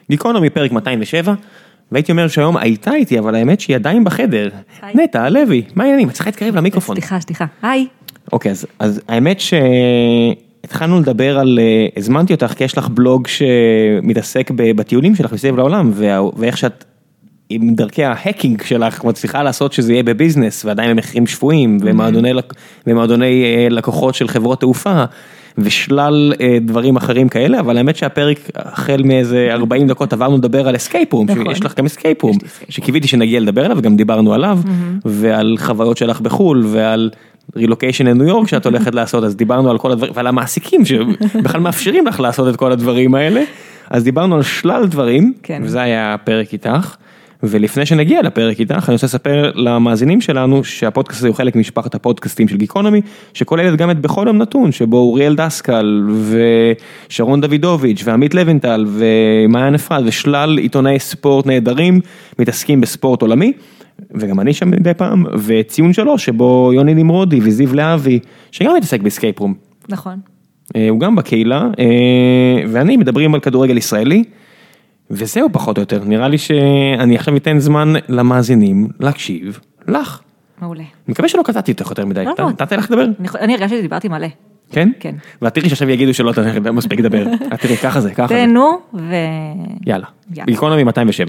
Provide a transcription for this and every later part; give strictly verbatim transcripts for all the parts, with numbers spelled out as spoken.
גיקונומי פרק מאתיים ושבע, והייתי אומר שהיום הייתה איתי, אבל האמת שהיא עדיין בחדר. נטע, הלוי, מה העניינים? צריכה להתקרב למיקרופון. סליחה, סליחה, היי. אוקיי, אז, אז האמת שהתחלנו לדבר על, הזמנתי אותך, כי יש לך בלוג שמתעסק בטיולים שלך מסביב לעולם, ואיך שאת עם דרכי ההקינג שלך, כמו צריכה לעשות שזה יהיה בביזנס, ועדיין במחירים שפויים, ומועדוני לקוחות של חברות תעופה, ושלל דברים אחרים כאלה, אבל האמת שהפרק החל מאיזה ארבעים דקות עברנו לדבר על אסקייפ רום, שיש לך גם אסקייפ רום, שקיוויתי שנגיע לדבר עליו, וגם דיברנו עליו, ועל חוויות שלך בחול, ועל רילוקיישן לניו יורק שאת הולכת לעשות, אז דיברנו על כל הדברים, ועל המעסיקים שבכלל מאפשרים לך לעשות את כל הדברים האלה, אז דיברנו על שלל דברים, וזה היה הפרק איתך, ולפני שנגיע לפרק איתך, אני רוצה לספר למאזינים שלנו שהפודקאסט הזה הוא חלק ממשפחת הפודקאסטים של גיקונומי, שכוללת גם את בכל יום נתון, שבו אוריאל דסקל ושרון דוידוביץ' ועמית לוינטל ומעיין אפרת ושלל עיתונאי ספורט נהדרים מתעסקים בספורט עולמי, וגם אני שם מדי פעם, וציון שלוש, שבו יוני נמרודי וזיו להבי, שגם מתעסק באסקייפ רום. נכון. הוא גם בקהילה, ואני מדברים על כדורגל ישראלי, וזהו פחות או יותר, נראה לי שאני עכשיו אתן זמן למאזינים להקשיב לך. מעולה. אני מקווה שלא קטעתי אותך יותר מדי. נתתי לך לדבר? אני הרגשתי שדיברתי מלא. כן? כן. ואת תראי שעכשיו יגידו שלא אתה מספיק לדבר. את תראי, ככה זה, ככה זה. תהנו ו... יאללה. גיקונומי מאתיים ושבע.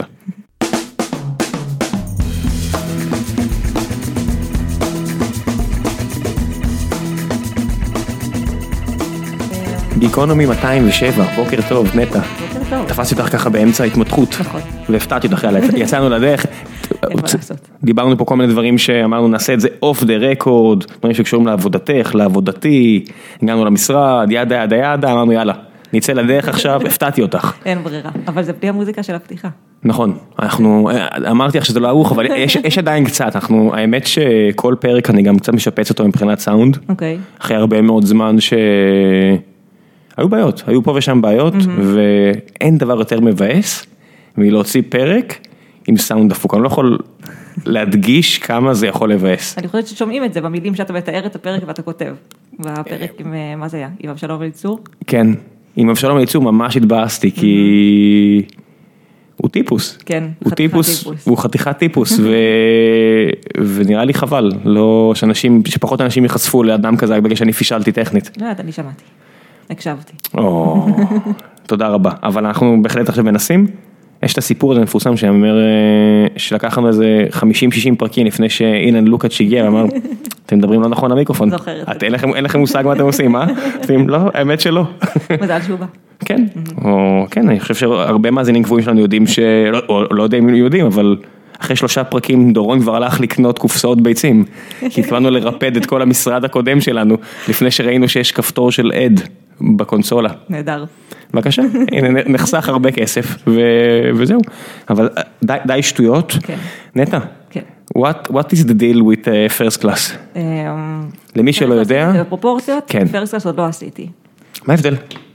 גיקונומי מאתיים ושבע, בוקר טוב, נטע. תפסתי אותך ככה באמצע ההתמתחות, והפתעתי אותך, יצאנו לדרך, דיברנו פה כל מיני דברים שאמרנו נעשה את זה off the record, דברים שקשורים לעבודתך, לעבודתי, הגענו למשרד, ידה ידה ידה, אמרנו יאללה, נצא לדרך עכשיו, הפתעתי אותך. אין ברירה, אבל זה בלי המוזיקה של הפתיחה. נכון, אנחנו, אמרתי לך שזה לא ארוך, אבל יש, יש עדיין קצת, אנחנו, האמת שכל פרק אני גם קצת משפץ אותו מבחינת סאונד, אחרי הרבה מאוד זמן ש... היו בעיות, היו פה ושם בעיות, ואין דבר יותר מבאס מלהוציא פרק עם סאונד דפוק. אני לא יכול להדגיש כמה זה יכול לבאס. אני חושבת ששומעים את זה במילים שאתה מתאר את הפרק ואתה כותב. והפרק עם, מה זה היה? עם אבשלום אליצור? כן, עם אבשלום אליצור ממש התבאסתי, כי הוא טיפוס. כן, הוא טיפוס, הוא חתיכת טיפוס, ונראה לי חבל, לא שאנשים, שפחות אנשים יחשפו לאדם כזה, בגלל שאני פישלתי טכנית. לא, אני שמעתי. הקשבתי. או, תודה רבה. אבל אנחנו בהחלט עכשיו מנסים. יש את הסיפור הזה מפורסם שאומר, שלקחנו איזה חמישים שישים פרקים לפני שאילן לוקאץ' הגיע, ואמר, אתם מדברים לא נכון למיקרופון. זוכרת. אין לכם מושג מה אתם עושים, אה? אתם לא, האמת שלא. מזל שהוא בא. כן, או כן, אני חושב שהרבה מאזינים קבועים שלנו יודעים ש... לא יודע אם יודעים, אבל... אחרי שלושה פרקים דורון כבר הלך לקנות קופסאות ביצים, כי התכוונו לרפד את כל המשרד הקודם שלנו, לפני שראינו שיש כפתור של עד בקונסולה. נהדר. בבקשה, הנה נחסך הרבה כסף, וזהו. אבל די שטויות. נטע, what is the deal with first class? למי שלא יודע. בפרופורציות, first class עוד לא עשיתי. מה ההבדל?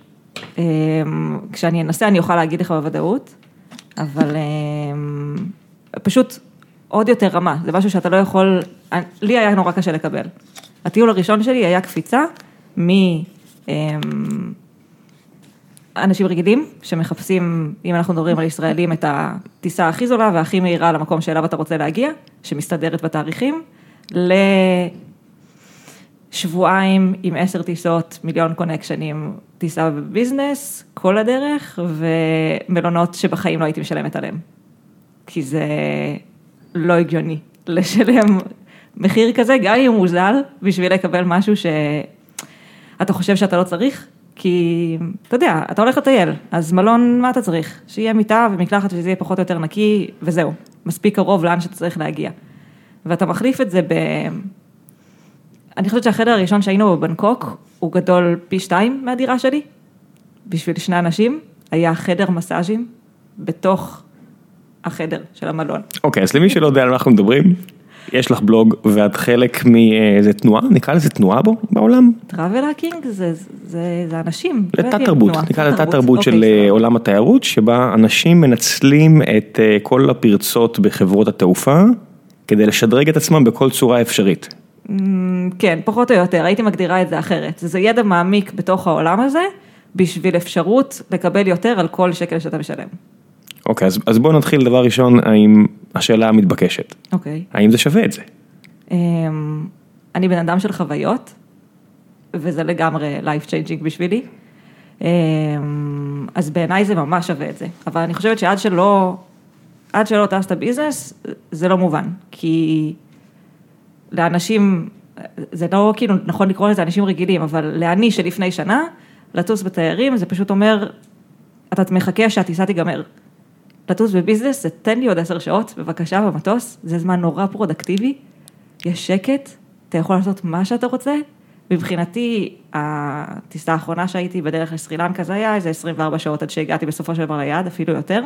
כשאני אנסה אני אוכל להגיד לך בוודאות, אבל... פשוט עוד יותר רמה, זה משהו שאתה לא יכול, לי היה נורא קשה לקבל. הטיול הראשון שלי היה קפיצה מאנשים רגילים, שמחפשים, אם אנחנו מדברים על ישראלים, את הטיסה הכי זולה והכי מהירה למקום שאליו אתה רוצה להגיע, שמסתדרת בתאריכים, לשבועיים עם עשר טיסות, מיליון קונקשנים, טיסה בביזנס, כל הדרך, ומלונות שבחיים לא הייתי משלמת עליהם. כי זה לא הגיוני לשלם מחיר כזה, גם אם הוא מוזל, בשביל לקבל משהו שאתה חושב שאתה לא צריך, כי אתה יודע, אתה הולך לטייל, אז מלון מה אתה צריך? שיהיה מיטה ומקלחת וזה יהיה פחות או יותר נקי, וזהו, מספיק קרוב לאן שאתה צריך להגיע. ואתה מחליף את זה ב... אני חושבת שהחדר הראשון שהיינו בבנקוק, הוא גדול פי שתיים מהדירה שלי, בשביל שני אנשים, היה חדר מסאז'ים בתוך... החדר של המלון. אוקיי, אז למי שלא יודע על מה אנחנו מדברים, יש לך בלוג ואת חלק מאיזה תנועה, נקרא לזה תנועה בו בעולם? טראבל האקינג זה, זה, זה אנשים. לתת תרבות, נקרא לתת תרבות של עולם התיירות, שבה אנשים מנצלים את כל הפרצות בחברות התעופה, כדי לשדרג את עצמם בכל צורה אפשרית. כן, פחות או יותר, הייתי מגדירה את זה אחרת. זה ידע מעמיק בתוך העולם הזה, בשביל אפשרות לקבל יותר על כל שקל שאתה משלם. אוקיי, אז, אז בואו נתחיל דבר ראשון, האם השאלה המתבקשת. אוקיי. האם זה שווה את זה? אני בן אדם של חוויות, וזה לגמרי life changing בשבילי. אז בעיניי זה ממש שווה את זה. אבל אני חושבת שעד שלא, עד שלא טסת ביזנס, זה לא מובן. כי לאנשים, זה לא כאילו נכון לקרוא לזה אנשים רגילים, אבל לעני שלפני שנה, לטוס בתיירים, זה פשוט אומר, אתה מחכה שהטיסה תיגמר. לטוס בביזנס, זה תן לי עוד עשר שעות, בבקשה, במטוס, זה זמן נורא פרודקטיבי, יש שקט, אתה יכול לעשות מה שאתה רוצה, מבחינתי, הטיסה האחרונה שהייתי בדרך לסרילנקה, זה היה איזה עשרים וארבע שעות עד שהגעתי בסופו של דבר ליעד, אפילו יותר,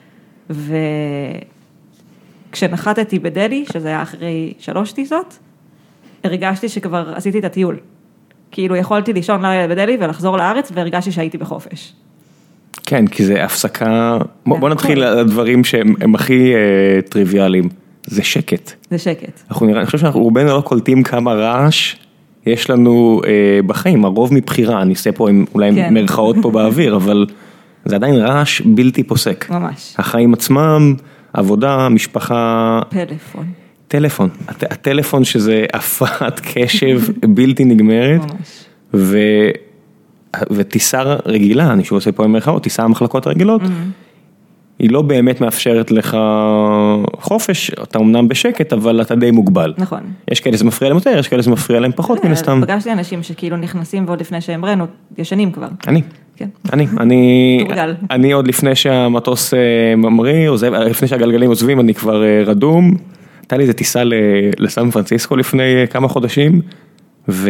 וכשנחתתי בדלי, שזה היה אחרי שלוש טיסות, הרגשתי שכבר עשיתי את הטיול. כאילו יכולתי לישון לילה בדלי ולחזור לארץ, והרגשתי שהייתי בחופש. כן, כי זה הפסקה, בוא, בוא נתחיל על הדברים שהם הכי uh, טריוויאליים, זה שקט. זה שקט. אנחנו נראה, אני חושב שאנחנו רובנו לא קולטים כמה רעש יש לנו uh, בחיים, הרוב מבחירה, אני אעשה פה עם אולי כן. מרכאות פה באוויר, אבל זה עדיין רעש בלתי פוסק. ממש. החיים עצמם, עבודה, משפחה. פלאפון. טלפון, הט, הטלפון שזה הפרעת קשב בלתי נגמרת. ממש. ו... וטיסה רגילה, אני שוב עושה פה עם מרכאות, טיסה המחלקות הרגילות, היא לא באמת מאפשרת לך חופש, אתה אמנם בשקט, אבל אתה די מוגבל. נכון. יש כאלה זה מפריע להם יותר, יש כאלה זה מפריע להם פחות, מן הסתם. פגשתי אנשים שכאילו נכנסים ועוד לפני שהם רנו, ישנים כבר. אני. כן. אני, אני, אני עוד לפני שהמטוס ממריא, לפני שהגלגלים עוזבים, אני כבר רדום. הייתה לי איזה טיסה לסן פרנסיסקו לפני כמה חודשים, ו...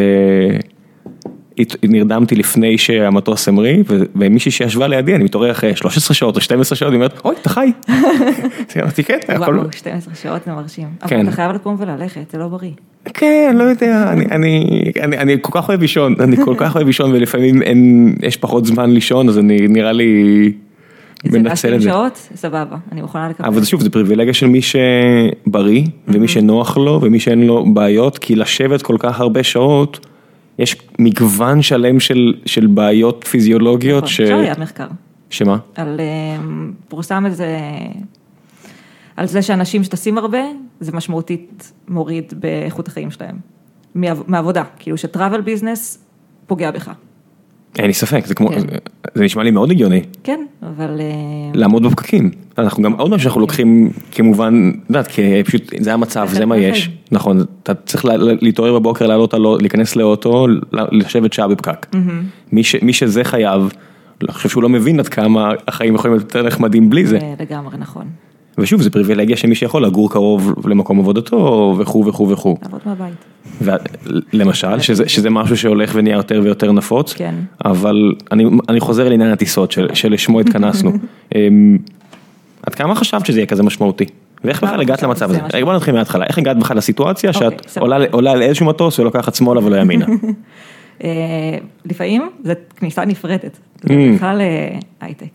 נרדמתי לפני שהמטוס המריא, ומישהי שישבה לידי, אני מתעורר אחרי שלוש עשרה שעות או שתים עשרה שעות, היא אומרת, אוי, אתה חי. אמרתי, כן, הכל... וואו, שתים עשרה שעות זה מרשים. אבל אתה חייב לקום וללכת, זה לא בריא. כן, לא יודע, אני כל כך אוהב לישון, אני כל כך אוהב לישון, ולפעמים יש פחות זמן לישון, אז אני נראה לי מנצל את זה. שעות, סבבה, אני מוכנה לקבל. אבל שוב, זה פריבילגיה של מי שבריא, ומי שנוח לו, ומי שאין לו בעיות, כי לשבת כל כך הרבה שעות, יש מגוון שלם של, של בעיות פיזיולוגיות. נכון, ש... עכשיו היה מחקר. שמה? על, פורסם איזה, על זה שאנשים שטסים הרבה, זה משמעותית מוריד באיכות החיים שלהם. מעבודה, כאילו שטראבל ביזנס פוגע בך. אין לי ספק, זה כמו, כן. זה, זה נשמע לי מאוד הגיוני. כן, אבל... לעמוד בפקקים. אנחנו גם עוד מה שאנחנו לוקחים כמובן, יודעת, כי פשוט זה המצב, זה מה יש. נכון, אתה צריך להתעורר בבוקר, לעלות, להיכנס לאוטו, לשבת שעה בפקק. מי ש, מי שזה חייב, אני חושב שהוא לא מבין עד כמה החיים יכולים להיות יותר נחמדים בלי זה. לגמרי, נכון. ושוב, זה פריבילגיה שמי שיכול לגור קרוב למקום עבודתו, וכו' וכו' וכו'. לעבוד מהבית. למשל, שזה, שזה משהו שהולך ונהיה יותר ויותר נפוץ. כן. אבל אני, אני חוזר לעניין הטיסות של, שלשמו התכנסנו. עד כמה חשבת שזה יהיה כזה משמעותי? ואיך בכלל הגעת למצב הזה? בוא נתחיל מההתחלה. איך הגעת בכלל לסיטואציה שאת עולה על איזשהו מטוס ולוקחת שמאלה ולא ימינה? לפעמים זה כניסה נפרדת. זה בכלל הייטק.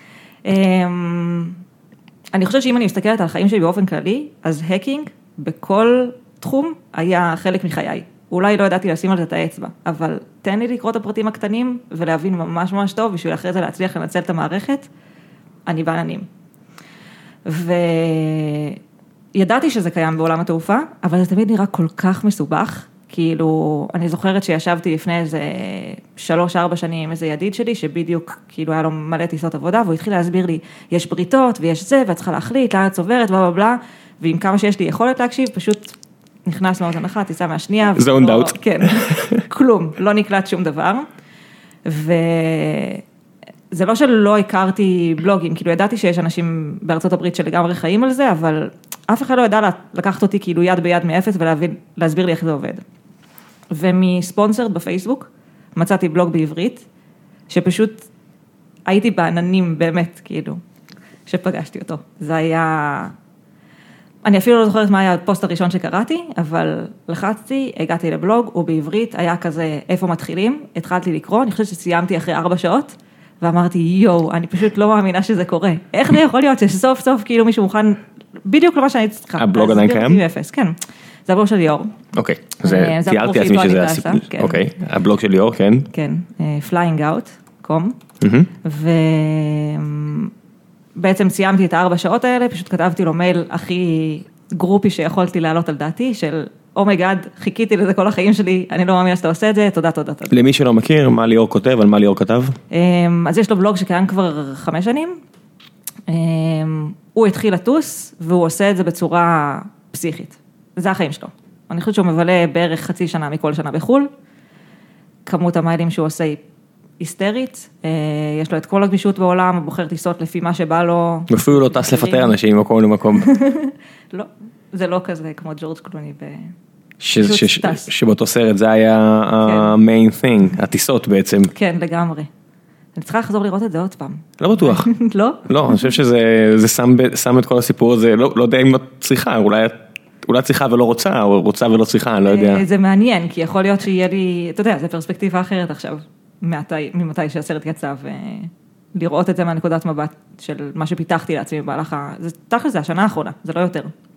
אני חושבת שאם אני מסתכלת על החיים שלי באופן כללי, אז הקינג בכל תחום היה חלק מחיי. אולי לא ידעתי לשים על זה את האצבע, אבל תן לי לקרוא את הפרטים הקטנים ולהבין ממש ממש טוב, בשביל אחרי זה להצליח לנצל את המערכת, אני בעננים. וידעתי שזה קיים בעולם התעופה, אבל זה תמיד נראה כל כך מסובך, כאילו, אני זוכרת שישבתי לפני איזה שלוש, ארבע שנים עם איזה ידיד שלי, שבדיוק כאילו היה לו מלא טיסות עבודה, והוא התחיל להסביר לי, יש בריתות ויש זה, ואת צריכה להחליט, לאן את צוברת, בלה בלה בלה, ועם כמה שיש לי יכולת להקשיב, פשוט נכנס לאוזן אחת, טיסה מהשנייה. זונד אאוט. כן, כלום, לא נקלט שום דבר. וזה לא שלא הכרתי בלוגים, כאילו ידעתי שיש אנשים בארצות הברית שלגמרי חיים על זה, אבל אף אחד לא ידע לקחת אותי כאילו יד ביד מאפס ולהסביר לי איך זה עובד. ומספונסרד בפייסבוק, מצאתי בלוג בעברית, שפשוט הייתי בעננים באמת, כאילו, שפגשתי אותו. זה היה, אני אפילו לא זוכרת מה היה הפוסט הראשון שקראתי, אבל לחצתי, הגעתי לבלוג, הוא בעברית, היה כזה, איפה מתחילים? התחלתי לקרוא, אני חושבת שסיימתי אחרי ארבע שעות, ואמרתי, יואו, אני פשוט לא מאמינה שזה קורה. איך זה יכול להיות שסוף סוף כאילו מישהו מוכן, בדיוק למה שאני צריכה. הבלוג עדיין קיים? כן. זה הבלוג של ליאור. אוקיי, זה תיארתי עצמי שזה הסיפור. אוקיי, הבלוג של ליאור, כן. כן, flying out, קום. בעצם סיימתי את הארבע שעות האלה, פשוט כתבתי לו מייל הכי גרופי שיכולתי להעלות על דעתי, של אומייגאד, חיכיתי לזה כל החיים שלי, אני לא מאמינה שאתה עושה את זה, תודה, תודה, תודה. למי שלא מכיר, מה ליאור כותב, על מה ליאור כתב? אז יש לו בלוג שקיים כבר חמש שנים, הוא התחיל לטוס, והוא עושה את זה בצורה פסיכית. זה החיים שלו. אני חושבת שהוא מבלה בערך חצי שנה מכל שנה בחול, כמות המיילים שהוא עושה היא היסטרית, יש לו את כל הגמישות בעולם, הוא בוחר טיסות לפי מה שבא לו. אפילו לא טס לפטר אנשים ממקום למקום. לא, זה לא כזה כמו ג'ורג' קלוני ב... שבאותו סרט זה היה ה-main thing, הטיסות בעצם. כן, לגמרי. אני צריכה לחזור לראות את זה עוד פעם. לא בטוח. לא? לא, אני חושב שזה שם את כל הסיפור הזה, לא יודע אם את צריכה, אולי צריכה ולא רוצה, או רוצה ולא צריכה, אני לא יודע. זה מעניין, כי יכול להיות שיהיה לי, אתה יודע, זו פרספקטיבה אחרת עכשיו, ממתי שהסרט יצא, ולראות את זה מהנקודת מבט של מה שפיתחתי לעצמי במהלך ה... זה תכף זה השנה האחרונה, זה לא יותר.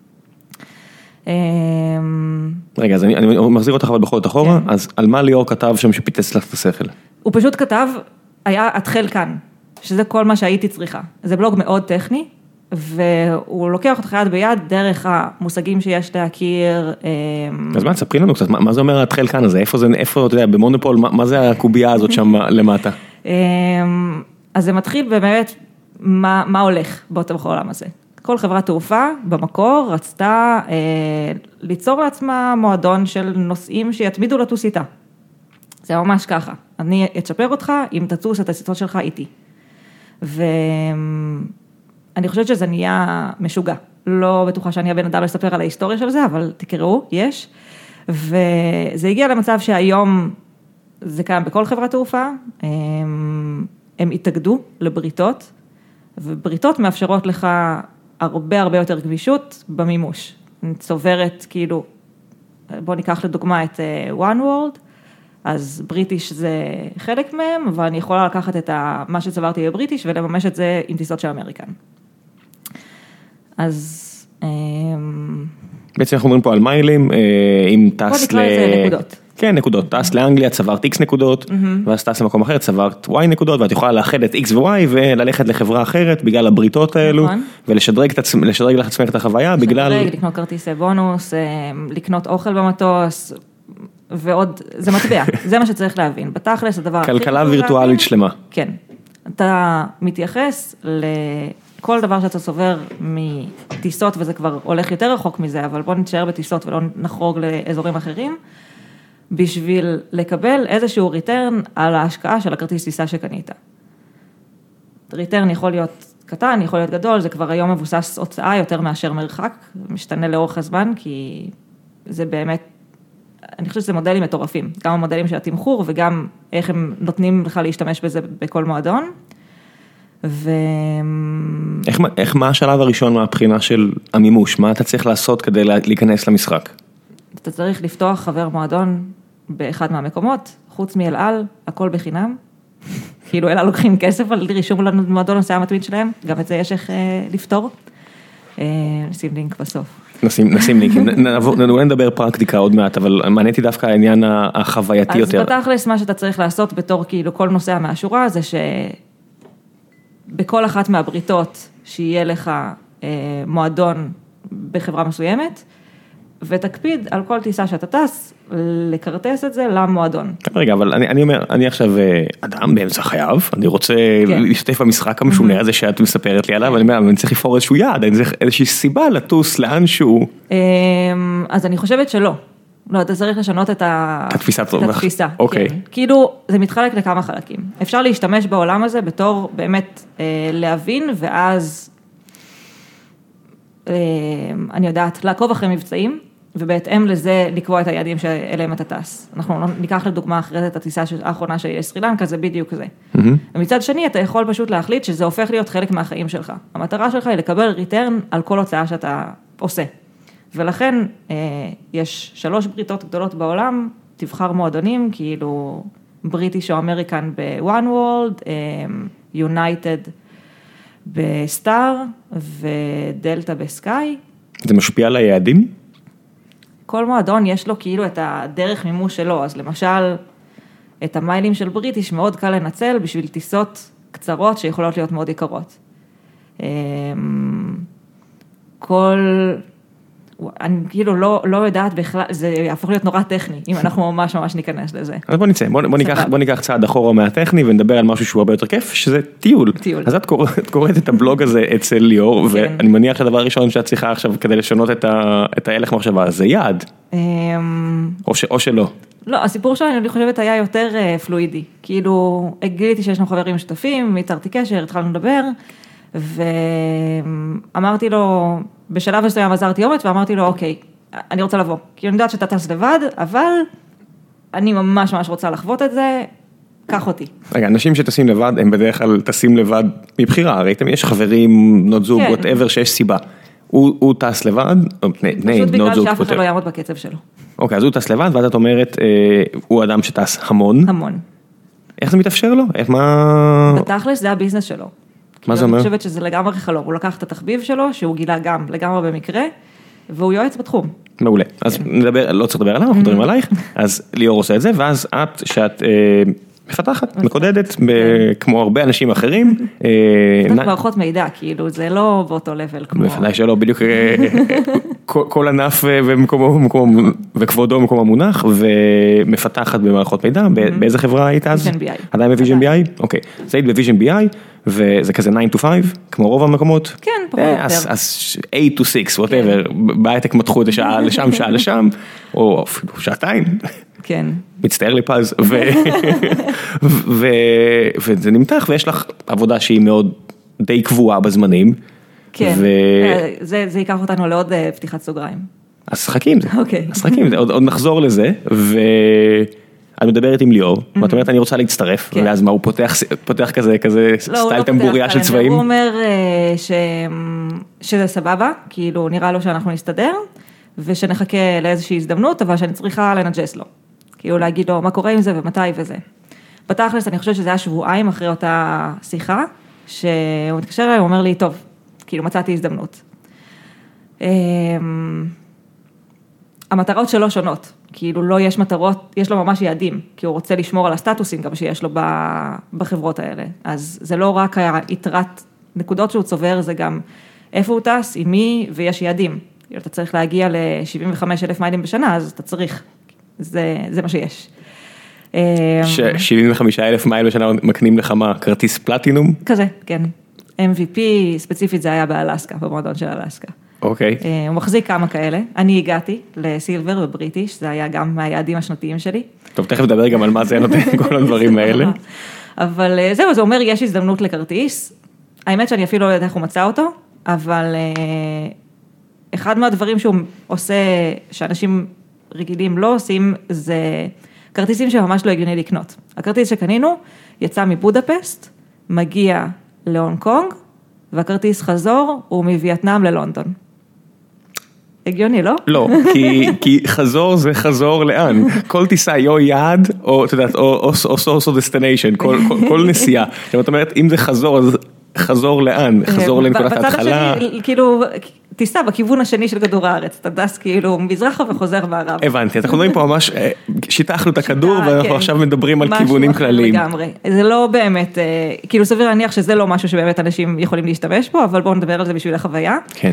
רגע, אז אני מחזיר אותך אבל בכל זאת אחורה, אז על מה ליאור כתב שם שפיתץ לך את השכל? הוא פשוט כתב, היה התחל כאן, שזה כל מה שהייתי צריכה. זה בלוג מאוד טכני, והוא לוקח אותך יד ביד דרך המושגים שיש להכיר. אז מה, תספרי לנו קצת, מה זה אומר התחל כאן הזה? איפה זה, איפה, אתה יודע, במונופול, מה זה הקובייה הזאת שם למטה? אז זה מתחיל באמת, מה, מה הולך באותו בעולם הזה. כל חברת תעופה במקור רצתה אה, ליצור לעצמה מועדון של נוסעים שיתמידו לטוס איתה. זה ממש ככה. אני אצ'פר אותך אם תטוס את הטיסות שלך איתי. ואני חושבת שזה נהיה משוגע. לא בטוחה שאני הבן אדם לספר על ההיסטוריה של זה, אבל תקראו, יש. וזה הגיע למצב שהיום זה קיים בכל חברת תעופה. הם, הם התאגדו לבריתות, ובריתות מאפשרות לך הרבה הרבה יותר גמישות במימוש. אני צוברת כאילו, בוא ניקח לדוגמה את One World, אז בריטיש זה חלק מהם, אבל אני יכולה לקחת את מה שצברתי בבריטיש ולממש את זה עם טיסות של אמריקן. אז... בעצם אנחנו אומרים פה על מיילים, אם טס ל... בוא נקרא לזה נקודות. כן, נקודות. טס לאנגליה, צברת X נקודות, ואז טס למקום אחר, צברת Y נקודות, ואת יכולה לאחד את X ו-Y וללכת לחברה אחרת בגלל הבריתות האלו, ולשדרג לך עצמך את החוויה בגלל... לשדרג, לקנות כרטיסי בונוס, לקנות אוכל במטוס, ועוד, זה מטבע, זה מה שצריך להבין. בתכלס, הדבר הכי... כלכלה וירטואלית שלמה. כן. אתה מתייחס לכל דבר שאתה סובר מטיסות, וזה כבר הולך יותר רחוק מזה, אבל בוא נתשאר בטיסות ולא נחרוג לאזורים אחרים, בשביל לקבל איזשהו ריטרן על ההשקעה של הכרטיס טיסה שקנית. ריטרן יכול להיות קטן, יכול להיות גדול, זה כבר היום מבוסס הוצאה יותר מאשר מרחק, משתנה לאורך הזמן, כי זה באמת, אני חושבת שזה מודלים מטורפים, גם המודלים של התמחור וגם איך הם נותנים לך להשתמש בזה בכל מועדון. ו... איך, איך מה השלב הראשון מהבחינה של המימוש? מה אתה צריך לעשות כדי להיכנס למשחק? אתה צריך לפתוח חבר מועדון באחד מהמקומות, חוץ מאל על, הכל בחינם. כאילו אלה לוקחים כסף על רישום למועדון נוסע המתמיד שלהם, גם את זה יש איך לפתור. נשים לינק בסוף. נשים, נשים לינקים, נעבור נדבר פרקטיקה עוד מעט, אבל מענייתי דווקא העניין החווייתי יותר. אז בתכלס מה שאתה צריך לעשות בתור כאילו כל נוסע מהשורה, זה שבכל אחת מהבריתות שיהיה לך מועדון בחברה מסוימת, ותקפיד על כל טיסה שאתה טס, לקרטס את זה למועדון. רגע, אבל אני, אני אומר, אני עכשיו אדם באמצע חייו, אני רוצה כן. להשתתף במשחק המשונה הזה שאת מספרת לי עליו, ואני אומר, אני צריך לפור איזשהו יעד, אני צריך איזושהי סיבה לטוס לאנשהו. אז אני חושבת שלא. לא, אתה צריך לשנות את, ה... את התפיסה. את התפיסה. אוקיי. כן. כאילו, זה מתחלק לכמה חלקים. אפשר להשתמש בעולם הזה בתור באמת להבין, ואז... אני יודעת, לעקוב אחרי מבצעים, ובהתאם לזה לקבוע את היעדים שאליהם אתה טס. אנחנו ניקח לדוגמה אחרי את הטיסה האחרונה של סרי לנקה, זה בדיוק זה. ומצד שני, אתה יכול פשוט להחליט שזה הופך להיות חלק מהחיים שלך. המטרה שלך היא לקבל ריטרן על כל הוצאה שאתה עושה. ולכן, יש שלוש בריתות גדולות בעולם, תבחר מועדונים, כאילו בריטיש או אמריקן ב-One World, United בסטאר ודלטה בסקאי. זה משפיע על היעדים? כל מועדון יש לו כאילו את הדרך מימוש שלו, אז למשל, את המיילים של בריטיש מאוד קל לנצל בשביל טיסות קצרות שיכולות להיות מאוד יקרות. כל, אני כאילו לא, לא יודעת בכלל, זה יהפוך להיות נורא טכני, אם אנחנו ממש ממש ניכנס לזה. אז בוא נצא, בוא, בוא, ניקח, בוא ניקח צעד אחורה מהטכני ונדבר על משהו שהוא הרבה יותר כיף, שזה טיול. טיול. אז את קוראת, את קוראת את הבלוג הזה אצל ליאור, כן. ואני מניח שהדבר הראשון שאת צריכה עכשיו כדי לשנות את, ה, את ההלך מחשבה, זה יעד. או, ש, או שלא. לא, הסיפור שלנו, אני חושבת, היה יותר פלואידי. כאילו, גיליתי שיש לנו חברים משותפים, יצרתי קשר, התחלנו לדבר, ואמרתי לו, בשלב מסוים עזרתי אומץ, ואמרתי לו, אוקיי, אני רוצה לבוא. כי אני יודעת שאתה טס לבד, אבל אני ממש ממש רוצה לחוות את זה, קח אותי. רגע, אנשים שטסים לבד, הם בדרך כלל טסים לבד מבחירה, ראיתם, יש חברים, בנות זוג, whatever, שיש סיבה. הוא טס לבד, פשוט בגלל שאף אחד לא יעמוד בקצב שלו. אוקיי, אז הוא טס לבד, ואז את אומרת, הוא אדם שטס המון. המון. איך זה מתאפשר לו? איך מה... בתכלס זה הביזנס שלו. מה זה אומר? אני חושבת שזה לגמרי חלום, הוא לקח את התחביב שלו, שהוא גילה גם לגמרי במקרה, והוא יועץ בתחום. מעולה. אז נדבר, לא צריך לדבר עליו, אנחנו מדברים עלייך, אז ליאור עושה את זה, ואז את, שאת מפתחת, מקודדת, כמו הרבה אנשים אחרים. קצת מערכות מידע, כאילו, זה לא באותו לבל כמו... בוודאי שלא, בדיוק כל ענף וכבודו מקום המונח, ומפתחת במערכות מידע, באיזה חברה היית אז? ויז'ן בי איי. עדיין בוויז'ן בי איי? אוקיי. אז היית בוויז'ן בי איי, וזה כזה תשע to חמש, כמו רוב המקומות? כן, פחות או יותר. אז שמונה to שש, whatever, בהייטק מתחו את השעה לשם, שעה לשם, או שעתיים. כן. מצטער לי פז, וזה נמתח, ויש לך עבודה שהיא מאוד די קבועה בזמנים. כן, זה ייקח אותנו לעוד פתיחת סוגריים. אז חכים זה, אוקיי. אז חכים זה, עוד נחזור לזה, ואת מדברת עם ליאור, ואת אומרת אני רוצה להצטרף, ואז מה הוא פותח כזה, כזה סטייל טמבוריה של צבעים? הוא אומר שזה סבבה, כאילו נראה לו שאנחנו נסתדר, ושנחכה לאיזושהי הזדמנות, אבל שאני צריכה לנג'ס לו. כאילו להגיד לו מה קורה עם זה ומתי וזה. בתכלס אני חושבת שזה היה שבועיים אחרי אותה שיחה, שהוא מתקשר אליי, הוא אומר לי, טוב, כאילו מצאתי הזדמנות. המטרות שלו שונות, כאילו לא יש מטרות, יש לו ממש יעדים, כי הוא רוצה לשמור על הסטטוסים גם שיש לו בחברות האלה. אז זה לא רק היתרת נקודות שהוא צובר, זה גם איפה הוא טס, עם מי, ויש יעדים. אתה צריך להגיע ל-שבעים וחמישה אלף מיילים בשנה, אז אתה צריך. זה, זה מה שיש. שבעים וחמישה אלף מייל בשנה מקנים לך מה? כרטיס פלטינום? כזה, כן. אם וי פי, ספציפית זה היה באלסקה, במועדון של אלסקה. אוקיי. הוא מחזיק כמה כאלה. אני הגעתי לסילבר ובריטיש, זה היה גם מהיעדים השנתיים שלי. טוב, תכף נדבר גם על מה זה נותן, כל הדברים האלה. אבל זהו, זה אומר, יש הזדמנות לכרטיס. האמת שאני אפילו לא יודעת איך הוא מצא אותו, אבל אחד מהדברים שהוא עושה, שאנשים רגילים לא עושים, זה כרטיסים שממש לא הגיוני לקנות. הכרטיס שקנינו יצא מבודפסט, מגיע להונג קונג, והכרטיס חזור הוא מווייטנאם ללונדון. הגיוני, לא? לא, כי, כי חזור זה חזור לאן. כל טיסה היא או יעד, או, אתה יודעת, או source of destination, כל, כל, כל נסיעה. זאת אומרת, אם זה חזור, אז חזור לאן? חזור לנקודת ההתחלה. בצד השני, כאילו, טיסה בכיוון השני של כדור הארץ, אתה דס כאילו מזרחה וחוזר מערב. הבנתי, אנחנו מדברים פה ממש, שיטחנו את הכדור, ואנחנו עכשיו מדברים על כיוונים כלליים. לגמרי, זה לא באמת, כאילו סביר להניח שזה לא משהו שבאמת אנשים יכולים להשתמש בו, אבל בואו נדבר על זה בשביל החוויה. כן.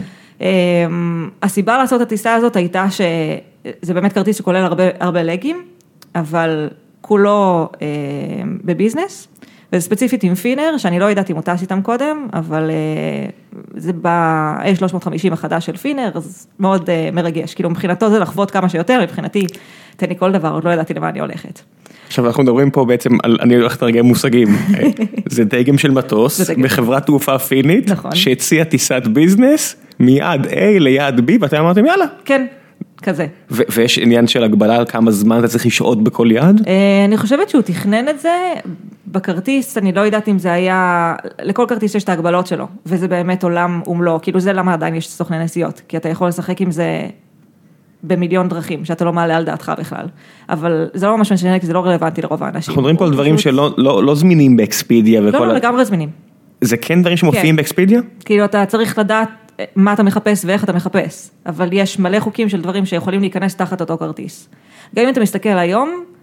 הסיבה לעשות את הטיסה הזאת הייתה שזה באמת כרטיס שכולל הרבה, הרבה לגים, אבל כולו בביזנס, וזה ספציפית עם פינר, שאני לא יודעת אם הוא טס איתם קודם, אבל זה ב-איי שלוש מאות וחמישים החדש של פינר, אז מאוד מרגש, כאילו מבחינתו זה לחוות כמה שיותר, מבחינתי, תן לי כל דבר, עוד לא ידעתי למה אני הולכת. עכשיו אנחנו מדברים פה בעצם על, אני הולך לתרגם מושגים, זה דגם של מטוס, בחברת תעופה פינית, שהציע טיסת ביזנס, מיעד A ליעד B, ואתם אמרתם יאללה. כן. כזה. ויש עניין של הגבלה על כמה זמן אתה צריך לשעות בכל יעד? אני חושבת שהוא תכנן את זה בכרטיס, אני לא יודעת אם זה היה, לכל כרטיס יש את ההגבלות שלו, וזה באמת עולם ומלוא, כאילו זה למה עדיין יש סוכני נסיעות, כי אתה יכול לשחק עם זה במיליון דרכים, שאתה לא מעלה על דעתך בכלל, אבל זה לא ממש משנה, כי זה לא רלוונטי לרוב האנשים. אנחנו מדברים פה על דברים שלא זמינים באקספידיה. לא, לא, לגמרי זמינים. זה כן דברים שמופיעים באקספידיה? כאילו אתה צריך לדעת מה אתה מחפש ואיך אתה מחפש, אבל יש מלא חוקים של דברים שיכולים להיכנס תחת אותו כרטיס. גם אם אתה מסתכל היום,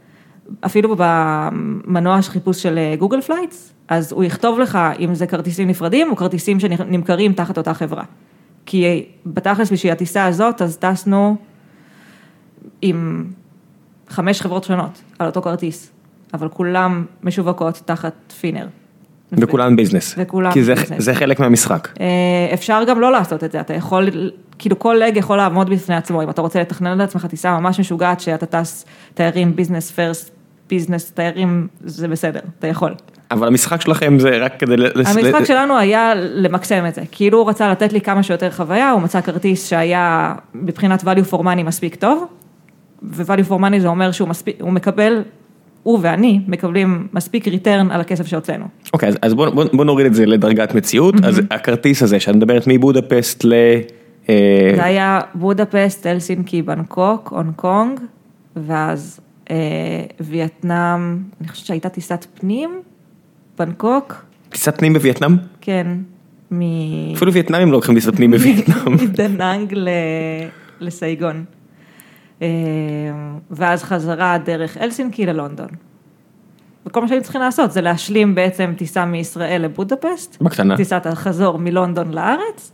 אפילו במנוע חיפוש של גוגל פלייטס, אז הוא יכתוב לך אם זה כרטיסים נפרדים, או כרטיסים שנמכרים תחת אותה חברה. כי בתכלס בשביל הטיסה הזאת, אז טסנו עם חמש חברות שונות על אותו כרטיס, אבל כולם משווקות תחת פינר. וכולן ביזנס. וכולם כי זה, ביזנס. זה חלק מהמשחק. אפשר גם לא לעשות את זה, אתה יכול, כאילו כל לג יכול לעמוד בפני עצמו, אם אתה רוצה לתכנן לעצמך טיסה ממש משוגעת, שאתה טס תיירים ביזנס פרסט, ביזנס תיירים, זה בסדר, אתה יכול. אבל המשחק שלכם זה רק כדי... המשחק שלנו היה למקסם את זה, כאילו הוא רצה לתת לי כמה שיותר חוויה, הוא מצא כרטיס שהיה בבחינת value for money מספיק טוב, ו-value for money זה אומר שהוא מספיק, הוא מקבל, הוא ואני מקבלים מספיק ריטרן על הכסף שהוצאנו. אוקיי, אז, אז בוא, בוא, בוא נוריד את זה לדרגת מציאות, mm-hmm. אז הכרטיס הזה שאת מדברת מבודפסט ל... זה היה בודפסט, אלסינקי, בנקוק, הונג קונג, ואז אה, וייטנאם, אני חושבת שהייתה טיסת פנים, בנקוק. טיסת פנים בווייטנאם? כן. מ... אפילו וייטנאמים לא לוקחים טיסת פנים בווייטנאם. מדנאנג ל... לסייגון. ואז חזרה דרך אלסינקי ללונדון. וכל מה שהיינו צריכים לעשות זה להשלים בעצם טיסה מישראל לבודפסט. בקטנה. טיסת החזור מלונדון לארץ,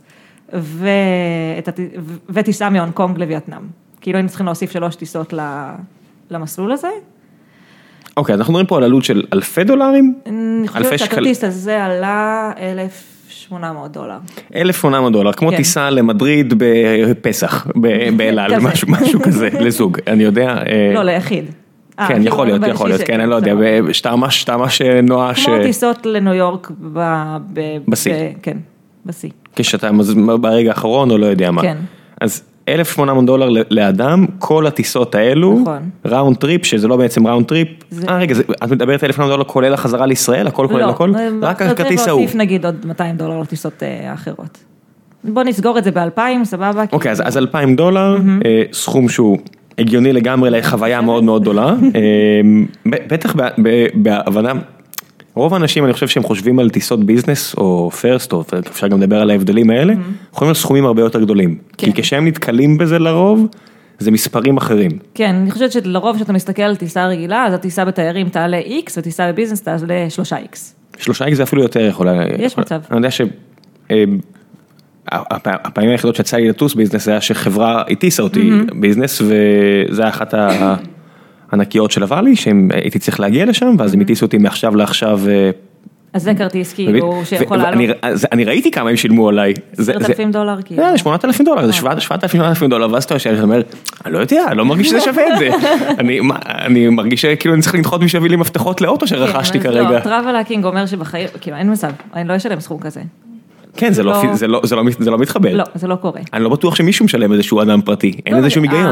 וטיסה מהונג קונג לווייטנאם. כאילו היינו צריכים להוסיף שלוש טיסות למסלול הזה. אוקיי, אז אנחנו מדברים פה על עלות של אלפי דולרים? אני חושבת שהכרטיס הזה עלה אלף ושמונה מאות דולר. אלף ושמונה מאות דולר, כמו טיסה למדריד בפסח, באלעל, משהו כזה, לזוג, אני יודע. לא, ליחיד. כן, יכול להיות, יכול להיות, כן, אני לא יודע, שאתה ממש נועה ש... כמו טיסות לניו יורק בסי. כן, בסי. כשאתה ברגע האחרון או לא יודע מה. כן. אז אלף ושמונה מאות דולר לאדם, כל הטיסות האלו, ראונד טריפ, שזה לא בעצם ראונד טריפ, אה רגע, את מדברת אלף ושמונה מאות דולר כולל החזרה לישראל, הכל כולל הכל? רק הכרטיס ההוא. צריך להוסיף נגיד עוד מאתיים דולר לטיסות האחרות. בוא נסגור את זה ב-אלפיים, סבבה? אוקיי, אז אלפיים דולר, סכום שהוא הגיוני לגמרי לחוויה מאוד מאוד גדולה, בטח בהבנה, רוב האנשים אני חושב שהם חושבים על טיסות ביזנס או פרסט, או אפשר גם לדבר על ההבדלים האלה, חושבים על סכומים הרבה יותר גדולים, כי כשהם נתקלים בזה לרוב, זה מספרים אחרים. כן, אני חושבת שלרוב שאתה מסתכל על טיסה רגילה, אז הטיסה בתיירים תעלה X, וטיסה בביזנס תעלה שלושה X. שלושה X זה אפילו יותר יכול... יש מצב. אני יודע ש... הפעמים היחידות שיצא לי לטוס ביזנס, זה היה שחברה הטיסה אותי ביזנס, וזה היה אחת הענקיות של הוואלי, שהייתי צריך להגיע לשם, ואז הם הטיסו אותי מעכשיו לעכשיו. אז זה כרטיס כאילו שיכול לעלות. אני ראיתי כמה הם שילמו עליי. עשרת אלפים דולר כאילו. זה שמונת אלפים דולר, זה שבעת אלפים, שמונת אלפים דולר, ואז אתה יושב, אני אומר, אני לא יודע, אני לא מרגיש שזה שווה את זה. אני מרגיש שכאילו אני צריך לדחות משווה לי מפתחות לאוטו שרכשתי כרגע. לא, טראבל האקינג אומר שבחיים, כאילו אין מצב, אני לא אשלם סכום כזה. כן, זה לא מתחבר. לא, זה לא קורה. אני לא בטוח שמישהו משלם איזשהו אדם פרטי, אין איזשהו היגיון.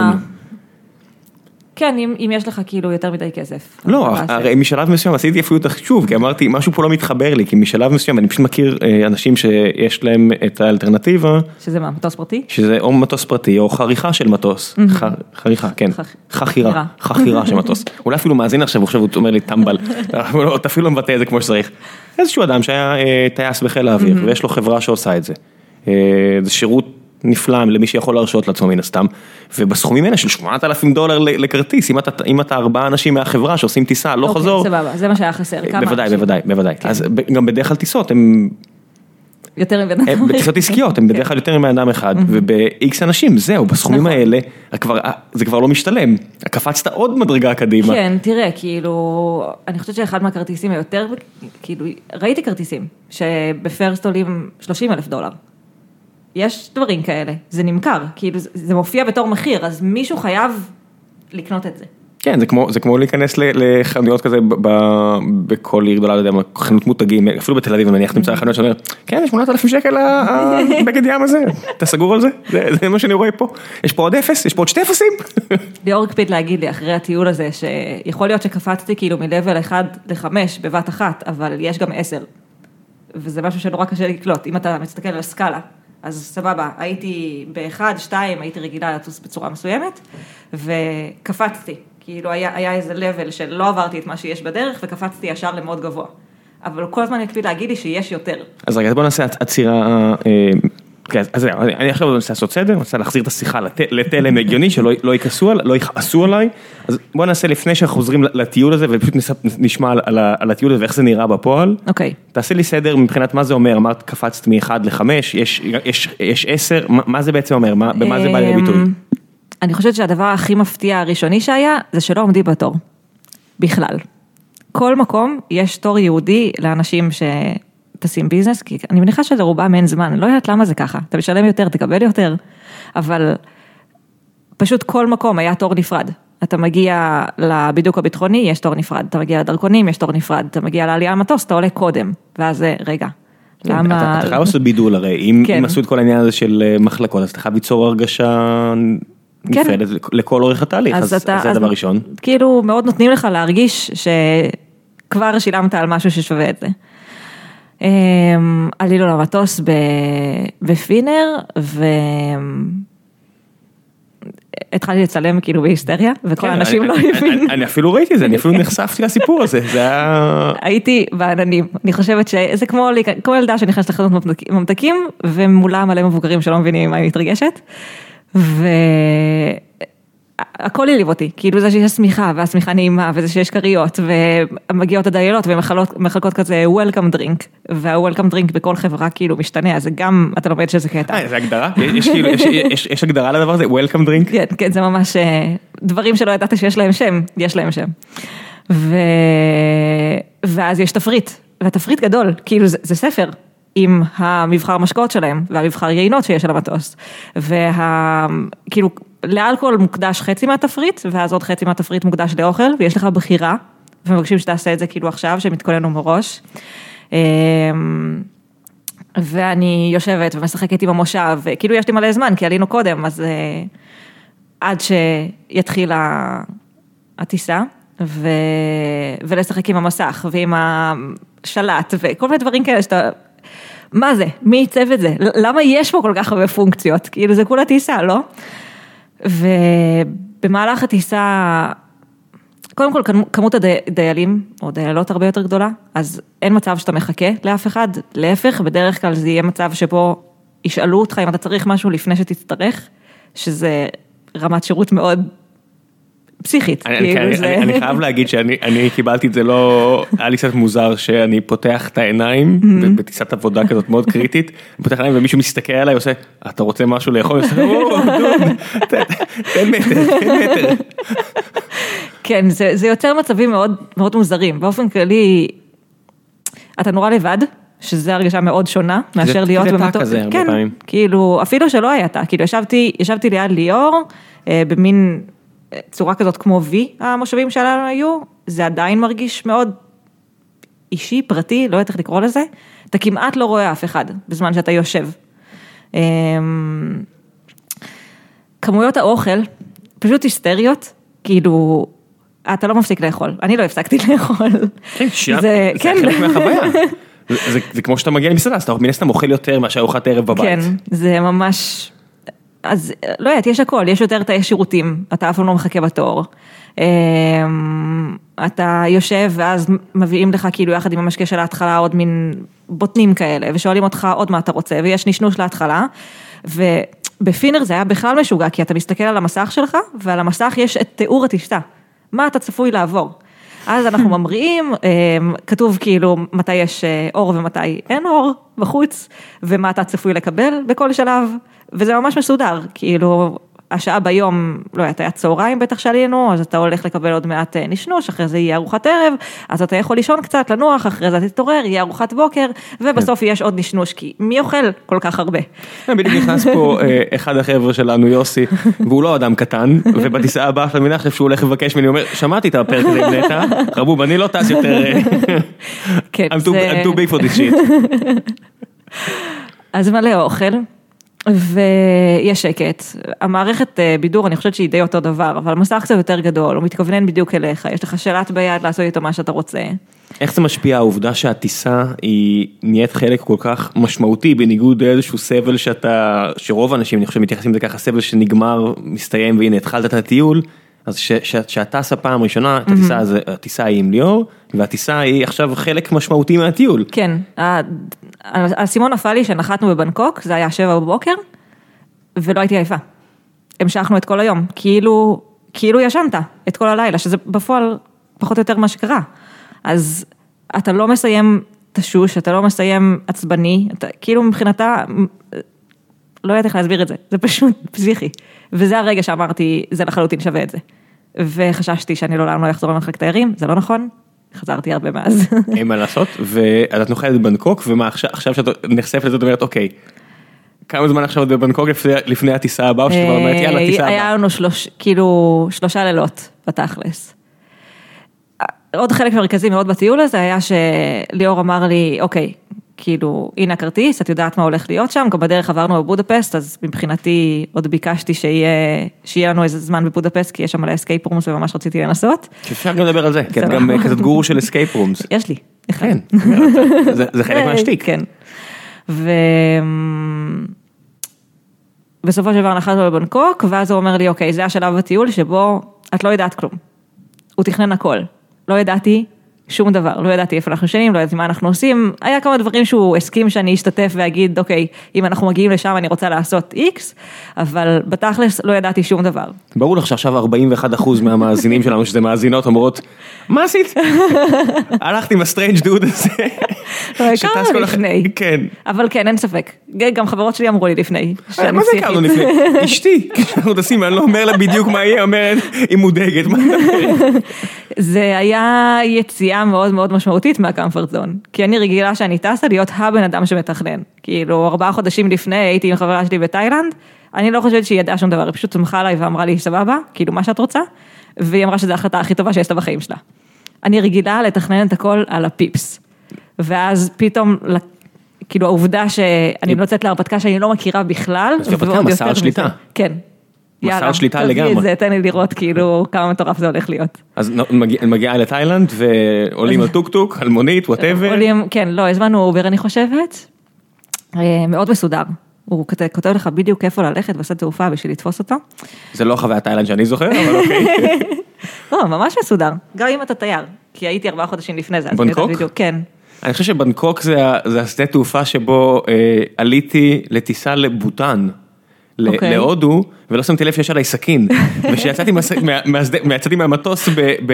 כן, אם יש לך כאילו יותר מדי כסף. לא, הרי משלב מסוים עשיתי אפילו את החישוב, כי אמרתי, משהו פה לא מתחבר לי, כי משלב מסוים, אני פשוט מכיר אנשים שיש להם את האלטרנטיבה. שזה מה, מטוס פרטי? שזה או מטוס פרטי, או חריכה של מטוס. חריכה, כן. חכירה, חכירה של מטוס. אולי אפילו מאזין עכשיו, עכשיו הוא אומר לי, טמבל. אתה אפילו לא מבטא את זה כמו שצריך. איזשהו אדם שהיה טייס בחיל האוויר, ויש לו חברה שעושה את זה. זה שירות נפלא למי שיכול להרשות לעצמו מן הסתם, ובסכומים האלה של שמונת אלפים דולר לכרטיס, אם אתה, אם אתה ארבעה אנשים מהחברה שעושים טיסה, לא חזור. סבבה, זה מה שהיה חסר. בוודאי, בוודאי, בוודאי. אז גם בדרך כלל טיסות, הם... יותר מבן אדם. בטיסות עסקיות, הם בדרך כלל יותר מבן אדם אחד, וב-X אנשים, זהו, בסכומים האלה, זה כבר לא משתלם. קפצת עוד מדרגה קדימה. כן, תראה, כאילו, אני חושבת שאחד מהכרטיסים היותר, כאילו, ראיתי כרטיסים, שבפרסט עולים שלושים אלף דולר. יש דברים כאלה, זה נמכר, כאילו זה מופיע בתור מחיר, אז מישהו חייב לקנות את זה. כן, זה כמו, זה כמו להיכנס לחנויות כזה בכל עיר גדולה, לא יודע, חנות מותגים, אפילו בתל אביב, נניח נמצא חנויות שאומר, כן, שמונת אלפים שקל הבגד ים הזה, אתה סגור על זה? זה מה שאני רואה פה. יש פה עוד אפס? יש פה עוד שתי אפסים? ליאור הקפיד להגיד לי אחרי הטיול הזה, שיכול להיות שקפצתי כאילו מלבל אחד לחמש בבת אחת, אבל יש גם עשר. וזה משהו שנורא קשה לקלוט, אם אתה מסתכל על הסקאלה. אז סבבה, הייתי באחד, שתיים, הייתי רגילה לטוס בצורה מסוימת, וקפצתי, כאילו היה, היה איזה לבל שלא עברתי את מה שיש בדרך, וקפצתי ישר למאוד גבוה. אבל כל הזמן הקפיד להגיד לי שיש יותר. אז רגע, בוא נעשה עצירה כן, אז אני עכשיו רוצה לעשות סדר, אני רוצה להחזיר את השיחה לתלם הגיוני, שלא יכעסו עליי, אז בוא נעשה לפני שאנחנו חוזרים לטיול הזה, ופשוט נשמע על הטיול הזה, ואיך זה נראה בפועל. אוקיי. תעשה לי סדר מבחינת מה זה אומר, אמרת קפצת מ-אחד לחמש, יש עשר, מה זה בעצם אומר, במה זה בא לידי ביטוי? אני חושבת שהדבר הכי מפתיע הראשוני שהיה, זה שלא עומדים בתור, בכלל. כל מקום יש תור יהודי לאנשים ש... תשים ביזנס, כי אני מניחה שזה רובם אין זמן, אני לא יודעת למה זה ככה, אתה משלם יותר, תקבל יותר, אבל פשוט כל מקום היה תור נפרד, אתה מגיע לבידוק הביטחוני, יש תור נפרד, אתה מגיע לדרכונים, יש תור נפרד, אתה מגיע לעלייה למטוס, אתה עולה קודם, ואז רגע, למה... אתה חייב לעשות בידול הרי, אם עשו את כל העניין הזה של מחלקות, אז אתה חייב ליצור הרגשה נפרדת לכל אורך התהליך, אז זה הדבר ראשון. כאילו מאוד נותנים לך להרגיש שכבר שילמת על משהו ששווה את זה. עלי לו למטוס בפינר, והתחלתי לצלם כאילו בהיסטריה, וכל האנשים לא הבינו. אני אפילו ראיתי את זה, אני אפילו נחשפתי לסיפור הזה, זה היה... הייתי בעננים, אני חושבת שזה כמו ילדה שנכנסת לחנות ממתקים, ומולה מלא מבוגרים שלא מבינים מה היא מתרגשת, ו... הכל העליב אותי, כאילו זה שיש סמיכה, והסמיכה נעימה, וזה שיש קריות, ומגיעות הדיילות, ומחלקות כזה Welcome Drink, וה-Welcome Drink בכל חברה כאילו משתנה, אז זה גם, אתה לומד שזה קטע. אה, זה הגדרה? יש כאילו, יש הגדרה לדבר הזה? Welcome Drink? כן, כן, זה ממש דברים שלא ידעת שיש להם שם, יש להם שם. ואז יש תפריט, והתפריט גדול, כאילו זה ספר, עם המבחר משקעות שלהם, והמבחר יינות שיש על המטוס, וה... כאילו, לאלכוהול מוקדש חצי מהתפריט, ואז עוד חצי מהתפריט מוקדש לאוכל, ויש לך בחירה, ומבקשים שתעשה את זה כאילו עכשיו, שמתכוננו מראש. ואני יושבת ומשחקת עם המושב, וכאילו יש לי מלא זמן, כי עלינו קודם, אז עד שיתחיל הטיסה, ו... ולשחק עם המסך, ועם השלט, וכל מיני דברים כאלה שאתה... מה זה? מי ייצב את זה? למה יש פה כל כך הרבה פונקציות? כאילו זה כולה טיסה, לא? ובמהלך הטיסה, קודם כל כמות הדיילים, או דיילות הרבה יותר גדולה, אז אין מצב שאתה מחכה לאף אחד, להפך, בדרך כלל זה יהיה מצב שבו ישאלו אותך אם אתה צריך משהו לפני שתצטרך, שזה רמת שירות מאוד פסיכית. אני חייב להגיד שאני קיבלתי את זה, לא, היה לי קצת מוזר שאני פותח את העיניים, בטיסת עבודה כזאת מאוד קריטית, פותח העיניים ומישהו מסתכל עליי, עושה, אתה רוצה משהו לאכול? תן מטר, תן מטר. כן, זה יוצר מצבים מאוד מוזרים, באופן כללי, אתה נורא לבד, שזה הרגשה מאוד שונה, מאשר להיות במטוס. זה תא כזה הרבה פעמים. כאילו, אפילו שלא היה תא, כאילו ישבתי ליד ליאור, במין... צורה כזאת כמו וי, המושבים שלנו היו, זה עדיין מרגיש מאוד אישי, פרטי, לא יודעת איך לקרוא לזה, אתה כמעט לא רואה אף אחד, בזמן שאתה יושב. כמויות האוכל, פשוט היסטריות, כאילו, אתה לא מפסיק לאכול, אני לא הפסקתי לאכול. כן, זה חלק מהחוויה. זה כמו שאתה מגיע למסעדה, אז אתה מן הסתם אוכל יותר מאשר ארוחת ערב בבית. כן, זה ממש... אז לא יודעת, יש הכל, יש יותר תאי שירותים, אתה אף פעם לא מחכה בתור, אתה יושב ואז מביאים לך כאילו יחד עם המשקה של ההתחלה עוד מין בוטנים כאלה, ושואלים אותך עוד מה אתה רוצה, ויש נשנוש להתחלה, ובפינר זה היה בכלל משוגע, כי אתה מסתכל על המסך שלך, ועל המסך יש את תיאור הטיסה, מה אתה צפוי לעבור. אז אנחנו ממריאים, כתוב כאילו מתי יש אור ומתי אין אור בחוץ, ומה אתה צפוי לקבל בכל שלב, וזה ממש מסודר, כאילו השעה ביום, לא יודעת, היה צהריים בטח שעלינו, אז אתה הולך לקבל עוד מעט נשנוש, אחרי זה יהיה ארוחת ערב, אז אתה יכול לישון קצת, לנוח, אחרי זה תתעורר, יהיה ארוחת בוקר, ובסוף יש עוד נשנוש, כי מי אוכל כל כך הרבה? בדיוק נכנס פה אחד החבר'ה שלנו, יוסי, והוא לא אדם קטן, ובטיסה הבאה של המנח, שהוא הולך לבקש ממני, הוא אומר, שמעתי את הפרק הזה עם נטע, רבוב, אני לא טס יותר, I'm too big for this shit. אז מלא אוכל. ויש שקט, המערכת בידור אני חושבת שהיא די אותו דבר, אבל המסך קצת יותר גדול, הוא מתכוונן בדיוק אליך, יש לך שלט ביד לעשות איתו מה שאתה רוצה. איך זה משפיע העובדה שהטיסה היא נהיית חלק כל כך משמעותי, בניגוד לאיזשהו סבל שאתה, שרוב האנשים אני חושב מתייחסים לזה ככה, סבל שנגמר, מסתיים והנה התחלת את הטיול, אז כשאת טסה פעם ראשונה, הטיסה היא עם ליאור, והטיסה היא עכשיו חלק משמעותי מהטיול. כן, הסימון נפל לי שנחתנו בבנקוק, זה היה שבע בבוקר, ולא הייתי עייפה. המשכנו את כל היום, כאילו, כאילו ישנת את כל הלילה, שזה בפועל פחות או יותר מה שקרה. אז אתה לא מסיים תשוש, אתה לא מסיים עצבני, אתה, כאילו מבחינתה, לא יודעת איך להסביר את זה, זה פשוט פסיכי. וזה הרגע שאמרתי, זה לחלוטין שווה את זה. וחששתי שאני לא לעולם לא יחזור למחלק תיירים, זה לא נכון, חזרתי הרבה מאז. אין מה לעשות, ואת נוחלת בבנקוק, ומה עכשיו שאת נחשפת לזה, את אומרת, אוקיי, כמה זמן עכשיו בבנקוק לפני הטיסה הבאה, או שאת כבר אומרת, יאללה, טיסה הבאה? היה לנו כאילו שלושה לילות בתכלס. עוד חלק מרכזי מאוד בטיול הזה היה שליאור אמר לי, אוקיי, כאילו, הנה הכרטיס, את יודעת מה הולך להיות שם, גם בדרך עברנו בבודפסט, אז מבחינתי עוד ביקשתי שיהיה, שיהיה לנו איזה זמן בבודפסט, כי יש שם מלא אסקייפ רומס וממש רציתי לנסות. אפשר גם לדבר על זה, כי את גם כזאת גורו של אסקייפ רומס. יש לי. כן, זה חלק מהשתיק. כן. ובסופו של דבר נחתנו לבנקוק, ואז הוא אומר לי, אוקיי, זה השלב בטיול שבו את לא יודעת כלום. הוא תכנן הכל. לא ידעתי שום דבר, לא ידעתי איפה אנחנו שנים, לא ידעתי מה אנחנו עושים, היה כמה דברים שהוא הסכים שאני אשתתף ואגיד, אוקיי, אם אנחנו מגיעים לשם אני רוצה לעשות איקס, אבל בתכלס לא ידעתי שום דבר. ברור לך שעכשיו ארבעים ואחד אחוז מהמאזינים שלנו, שזה מאזינות, אומרות, מה עשית? הלכת עם הסטרנג' דוד הזה. לא, הכרנו לפני. כן. אבל כן, אין ספק. גם חברות שלי אמרו לי לפני. מה זה הכרנו לפני? אשתי, כשאנחנו תשים, אני לא אומר לה בדיוק מה יהיה, אומרת, היא מודאגת, מה מדברת? זה היה יציאה מאוד מאוד משמעותית מהקמפורט זון, כי אני רגילה שאני טסה להיות הבן אדם שמתכנן. כאילו, ארבעה חודשים לפני הייתי עם חברה שלי בתאילנד, אני לא חושבת שהיא ידעה שום דבר, היא פשוט צמחה עליי ואמרה לי, סבבה, כאילו מה שאת רוצה, והיא אמרה שזו ההחלטה הכי טובה שעשתה בחיים שלה. אני רגילה לתכנן את הכל על הפיפס, ואז פתאום, כאילו העובדה שאני נוצאת להרפתקה שאני לא מכירה בכלל, מסע שליטה. כן. מסע שליטה לגמרי. זה, תן לי לראות כאילו כמה מטורף זה הולך להיות. אז מגיעה לתאילנד ועולים על טוק טוק, על מונית, whatever. עולים, כן, לא, הזמנו אובר אני חושבת, מאוד מסודר. הוא כותב לך בדיוק איפה ללכת ועושה תעופה בשביל לתפוס אותו. זה לא חוויה תאילנד שאני זוכר, אבל אוקיי. לא, ממש מסודר. גם אם אתה תייר, כי הייתי ארבעה חודשים לפני זה. בנקוק? כן. אני חושב שבנקוק זה השדה תעופה שבו עליתי לטיסה לבוטן. להודו, ולא שמתי לב שיש עליי סכין, ושיצאתי מהצאתי מהמטוס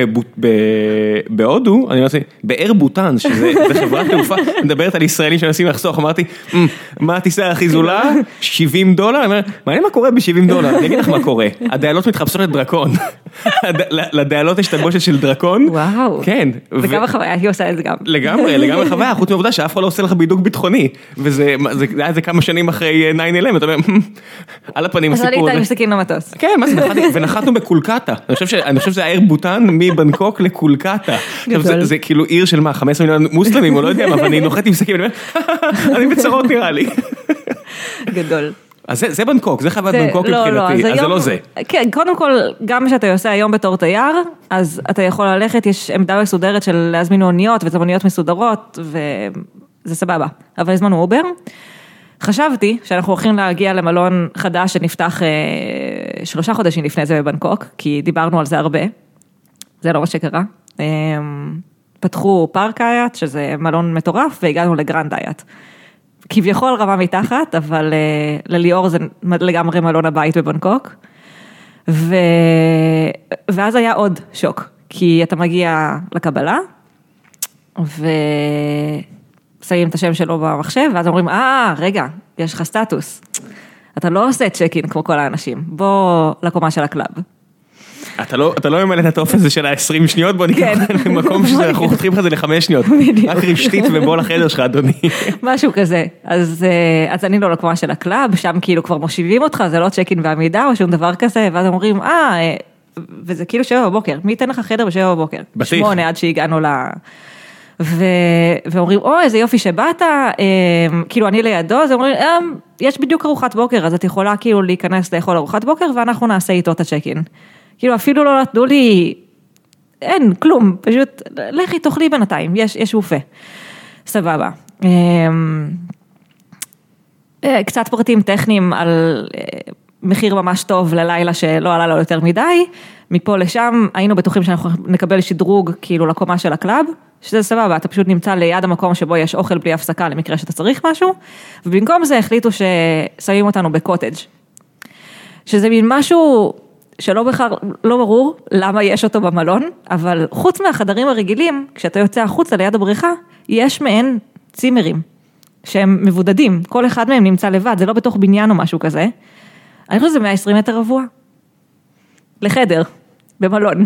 בהודו, אני אמרתי, באר בוטן, שזה חברת תעופה, מדברת על ישראלים שמנסים לחסוך, אמרתי, מה הטיסה הכי זולה? שבעים דולר? אני אומר, מעניין מה קורה ב-שבעים דולר? אני אגיד לך מה קורה, הדיילות מתחפשות לדרקון, לדיילות יש תלבושת של דרקון, וואו, כן. וגם החוויה, היא עושה את זה גם. לגמרי, לגמרי חוויה, חוץ מעובדה שאף אחד לא עושה לך בידוק ביטחוני, וזה היה זה כמה שנים אחרי תשע אחת עשרה, אתה אומר, על הפנים הסיפור. אז עלית עם סכין למטוס. כן, מה זה, ונחתנו בקולקטה. אני חושב שזה העיר בוטן מבנקוק לקולקטה. זה כאילו עיר של מה, חמישה עשר מיליון מוסלמים, או לא יודע מה, אבל אני נוחת עם סכין, אני בצרות נראה לי. גדול. אז זה בנקוק, זה חוות בנקוק מבחינתי, אז זה לא זה. כן, קודם כל, גם שאתה עושה היום בתור תייר, אז אתה יכול ללכת, יש עמדה מסודרת של להזמין אוניות, וזה אוניות מסודרות, וזה סבבה. אבל הזמנו אובר. חשבתי שאנחנו הולכים להגיע למלון חדש שנפתח אה, שלושה חודשים לפני זה בבנקוק, כי דיברנו על זה הרבה, זה לא מה שקרה. אה, פתחו פארק איית, שזה מלון מטורף, והגענו לגרנד איית. כביכול רמה מתחת, אבל אה, לליאור זה לגמרי מלון הבית בבנקוק. ו... ואז היה עוד שוק, כי אתה מגיע לקבלה, ו... שמים את השם שלו במחשב, ואז אומרים, אה, רגע, יש לך סטטוס. אתה לא עושה צ'קין כמו כל האנשים. בוא לקומה של הקלאב. אתה לא, אתה לא ממלא את הטופס הזה של ה-עשרים שניות, בוא ניקח למקום שאנחנו חותכים לך זה לחמש שניות. רק רשתית ובוא לחדר שלך, אדוני. משהו כזה. אז, אז אני לא לקומה של הקלאב, שם כאילו כבר מושיבים אותך, זה לא צ'קין ועמידה או שום דבר כזה, ואז אומרים, אה, וזה כאילו שבע בבוקר. מי ייתן לך חדר בשבע בבוקר? בטיח. שמונה עד שהגענו ל... ואומרים, או, איזה יופי שבאת, כאילו אני לידו, אז אומרים, יש בדיוק ארוחת בוקר, אז את יכולה כאילו להיכנס לאכול ארוחת בוקר, ואנחנו נעשה איתו את הצ'קין. כאילו אפילו לא נתנו לי, אין, כלום, פשוט, לכי תאכלי בינתיים, יש, יש בופה. סבבה. קצת פרטים טכניים על מחיר ממש טוב ללילה שלא עלה לו יותר מדי, מפה לשם היינו בטוחים שאנחנו נקבל שדרוג כאילו לקומה של הקלאב, שזה סבבה, אתה פשוט נמצא ליד המקום שבו יש אוכל בלי הפסקה למקרה שאתה צריך משהו, ובמקום זה החליטו ששמים אותנו בקוטג', שזה מין משהו שלא בכלל, לא ברור למה יש אותו במלון, אבל חוץ מהחדרים הרגילים, כשאתה יוצא החוצה ליד הבריכה, יש מהן צימרים, שהם מבודדים, כל אחד מהם נמצא לבד, זה לא בתוך בניין או משהו כזה, אני חושב שזה מאה ועשרים מטר רבוע, לחדר, במלון.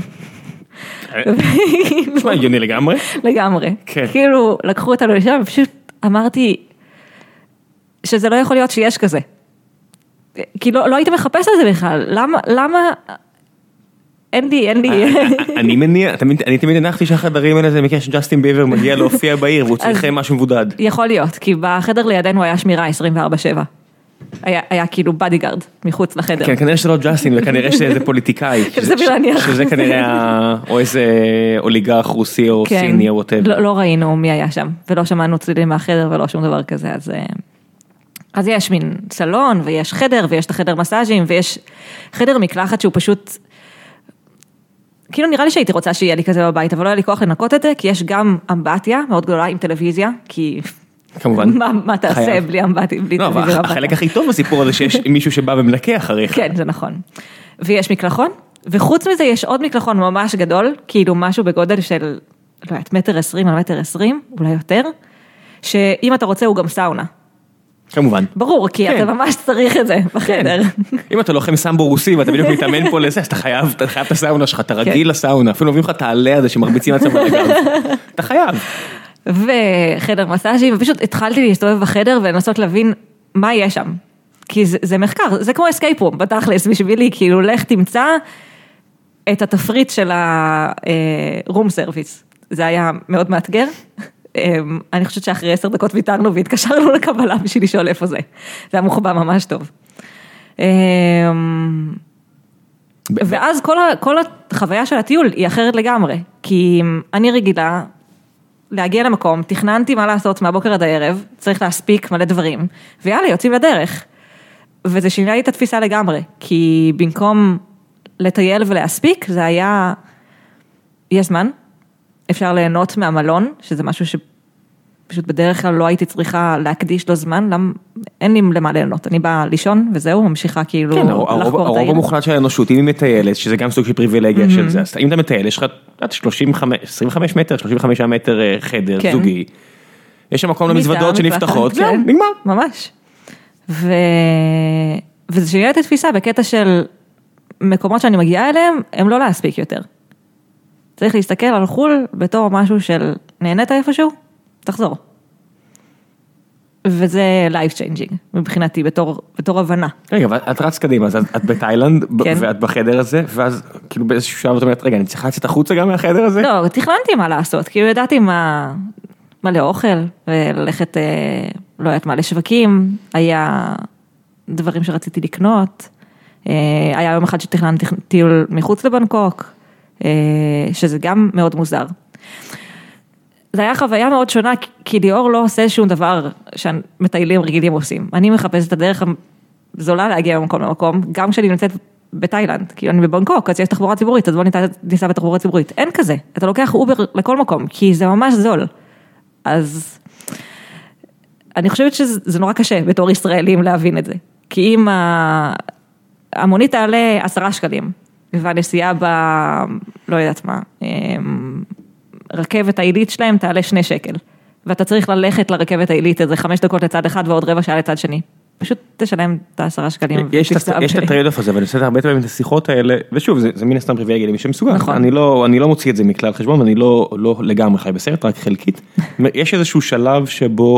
נשמע הגיוני לגמרי. לגמרי. כאילו, לקחו אותנו לשם, ופשוט אמרתי, שזה לא יכול להיות שיש כזה. כי לא, לא היית מחפש על זה בכלל, למה, למה, אין לי, אין לי. אני מניע, אני תמיד הנחתי שהחדרים האלה זה מקרה שג'סטין ביבר מגיע להופיע בעיר, והוא צריך משהו מבודד. יכול להיות, כי בחדר לידינו היה שמירה עשרים וארבע שבע. היה, היה כאילו בדיגארד מחוץ לחדר. כן, כנראה שזה לא ג'סטין, וכנראה שזה איזה פוליטיקאי. שזה כנראה, או איזה אוליגרך רוסי או סיני או whatever. לא, לא ראינו מי היה שם, ולא שמענו צלילים מהחדר ולא שום דבר כזה, אז... אז יש מין סלון, ויש חדר, ויש את החדר מסאז'ים, ויש חדר מקלחת שהוא פשוט, כאילו נראה לי שהייתי רוצה שיהיה לי כזה בבית, אבל לא היה לי כוח לנקות את זה, כי יש גם אמבטיה מאוד גדולה עם טלוויזיה, כי... כמובן. מה, מה תעשה בלי אמבטיה, בלי לא, טלוויזיה? אבל החלק הכי טוב בסיפור הזה, שיש מישהו שבא ומנקה אחריך. כן, זה נכון. ויש מקלחון, וחוץ מזה יש עוד מקלחון ממש גדול, כאילו משהו בגודל של, לא יודעת, מטר עשרים על מטר עשרים, אולי יותר, שאם אתה רוצה הוא גם סאונה. כמובן. ברור, כי אתה ממש צריך את זה בחדר. אם אתה לוחם סמבו רוסי, ואתה בדיוק מתאמן פה לזה, אז אתה חייב, אתה חייב את הסאונה שלך, אתה רגיל לסאונה, אפילו מביאים לך את העלה הזה שמרביצים עצמם על הגב. אתה חייב. וחדר מסאז'י, ופשוט התחלתי להסתובב בחדר ולנסות להבין מה יש שם. כי זה, זה מחקר, זה כמו אסקייפ רום, בתכלס בשבילי, כאילו לך תמצא את התפריט של הרום סרוויס. זה היה מאוד מאתגר. אני חושבת שאחרי עשר דקות ויתרנו והתקשרנו לקבלה בשביל לשאול איפה זה. זה היה מוחבא ממש טוב. ואז כל, כל החוויה של הטיול היא אחרת לגמרי, כי אני רגילה להגיע למקום, תכננתי מה לעשות מהבוקר עד הערב, צריך להספיק מלא דברים, ויאללה, יוצאים לדרך. וזה שינה לי את התפיסה לגמרי, כי במקום לטייל ולהספיק, זה היה, יש זמן, אפשר ליהנות מהמלון, שזה משהו שפשוט בדרך כלל לא הייתי צריכה להקדיש לו זמן, למ... אין לי למה ליהנות, אני באה לישון וזהו, ממשיכה כאילו כן, לחקור את העיר. הרוב המוחלט של האנושות, אם היא מטיילת, שזה גם סוג של פריבילגיה של זה, אז אם אתה מטייל, יש לך שלושים וחמש, עשרים וחמש מטר, שלושים וחמישה מטר חדר, זוגי, יש שם מקום למזוודות שנפתחות, זהו, נגמר. ממש. ו... וזה שיהיה את התפיסה בקטע של מקומות שאני מגיעה אליהם, הם לא להספיק יותר. צריך להסתכל על חול בתור משהו של נהנית איפשהו, תחזור. וזה life changing, מבחינתי, בתור, בתור הבנה. רגע, את רץ קדימה, אז את בתאילנד, ואת בחדר הזה, ואז כאילו באיזשהו שלב את אומרת, רגע, אני צריכה לצאת החוצה גם מהחדר הזה? לא, תכננתי מה לעשות, כאילו ידעתי מה, מה לאוכל, וללכת, לא יודעת מה, לשווקים, היה דברים שרציתי לקנות, היה יום אחד שתכננתי טיול מחוץ לבנקוק, שזה גם מאוד מוזר. זה היה חוויה מאוד שונה, כי ליאור לא עושה שום דבר שמטיילים רגילים עושים. אני מחפשת את הדרך הזולה להגיע ממקום למקום, גם כשאני נמצאת בתאילנד, כי אני בבנקוק, אז יש תחבורה ציבורית, אז בוא ניסע בתחבורה ציבורית. אין כזה, אתה לוקח אובר לכל מקום, כי זה ממש זול. אז אני חושבת שזה נורא קשה בתור ישראלים להבין את זה. כי אם המונית תעלה עשרה שקלים, והנסיעה ב... לא יודעת מה, רכבת העילית שלהם תעלה שני שקל, ואתה צריך ללכת לרכבת העילית איזה חמש דקות לצד אחד ועוד רבע שעה לצד שני. פשוט תשלם את העשרה שקלים. יש את הטרייד-אוף הזה, ואני עושה את הרבה פעמים את השיחות האלה, ושוב, זה מין הסתם פריבילגיה למי שמסוגל. אני לא מוציא את זה מכלל חשבון, ואני לא לגמרי חי בסרט, רק חלקית. יש איזשהו שלב שבו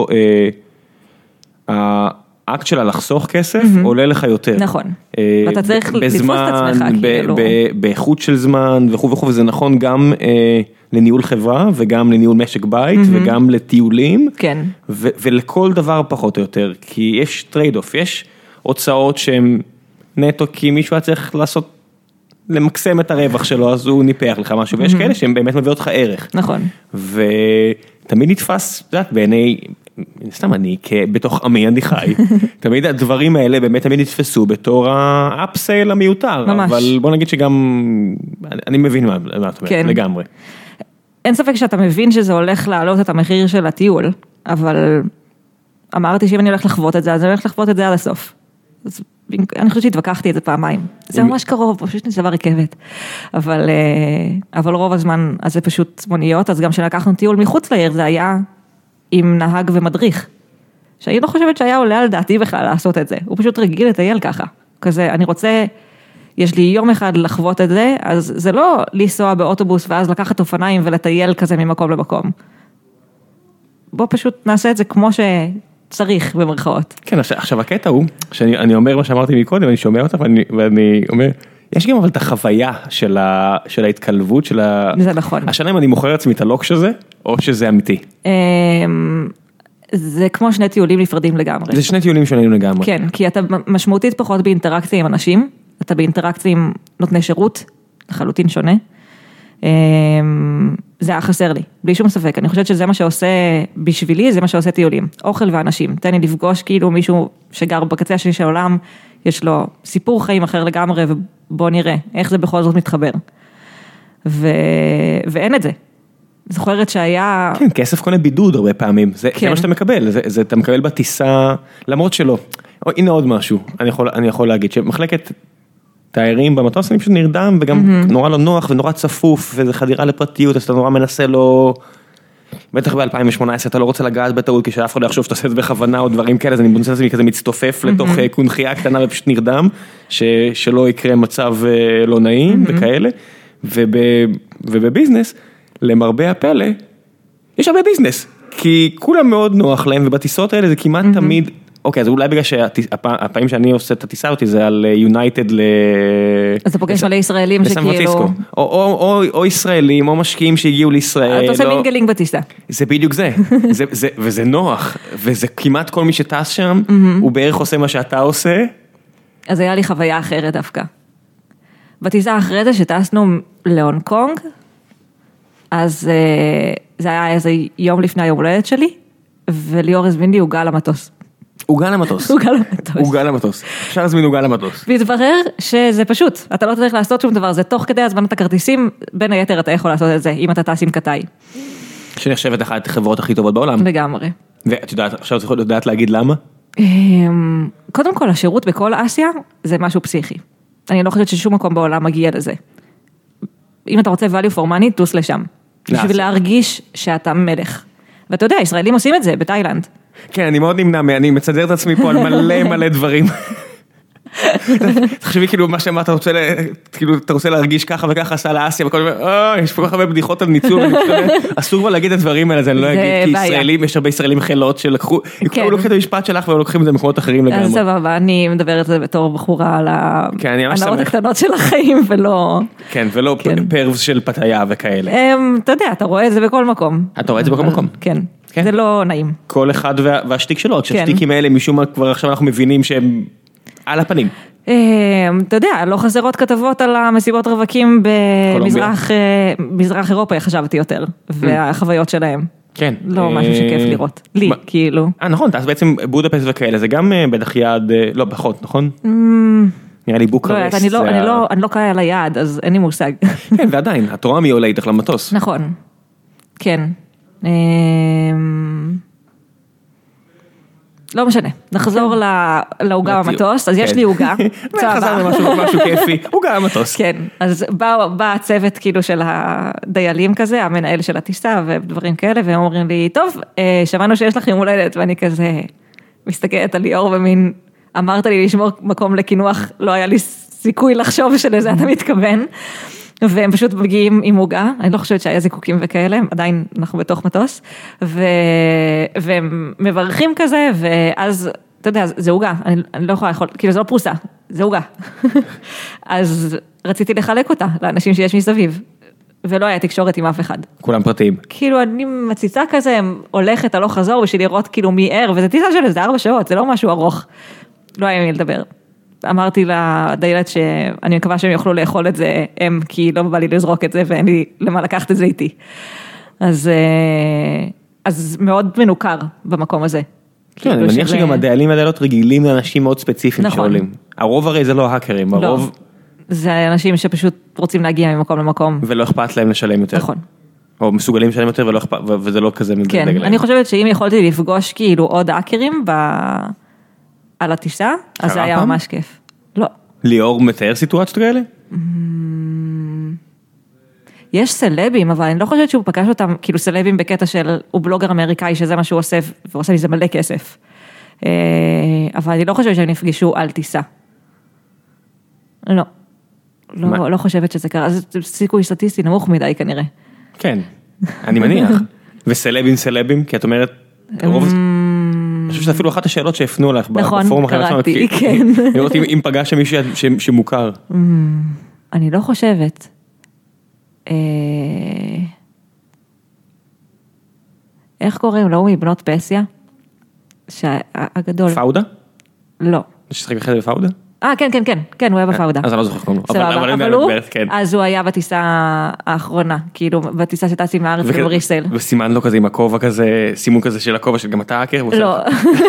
האקט שלה לחסוך כסף עולה לך יותר. נכון. ואתה צריך לתפוס את עצמך, כאילו. באיכות של זמן וכו' וכו', וזה נכון גם לניהול חברה, וגם לניהול משק בית, וגם לטיולים. כן. ולכל דבר פחות או יותר, כי יש טרייד-אוף, יש הוצאות שהן נטו, כי מישהו היה צריך לעשות, למקסם את הרווח שלו, אז הוא ניפח לך משהו, ויש כאלה שהן באמת מביאות לך ערך. נכון. ותמיד נתפס, את יודעת, בעיני סתם אני, בתוך עמי אני חי, תמיד הדברים האלה באמת תמיד נתפסו בתור האפסייל המיותר, ממש. אבל בוא נגיד שגם, אני מבין מה את אומרת, כן. לגמרי. אין ספק שאתה מבין שזה הולך לעלות את המחיר של הטיול, אבל אמרתי שאם אני הולך לחוות את זה, אז אני הולך לחוות את זה עד הסוף. אז אני חושבת שהתווכחתי את זה פעמיים. זה ממש קרוב, פשוט נצא ברכבת. אבל, אבל רוב הזמן, אז זה פשוט מוניות, אז גם כשלקחנו טיול מחוץ לעיר, זה היה עם נהג ומדריך. שאני לא חושבת שהיה עולה על דעתי בכלל לעשות את זה. הוא פשוט רגיל לטייל ככה. כזה, אני רוצה, יש לי יום אחד לחוות את זה, אז זה לא לנסוע באוטובוס ואז לקחת אופניים ולטייל כזה ממקום למקום. בוא פשוט נעשה את זה כמו שצריך במרכאות. כן, עכשיו הקטע הוא, שאני אומר מה שאמרתי מקודם, אני שומע אותך ואני, ואני אומר, יש גם אבל את החוויה של, ה, של ההתקלבות, של ה... זה נכון. השאלה אם אני מוכר עצמי את הלוקש הזה, או שזה אמיתי. זה כמו שני טיולים נפרדים לגמרי. זה שני טיולים שונים לגמרי. כן, כי אתה משמעותית פחות באינטראקציה עם אנשים, אתה באינטראקציה עם נותני שירות, לחלוטין שונה. זה היה חסר לי, בלי שום ספק. אני חושבת שזה מה שעושה בשבילי, זה מה שעושה טיולים. אוכל ואנשים. תן לי לפגוש כאילו מישהו שגר בקצה השני של העולם, יש לו סיפור חיים אחר לגמרי, ובוא נראה איך זה בכל זאת מתחבר. ו... ואין את זה. זוכרת שהיה... כן, כסף קונה בידוד הרבה פעמים, זה, כן. זה מה שאתה מקבל, זה, זה אתה מקבל בטיסה, למרות שלא. או, הנה עוד משהו, אני יכול, אני יכול להגיד, שמחלקת תיירים במטוס, אני פשוט נרדם, וגם mm-hmm. נורא לא נוח ונורא צפוף, וזה חדירה לפרטיות, אז אתה נורא מנסה לו... בטח ב-אלפיים ושמונה עשרה אתה לא רוצה לגעת בטעות, כי שאף אחד לא יחשוב שאתה עושה את זה בכוונה או דברים כאלה, אז אני מנסה את זה כזה מצטופף לתוך קונחייה קטנה ופשוט נרדם, ש, שלא יקרה מצב לא נעים וכאלה, וב, ובביזנס, למרבה הפלא, יש הרבה ביזנס, כי כולם מאוד נוח להם, ובטיסות האלה זה כמעט תמיד, אוקיי, אז אולי בגלל שהפעמים שאני עושה את הטיסה אותי, זה על יונייטד ל... אז אתה פוגש מלא ישראלים שכאילו... או ישראלים, או משקיעים שהגיעו לישראל. אתה עושה מינגלינג בטיסה. זה בדיוק זה, וזה נוח, וזה כמעט כל מי שטס שם, הוא בערך עושה מה שאתה עושה. אז היה לי חוויה אחרת דווקא. בטיסה אחרי זה שטסנו להונג קונג, אז זה היה איזה יום לפני היום הולדת שלי, וליאור הזמין לי עוגה למטוס. עוגה למטוס. עוגה למטוס. עוגה למטוס. אפשר להזמין עוגה למטוס. והתברר שזה פשוט, אתה לא צריך לעשות שום דבר, זה תוך כדי הזמנת הכרטיסים, בין היתר אתה יכול לעשות את זה, אם אתה טס עם קטאי. שנחשבת אחת החברות הכי טובות בעולם. לגמרי. ואת יודעת, עכשיו את יודעת להגיד למה? קודם כל, השירות בכל אסיה זה משהו פסיכי. אני לא חושבת ששום מקום בעולם מגיע לזה. אם אתה רוצה value for money, טוס לשם. בשביל להרגיש שאתה מלך. ואתה יודע, ישראלים עושים את זה בתאילנד. כן, אני מאוד נמנע, אני מצדר את עצמי פה על מלא מלא דברים. תחשבי כאילו מה שאמרת, אתה רוצה להרגיש ככה וככה, עשה לאסיה, וכל מיני, יש פה כל כך הרבה בדיחות על ניצול, אסור כבר להגיד את הדברים האלה, אז אני לא אגיד, כי ישראלים, יש הרבה ישראלים חילות שלקחו, הם לוקחים את המשפט שלך, והם לוקחים את זה במקומות אחרים לגמרי. אז סבבה, אני מדברת את זה בתור בחורה על הנאות הקטנות של החיים, ולא... כן, ולא פרבס של פתיה וכאלה. אתה יודע, אתה רואה את זה בכל מקום. אתה רואה את זה בכל מקום. כן. זה לא נעים. כל אחד והשטיק שלו, כשהשטיקים האלה משום מה כבר עכשיו אנחנו מבינים שהם על הפנים. אתה יודע, לא חסרות כתבות על המסיבות רווקים במזרח אירופה, חשבתי יותר, והחוויות שלהם. כן. לא משהו שכיף לראות. לי, כאילו. אה, נכון, אז בעצם בודפסט וכאלה, זה גם בטח יעד, לא, פחות, נכון? נראה לי בוקרסט. אני לא קראה על היעד, אז אין לי מושג. כן, ועדיין, את רואה מי עולה איתך למטוס. נכון. כן. לא משנה, נחזור לעוגה במטוס, אז יש לי עוגה. חזרנו משהו כיפי, עוגה במטוס. כן, אז בא הצוות כאילו של הדיילים כזה, המנהל של הטיסה ודברים כאלה, והם אומרים לי, טוב, שמענו שיש לכם הולדת, ואני כזה מסתכלת על ליאור ומין, אמרת לי לשמור מקום לכינוח, לא היה לי סיכוי לחשוב שלזה אתה מתכוון. והם פשוט מגיעים עם עוגה, אני לא חושבת שהיה זיקוקים וכאלה, עדיין אנחנו בתוך מטוס, ו... והם מברכים כזה, ואז, אתה יודע, זה עוגה, אני, אני לא יכולה לאכול, כאילו זה לא פרוסה, זה עוגה. אז רציתי לחלק אותה לאנשים שיש מסביב, ולא היה תקשורת עם אף אחד. כולם פרטיים. כאילו אני מציצה כזה, הולכת הלוך חזור, בשביל לראות כאילו מי ער, וזה טיסה של איזה ארבע שעות, זה לא משהו ארוך, לא היה מי לדבר. אמרתי לדיילת שאני מקווה שהם יוכלו לאכול את זה הם, כי לא בא לי לזרוק את זה ואין לי למה לקחת את זה איתי. אז, אז מאוד מנוכר במקום הזה. כן, אני מניח שגם הדיילים והדיילות רגילים לאנשים מאוד ספציפיים שעולים. הרוב הרי זה לא האקרים, הרוב... זה אנשים שפשוט רוצים להגיע ממקום למקום. ולא אכפת להם לשלם יותר. נכון. או מסוגלים לשלם יותר ולא אכפת, וזה לא כזה מדגל. כן, אני חושבת שאם יכולתי לפגוש כאילו עוד האקרים על הטיסה, אז זה היה ממש כיף. לא. ליאור מתאר סיטואציות כאלה? יש סלבים, אבל אני לא חושבת שהוא פגש אותם, כאילו סלבים בקטע של, הוא בלוגר אמריקאי, שזה מה שהוא עושה, והוא עושה מזה מלא כסף. אבל אני לא חושבת שהם נפגשו על טיסה. לא. לא, לא חושבת שזה קרה. זה סיכוי סטטיסטי נמוך מדי כנראה. כן, אני מניח. וסלבים סלבים, כי את אומרת, רוב... אני חושב שזה אפילו אחת השאלות שהפנו לך בפורום אחר. נכון, קראתי, כן. לראות אם פגש מישהו שמוכר. אני לא חושבת. איך קוראים? לא הוא מבנות פסיה? שהגדול. פאודה? לא. ששחק אחרי זה בפאודה? אה, כן, כן, כן, כן, הוא היה בפאודה. אז אני לא זוכר קוראים לו. אבל הוא, אז הוא היה בטיסה האחרונה, כאילו, בטיסה שטסים לארץ ובריסל. וסימן לו כזה עם הכובע כזה, סימון כזה של הכובע של גם אתה האקר? לא.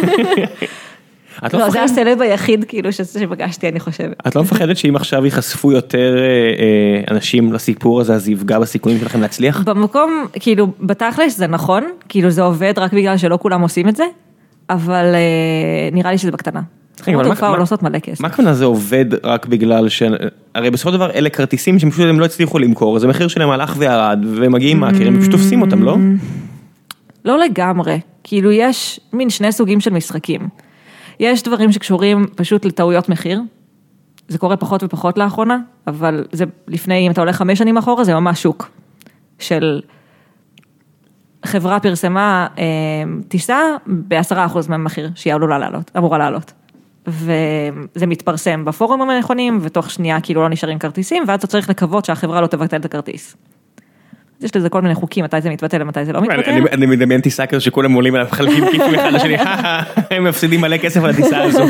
לא, זה הסלב היחיד כאילו שפגשתי, אני חושבת. את לא מפחדת שאם עכשיו יחשפו יותר אנשים לסיפור הזה, אז יפגע בסיכויים שלכם להצליח? במקום, כאילו, בתכלס זה נכון, כאילו זה עובד רק בגלל שלא כולם עושים את זה, אבל נראה לי שזה בקטנה. חברות תעופה לא עושות מלא כסף. מה כמובן זה עובד רק בגלל ש... הרי בסופו של דבר אלה כרטיסים שהם פשוט הם לא הצליחו למכור, זה מחיר שלהם הלך וירד, ומגיעים מאקרים, הם פשוט תופסים אותם, לא? לא לגמרי, כאילו יש מין שני סוגים של משחקים. יש דברים שקשורים פשוט לטעויות מחיר, זה קורה פחות ופחות לאחרונה, אבל זה לפני, אם אתה הולך חמש שנים אחורה, זה ממש שוק של חברה פרסמה אה, טיסה בעשרה אחוז מהמחיר שהיא עלולה לעלות, אמורה לעלות. וזה מתפרסם בפורומים הנכונים, ותוך שנייה כאילו לא נשארים כרטיסים, ואז אתה צריך לקוות שהחברה לא תבטל את הכרטיס. יש לזה כל מיני חוקים, מתי זה מתבטל, מתי זה לא מתבטל. אני מדמיין טיסה כזו שכולם עולים עליו חלקים כיפים אחד לשני, הם מפסידים מלא כסף על הטיסה הזו.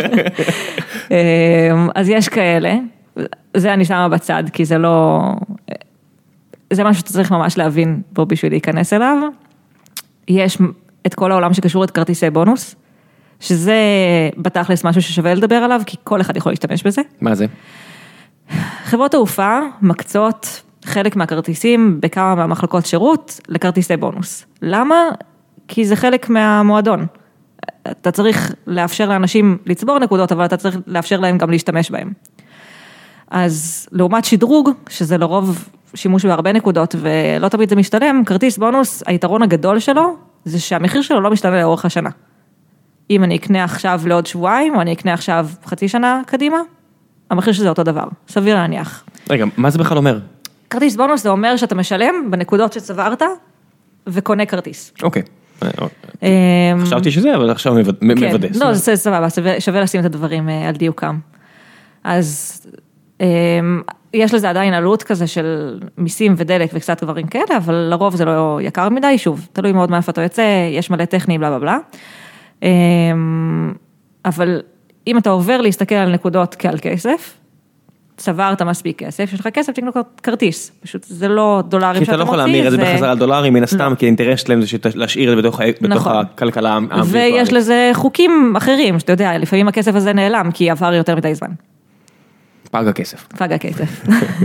אז יש כאלה, זה אני שמה בצד, כי זה לא, זה משהו שאתה צריך ממש להבין בו בשביל להיכנס אליו. יש את כל העולם שקשור את כרטיסי בונוס, שזה בתכלס משהו ששווה לדבר עליו, כי כל אחד יכול להשתמש בזה. מה זה? חברות תעופה מקצות חלק מהכרטיסים בכמה מהמחלקות שירות לכרטיסי בונוס. למה? כי זה חלק מהמועדון. אתה צריך לאפשר לאנשים לצבור נקודות, אבל אתה צריך לאפשר להם גם להשתמש בהם. אז לעומת שדרוג, שזה לרוב שימוש בהרבה נקודות, ולא תמיד זה משתלם, כרטיס בונוס, היתרון הגדול שלו, זה שהמחיר שלו לא משתנה לאורך השנה. אם אני אקנה עכשיו לעוד שבועיים, או אני אקנה עכשיו חצי שנה קדימה, המחיר שזה אותו דבר, סביר להניח. רגע, מה זה בכלל אומר? כרטיס בונוס זה אומר שאתה משלם בנקודות שצברת, וקונה כרטיס. אוקיי. חשבתי שזה, אבל עכשיו מבדס. לא, זה סבבה, שווה לשים את הדברים על דיוקם. אז יש לזה עדיין עלות כזה של מיסים ודלק וקצת דברים כאלה, אבל לרוב זה לא יקר מדי, שוב, תלוי מאוד מאיפה אתה יוצא, יש מלא טכני, בלה בלה בלה. אבל אם אתה עובר להסתכל על נקודות כעל כסף, צברת מספיק כסף, יש לך כסף, תקנו כרטיס, פשוט זה לא דולרים שאתה מוציא. כי אתה לא יכול להמיר את זה בחזרה על דולרים, מן הסתם, כי האינטרס שלהם זה להשאיר את זה בתוך הכלכלה הווירטואלית. ויש לזה חוקים אחרים, שאתה יודע, לפעמים הכסף הזה נעלם, כי עבר יותר מדי זמן. פג הכסף. פג הכסף.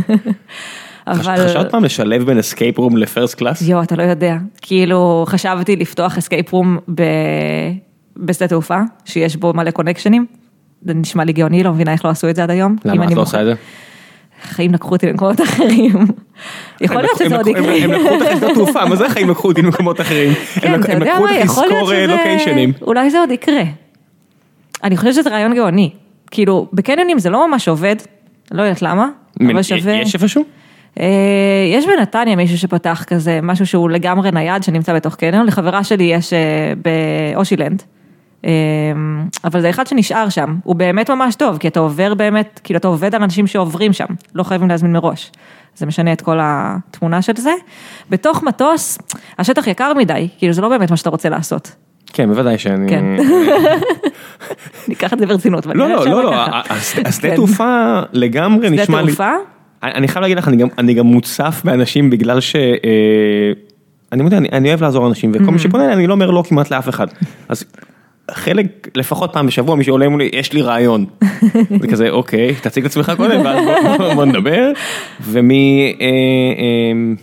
חשבת פעם לשלב בין אסקייפ רום לפרסט קלאס? יו, אתה לא יודע. כאילו, חשבתי לפתוח אסקייפ רום בשדה תעופה, שיש בו מלא קונקשנים. זה נשמע לי גאוני, לא מבינה איך לא עשו את זה עד היום. למה את לא עושה את זה? חיים לקחו אותי למקומות אחרים. יכול להיות שזה עוד יקרה. הם לקחו אותך לשדה תעופה, מה זה חיים לקחו אותי למקומות אחרים? כן, אתה יודע מה, יכול להיות שזה, אולי זה עוד יקרה. אני חושבת שזה רעיון גאוני. כאילו, בקניונים זה לא ממש עובד, לא יודעת למה, אבל שווה. יש איפשהו? יש בנתניה מישהו שפתח כזה, משהו שהוא לגמרי נייד, שנמצא בתוך קניון, לחברה שלי יש באושילנד, אבל זה אחד שנשאר שם, הוא באמת ממש טוב, כי אתה עובר באמת, כאילו אתה עובד על אנשים שעוברים שם, לא חייבים להזמין מראש, זה משנה את כל התמונה של זה. בתוך מטוס, השטח יקר מדי, כאילו זה לא באמת מה שאתה רוצה לעשות. כן, בוודאי שאני... כן. ניקח את זה ברצינות. לא, לא, לא, לא, השדה תעופה לגמרי נשמע לי... שדה תעופה? אני חייב להגיד לך, אני גם מוצף באנשים בגלל ש... אני מודה, אני, אני אוהב לעזור לאנשים, וכל מי שפונה, אני לא אומר לא כמעט לאף אחד. אז חלק, לפחות פעם בשבוע, מי שעולה מולי, יש לי רעיון. זה כזה, אוקיי, תציג את עצמך קודם, ואז בוא, בוא, בוא נדבר. ומי, אה, אה,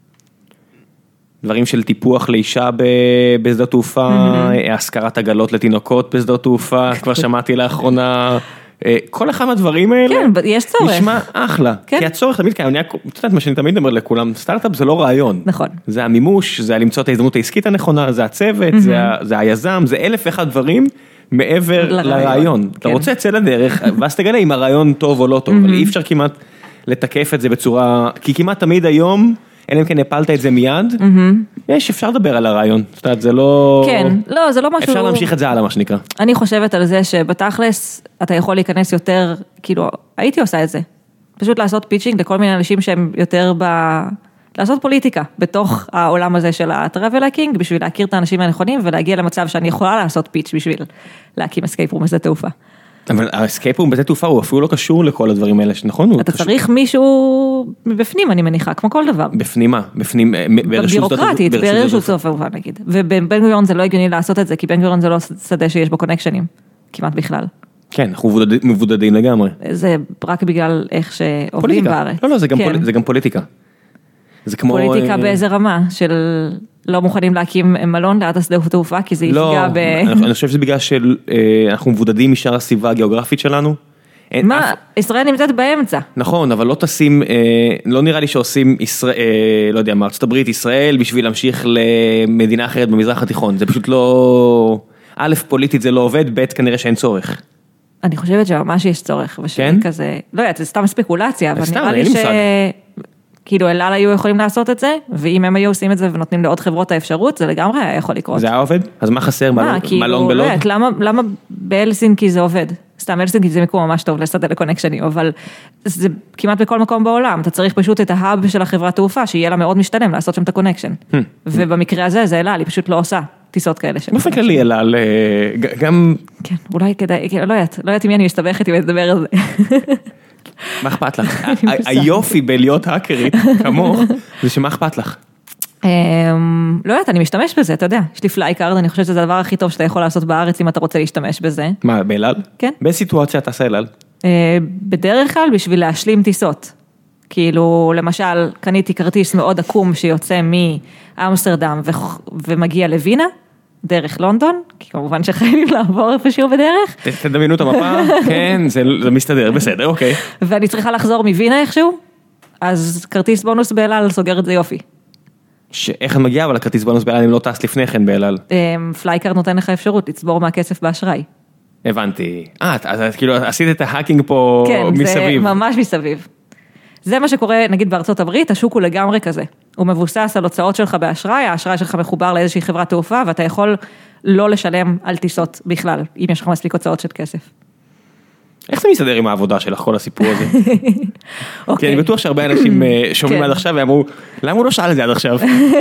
דברים של טיפוח לאישה בשדות תעופה, השכרת עגלות לתינוקות בשדות תעופה, כבר שמעתי לאחרונה, כל אחד מהדברים האלה, כן, יש צורך. נשמע אחלה, כי הצורך תמיד קיים, את יודעת מה שאני תמיד אומר לכולם, סטארט-אפ זה לא רעיון, נכון. זה המימוש, זה למצוא את ההזדמנות העסקית הנכונה, זה הצוות, זה היזם, זה אלף ואחד דברים, מעבר לרעיון, אתה רוצה צא לדרך, ואז תגלה אם הרעיון טוב או לא טוב, אבל אי אפשר כמעט לתקף את זה בצורה, כי כמעט תמיד היום, אלא אם כן הפלת את זה מיד, יש, אפשר לדבר על הרעיון, זאת אומרת, זה לא... כן, לא, זה לא משהו... אפשר להמשיך את זה הלאה, מה שנקרא. אני חושבת על זה שבתכלס, אתה יכול להיכנס יותר, כאילו, הייתי עושה את זה. פשוט לעשות פיצ'ינג לכל מיני אנשים שהם יותר ב... לעשות פוליטיקה, בתוך העולם הזה של הטראבל הקינג, בשביל להכיר את האנשים הנכונים, ולהגיע למצב שאני יכולה לעשות פיץ' בשביל להקים אסקייפ רום בשדה תעופה. אבל האסקייפ רום בשדה תעופה הוא אפילו לא קשור לכל הדברים האלה, נכון? אתה צריך מישהו בפנים, אני מניחה, כמו כל דבר. בפנימה, בפנים, בירוקרטית, ברשות תעופה נגיד. ובן גוריון זה לא הגיוני לעשות את זה, כי בן גוריון זה לא שדה שיש בו קונקשנים, כמעט בכלל. כן, אנחנו מבודדים לגמרי. זה רק בגלל איך שעובדים בארץ. לא, לא, זה גם פוליטיקה. זה כמו... פוליטיקה באיזה רמה של לא מוכנים להקים מלון ליד השדה תעופה, כי זה יפגע ב... לא, אני חושב שזה בגלל שאנחנו מבודדים משאר הסביבה הגיאוגרפית שלנו. מה? ישראל נמצאת באמצע. נכון, אבל לא תשים, לא נראה לי שעושים ישראל, לא יודע, מארצות הברית, ישראל, בשביל להמשיך למדינה אחרת במזרח התיכון. זה פשוט לא... א', פוליטית זה לא עובד, ב', כנראה שאין צורך. אני חושבת שממש יש צורך. כן? כזה, לא יודעת, זה סתם ספקולציה, אבל סתם, נראה לי ש... כאילו אל על היו יכולים לעשות את זה, ואם הם היו עושים את זה ונותנים לעוד חברות האפשרות, זה לגמרי היה יכול לקרות. זה היה עובד? אז מה חסר? מה, כאילו, לא יודעת, למה, למה באלסינקי זה עובד? סתם, אלסינקי זה מקום ממש טוב לשדה לקונקשנים, אבל זה כמעט בכל מקום בעולם, אתה צריך פשוט את ההאב של החברת תעופה, שיהיה לה מאוד משתלם לעשות שם את הקונקשן. ובמקרה הזה, זה אל על, היא פשוט לא עושה טיסות כאלה. באופן כללי אל על, גם... כן, אולי כדאי, לא יודעת, לא יודעת אם אני מסתבכת אם לדבר על זה. מה אכפת לך? היופי בלהיות האקרית, כמוך, זה שמה אכפת לך? לא יודעת, אני משתמש בזה, אתה יודע, יש לי פלייקארד, אני חושבת שזה הדבר הכי טוב שאתה יכול לעשות בארץ אם אתה רוצה להשתמש בזה. מה, באל על? כן. באיזה סיטואציה אתה עושה אל על? בדרך כלל בשביל להשלים טיסות. כאילו, למשל, קניתי כרטיס מאוד עקום שיוצא מאמסטרדם ומגיע לווינה, דרך לונדון, כי כמובן שחייבים לעבור איפשהו בדרך. תדמיינו את המפה, כן, זה מסתדר, בסדר, אוקיי. ואני צריכה לחזור מווינה איכשהו, אז כרטיס בונוס באל על סוגר את זה יופי. איך את מגיעה, אבל הכרטיס בונוס באל על אם לא טס לפני כן באל על? פלייקארד נותן לך אפשרות לצבור מהכסף באשראי. הבנתי. אה, אז כאילו עשית את ההאקינג פה מסביב. כן, זה ממש מסביב. זה מה שקורה, נגיד בארצות הברית, השוק הוא לגמרי כזה. הוא מבוסס על הוצאות שלך באשראי, האשראי שלך מחובר לאיזושהי חברת תעופה, ואתה יכול לא לשלם על טיסות בכלל, אם יש לך מספיק הוצאות של כסף. איך זה מסתדר עם העבודה שלך, כל הסיפור הזה? כי אני בטוח שהרבה אנשים שומעים עד עכשיו ואמרו, למה הוא לא שאל את זה עד עכשיו?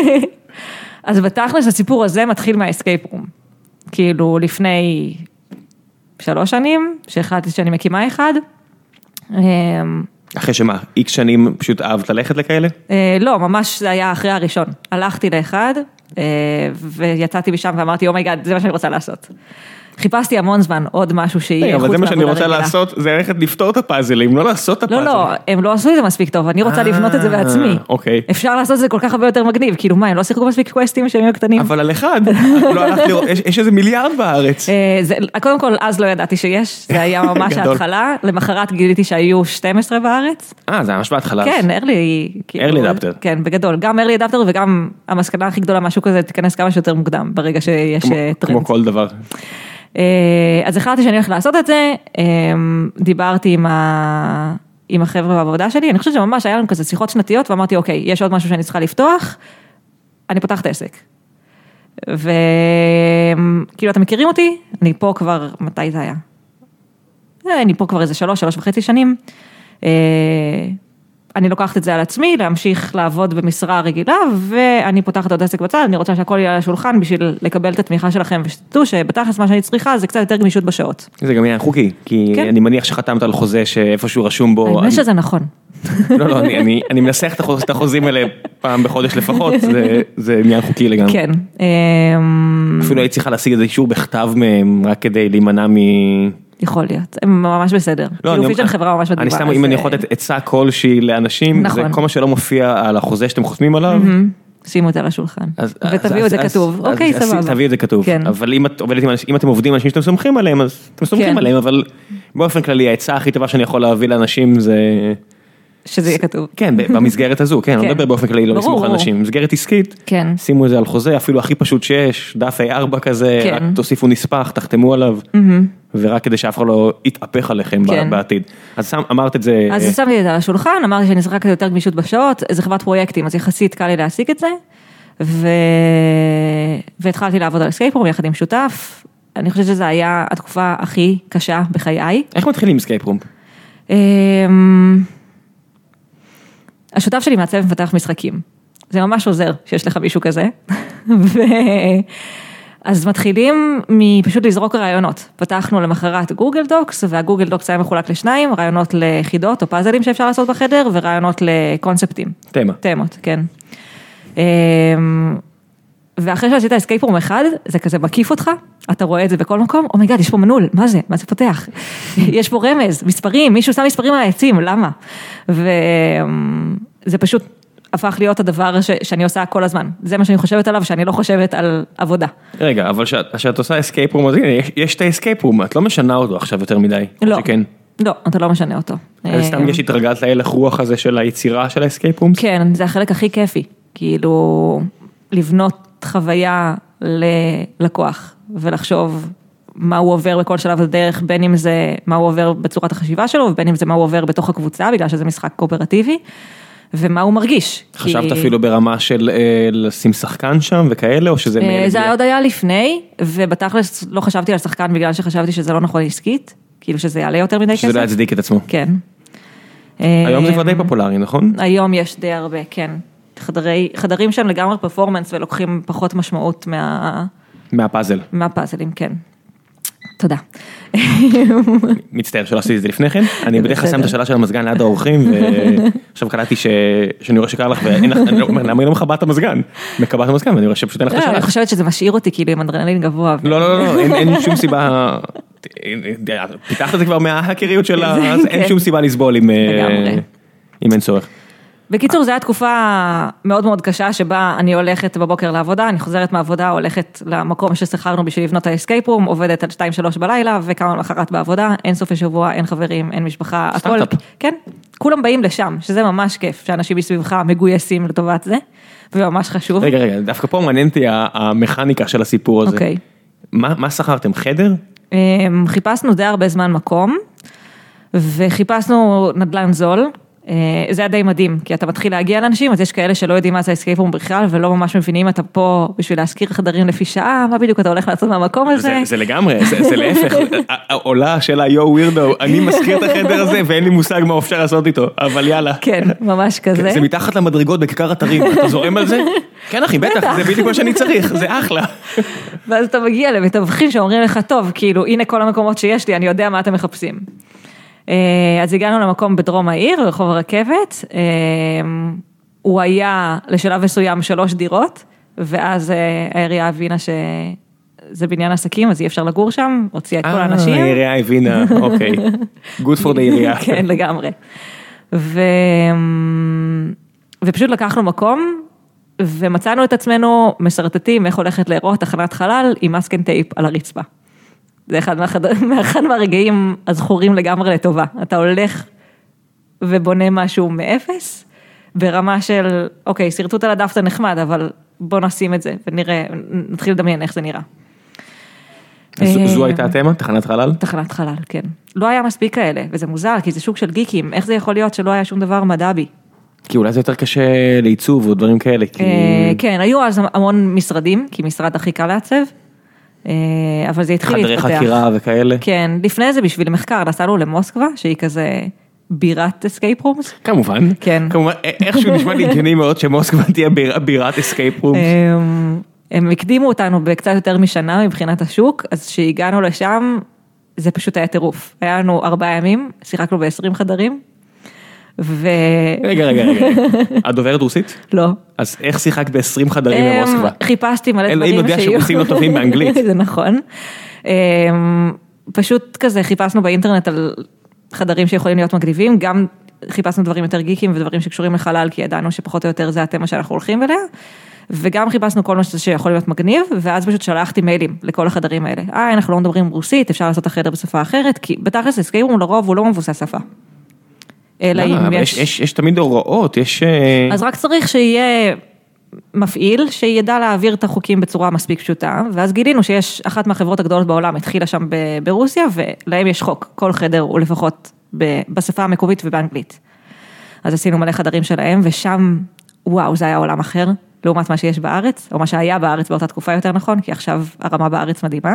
אז בתכלס הסיפור הזה מתחיל מהאסקייפ רום. כאילו לפני שלוש שנים, שהחלטתי שאני מקימה אחד, אחרי שמה, איקס שנים פשוט אהבת ללכת לכאלה? לא, ממש זה היה אחרי הראשון. הלכתי לאחד, ויצאתי משם ואמרתי, אומייגאד, זה מה שאני רוצה לעשות. חיפשתי המון זמן עוד משהו שיהיה חוץ אבל זה מה שאני רוצה לעשות, זה ללכת לפתור את הפאזלים, לא לעשות את הפאזלים. לא, לא, הם לא עשו את זה מספיק טוב, אני רוצה לבנות את זה בעצמי. אוקיי. אפשר לעשות את זה כל כך הרבה יותר מגניב, כאילו מה, הם לא שיחקו מספיק קווסטים שהם יהיו קטנים. אבל על אחד, לא הלכת לראות, יש איזה מיליארד בארץ. קודם כל, אז לא ידעתי שיש, זה היה ממש ההתחלה, למחרת גיליתי שהיו שתים עשרה בארץ. אה, זה ממש בהתחלה. כן, early adapter. כן, בגדול, גם early adapter וגם המסקנה הכי גדולה משהו כזה, תיכנס כמה שיותר מוקדם, ברגע שיש טרנד. כמו כל דבר. אז החלטתי שאני הולכת לעשות את זה, דיברתי עם, ה... עם החבר'ה בעבודה שלי, אני חושבת שממש היה לנו כזה שיחות שנתיות, ואמרתי, אוקיי, יש עוד משהו שאני צריכה לפתוח, אני פותחת עסק. וכאילו, אתם מכירים אותי? אני פה כבר, מתי זה היה? אני פה כבר איזה שלוש, שלוש וחצי שנים, אני לוקחת את זה על עצמי, להמשיך לעבוד במשרה רגילה, ואני פותחת עוד עסק בצד, אני רוצה שהכל יהיה על השולחן, בשביל לקבל את התמיכה שלכם, ושתדעו שבתכלס מה שאני צריכה, זה קצת יותר גמישות בשעות. זה גם יהיה חוקי, כי אני מניח שחתמת על חוזה שאיפשהו רשום בו. אני חושב שזה נכון. לא, לא, אני מנסח את החוזים האלה פעם בחודש לפחות, זה עניין חוקי לגמרי. כן. אפילו היית צריכה להשיג איזה אישור בכתב מהם, רק כדי להימנע מ... יכול להיות, הם ממש בסדר. כאילו פיצ'ן חברה ממש מדהימה. אני סתם, אם אני יכול לתת עצה כלשהי לאנשים, זה כל מה שלא מופיע על החוזה שאתם חותמים עליו. שימו את זה על השולחן, ותביאו את זה כתוב. אוקיי, סבבה. תביאו את זה כתוב. אבל אם אתם עובדים עם אנשים שאתם סומכים עליהם, אז אתם סומכים עליהם, אבל באופן כללי, העצה הכי טובה שאני יכול להביא לאנשים זה... שזה יהיה כתוב. כן, במסגרת הזו, כן, אני מדבר באופן כללי לא לסמוך על אנשים. במסגרת עסקית, שימו את זה על חוזה, אפילו הכי פשוט שיש, דף איי ארבע כזה, רק תוסיפו נספח, תחתמו עליו, ורק כדי שאף אחד לא יתהפך עליכם בעתיד. אז אמרת את זה... אז שמתי את זה על השולחן, אמרתי שאני צריכה כזה יותר גמישות בשעות, זה חברת פרויקטים, אז יחסית קל לי להשיג את זה, והתחלתי לעבוד על אסקייפ-רום יחד עם שותף, אני חושבת שזו היה התקופה הכי קשה בחיי. איך מתחילים אסקייפ-רום? השותף שלי מעצב ומפתח משחקים. זה ממש עוזר שיש לך מישהו כזה. אז מתחילים מפשוט לזרוק רעיונות. פתחנו למחרת גוגל דוקס, והגוגל דוקס היה מחולק לשניים, רעיונות לחידות או פאזלים שאפשר לעשות בחדר, ורעיונות לקונספטים. תמה. תמות, כן. ואחרי שעשית אסקייפ-רום אחד, זה כזה מקיף אותך, אתה רואה את זה בכל מקום, אומייגאד, יש פה מנעול, מה זה? מה זה פותח? יש פה רמז, מספרים, מישהו שם מספרים על העצים, למה? וזה פשוט הפך להיות הדבר ש... שאני עושה כל הזמן. זה מה שאני חושבת עליו, שאני לא חושבת על עבודה. רגע, אבל כשאת עושה אסקייפ-רום, אז הנה, יש, יש את האסקייפ-רום, את לא משנה אותו עכשיו יותר מדי. לא, שכן. לא, אתה לא משנה אותו. אז סתם יש התרגלת להלך רוח הזה של היצירה של האסקייפ-רום? כן, זה החלק הכי כיפי. כאילו, לבנות חוויה ללקוח, ולחשוב מה הוא עובר בכל שלב הדרך, בין אם זה מה הוא עובר בצורת החשיבה שלו, ובין אם זה מה הוא עובר בתוך הקבוצה, בגלל שזה משחק קואופרטיבי, ומה הוא מרגיש. חשבת כי... אפילו ברמה של אה, לשים שחקן שם וכאלה, או שזה... אה, זה עוד היה לפני, ובתכלס לא חשבתי על שחקן, בגלל שחשבתי שזה לא נכון עסקית, כאילו שזה יעלה יותר מדי כסף. שזה לא יצדיק את עצמו. כן. היום זה כבר די פופולרי, נכון? היום יש די הרבה, כן. חדרי, חדרים שהם לגמרי פרפורמנס, ולוקחים פחות משמעות מה... מהפאזל. מהפאזלים, כן. תודה. מצטער שלא עשיתי את זה לפני כן, אני בדרך כלל שם את השאלה של המזגן ליד האורחים, ועכשיו קלטתי שאני רואה שקר לך, ואני אומר, למה היא לא מכבה את המזגן? מכבה את המזגן, ואני רואה שפשוט אין לך השאלה. אני חושבת שזה משאיר אותי כאילו עם אדרנלין גבוה. לא, לא, לא, אין שום סיבה, פיתחת את זה כבר מההקריות שלה, אז אין שום סיבה לסבול אם אין צורך. בקיצור, זו הייתה תקופה מאוד מאוד קשה, שבה אני הולכת בבוקר לעבודה, אני חוזרת מהעבודה, הולכת למקום ששכרנו בשביל לבנות האסקייפ-רום, עובדת עד שתיים שלוש בלילה, וכמה למחרת בעבודה, אין סוף השבוע, אין חברים, אין משפחה, הכל, כן, כולם באים לשם, שזה ממש כיף, שאנשים מסביבך מגויסים לטובת זה, וממש חשוב. רגע, רגע, דווקא פה מעניינתי המכניקה של הסיפור הזה. אוקיי. מה, מה שכרתם? חדר? חיפשנו די הרבה זמן מקום, וחיפשנו נדל"ן זול, זה היה די מדהים, כי אתה מתחיל להגיע לאנשים, אז יש כאלה שלא יודעים מה זה אסקייפ-רום בכלל, ולא ממש מבינים, אתה פה בשביל להזכיר חדרים לפי שעה, מה בדיוק אתה הולך לעשות מהמקום הזה? זה לגמרי, זה להפך, עולה השאלה, יו ווירדו, אני מזכיר את החדר הזה, ואין לי מושג מה אפשר לעשות איתו, אבל יאללה. כן, ממש כזה. זה מתחת למדרגות בכיכר אתרים, אתה זורם על זה? כן אחי, בטח, זה בדיוק מה שאני צריך, זה אחלה. ואז אתה מגיע למתווכים שאומרים לך, טוב, כאילו, הנה כל המקומות שיש לי, אני יודע מה אתם מחפשים. אז הגענו למקום בדרום העיר, ברחוב הרכבת, הוא היה לשלב מסוים שלוש דירות, ואז העירייה הבינה שזה בניין עסקים, אז אי אפשר לגור שם, הוציאה את כל האנשים. אה, העירייה הבינה, אוקיי, good for the עירייה. כן, לגמרי. ופשוט לקחנו מקום, ומצאנו את עצמנו מסרטטים, איך הולכת להיראות תחנת חלל, עם מסקן טייפ על הרצפה. זה אחד מאחד מהרגעים הזכורים לגמרי לטובה. אתה הולך ובונה משהו מאפס, ברמה של, אוקיי, סרטוט על הדף זה נחמד, אבל בוא נשים את זה, ונראה, נתחיל לדמיין איך זה נראה. זו הייתה התמה? תחנת חלל? תחנת חלל, כן. לא היה מספיק כאלה, וזה מוזר, כי זה שוק של גיקים, איך זה יכול להיות שלא היה שום דבר מדע בי? כי אולי זה יותר קשה לעיצוב או דברים כאלה. כן, היו אז המון משרדים, כי משרד הכי קל לעצב, אבל זה התחיל להתפתח. חדרי חקירה וכאלה? כן, לפני זה בשביל מחקר, נסענו למוסקבה, שהיא כזה בירת אסקייפ רומס. כמובן, כן. כמובן, איכשהו נשמע לי הגיוני מאוד שמוסקבה תהיה בירת אסקייפ רומס. הם הקדימו אותנו בקצת יותר משנה מבחינת השוק, אז שהגענו לשם, זה פשוט היה טירוף. היה לנו ארבעה ימים, שיחקנו ב-עשרים חדרים, ו... רגע, רגע, רגע. את דוברת רוסית? לא. אז איך שיחקת ב-עשרים חדרים במוסקבה? חיפשתי מלא דברים שיהיו. אלא אם יודע שרוסים לא טובים באנגלית. זה נכון. פשוט כזה חיפשנו באינטרנט על חדרים שיכולים להיות מגניבים, גם חיפשנו דברים יותר גיקים ודברים שקשורים לחלל, כי ידענו שפחות או יותר זה התמה שאנחנו הולכים אליה, וגם חיפשנו כל מה שיכול להיות מגניב, ואז פשוט שלחתי מיילים לכל החדרים האלה. אה, אנחנו לא מדברים רוסית, אפשר לעשות החדר בשפה אחרת, כי בתכלס אסקייפ רום לרוב הוא לא מבוסס שפה. אלא אם יש... יש, יש תמיד הוראות, יש... אז רק צריך שיהיה מפעיל, שידע להעביר את החוקים בצורה מספיק פשוטה, ואז גילינו שיש אחת מהחברות הגדולות בעולם, התחילה שם ברוסיה, ולהם יש חוק, כל חדר הוא לפחות בשפה המקומית ובאנגלית. אז עשינו מלא חדרים שלהם, ושם, וואו, זה היה עולם אחר, לעומת מה שיש בארץ, או מה שהיה בארץ באותה תקופה יותר נכון, כי עכשיו הרמה בארץ מדהימה.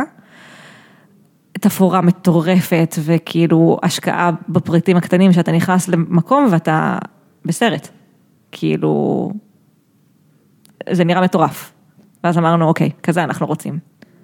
תפאורה מטורפת, וכאילו השקעה בפריטים הקטנים, שאתה נכנס למקום ואתה בסרט. כאילו, זה נראה מטורף. ואז אמרנו, אוקיי, כזה אנחנו רוצים.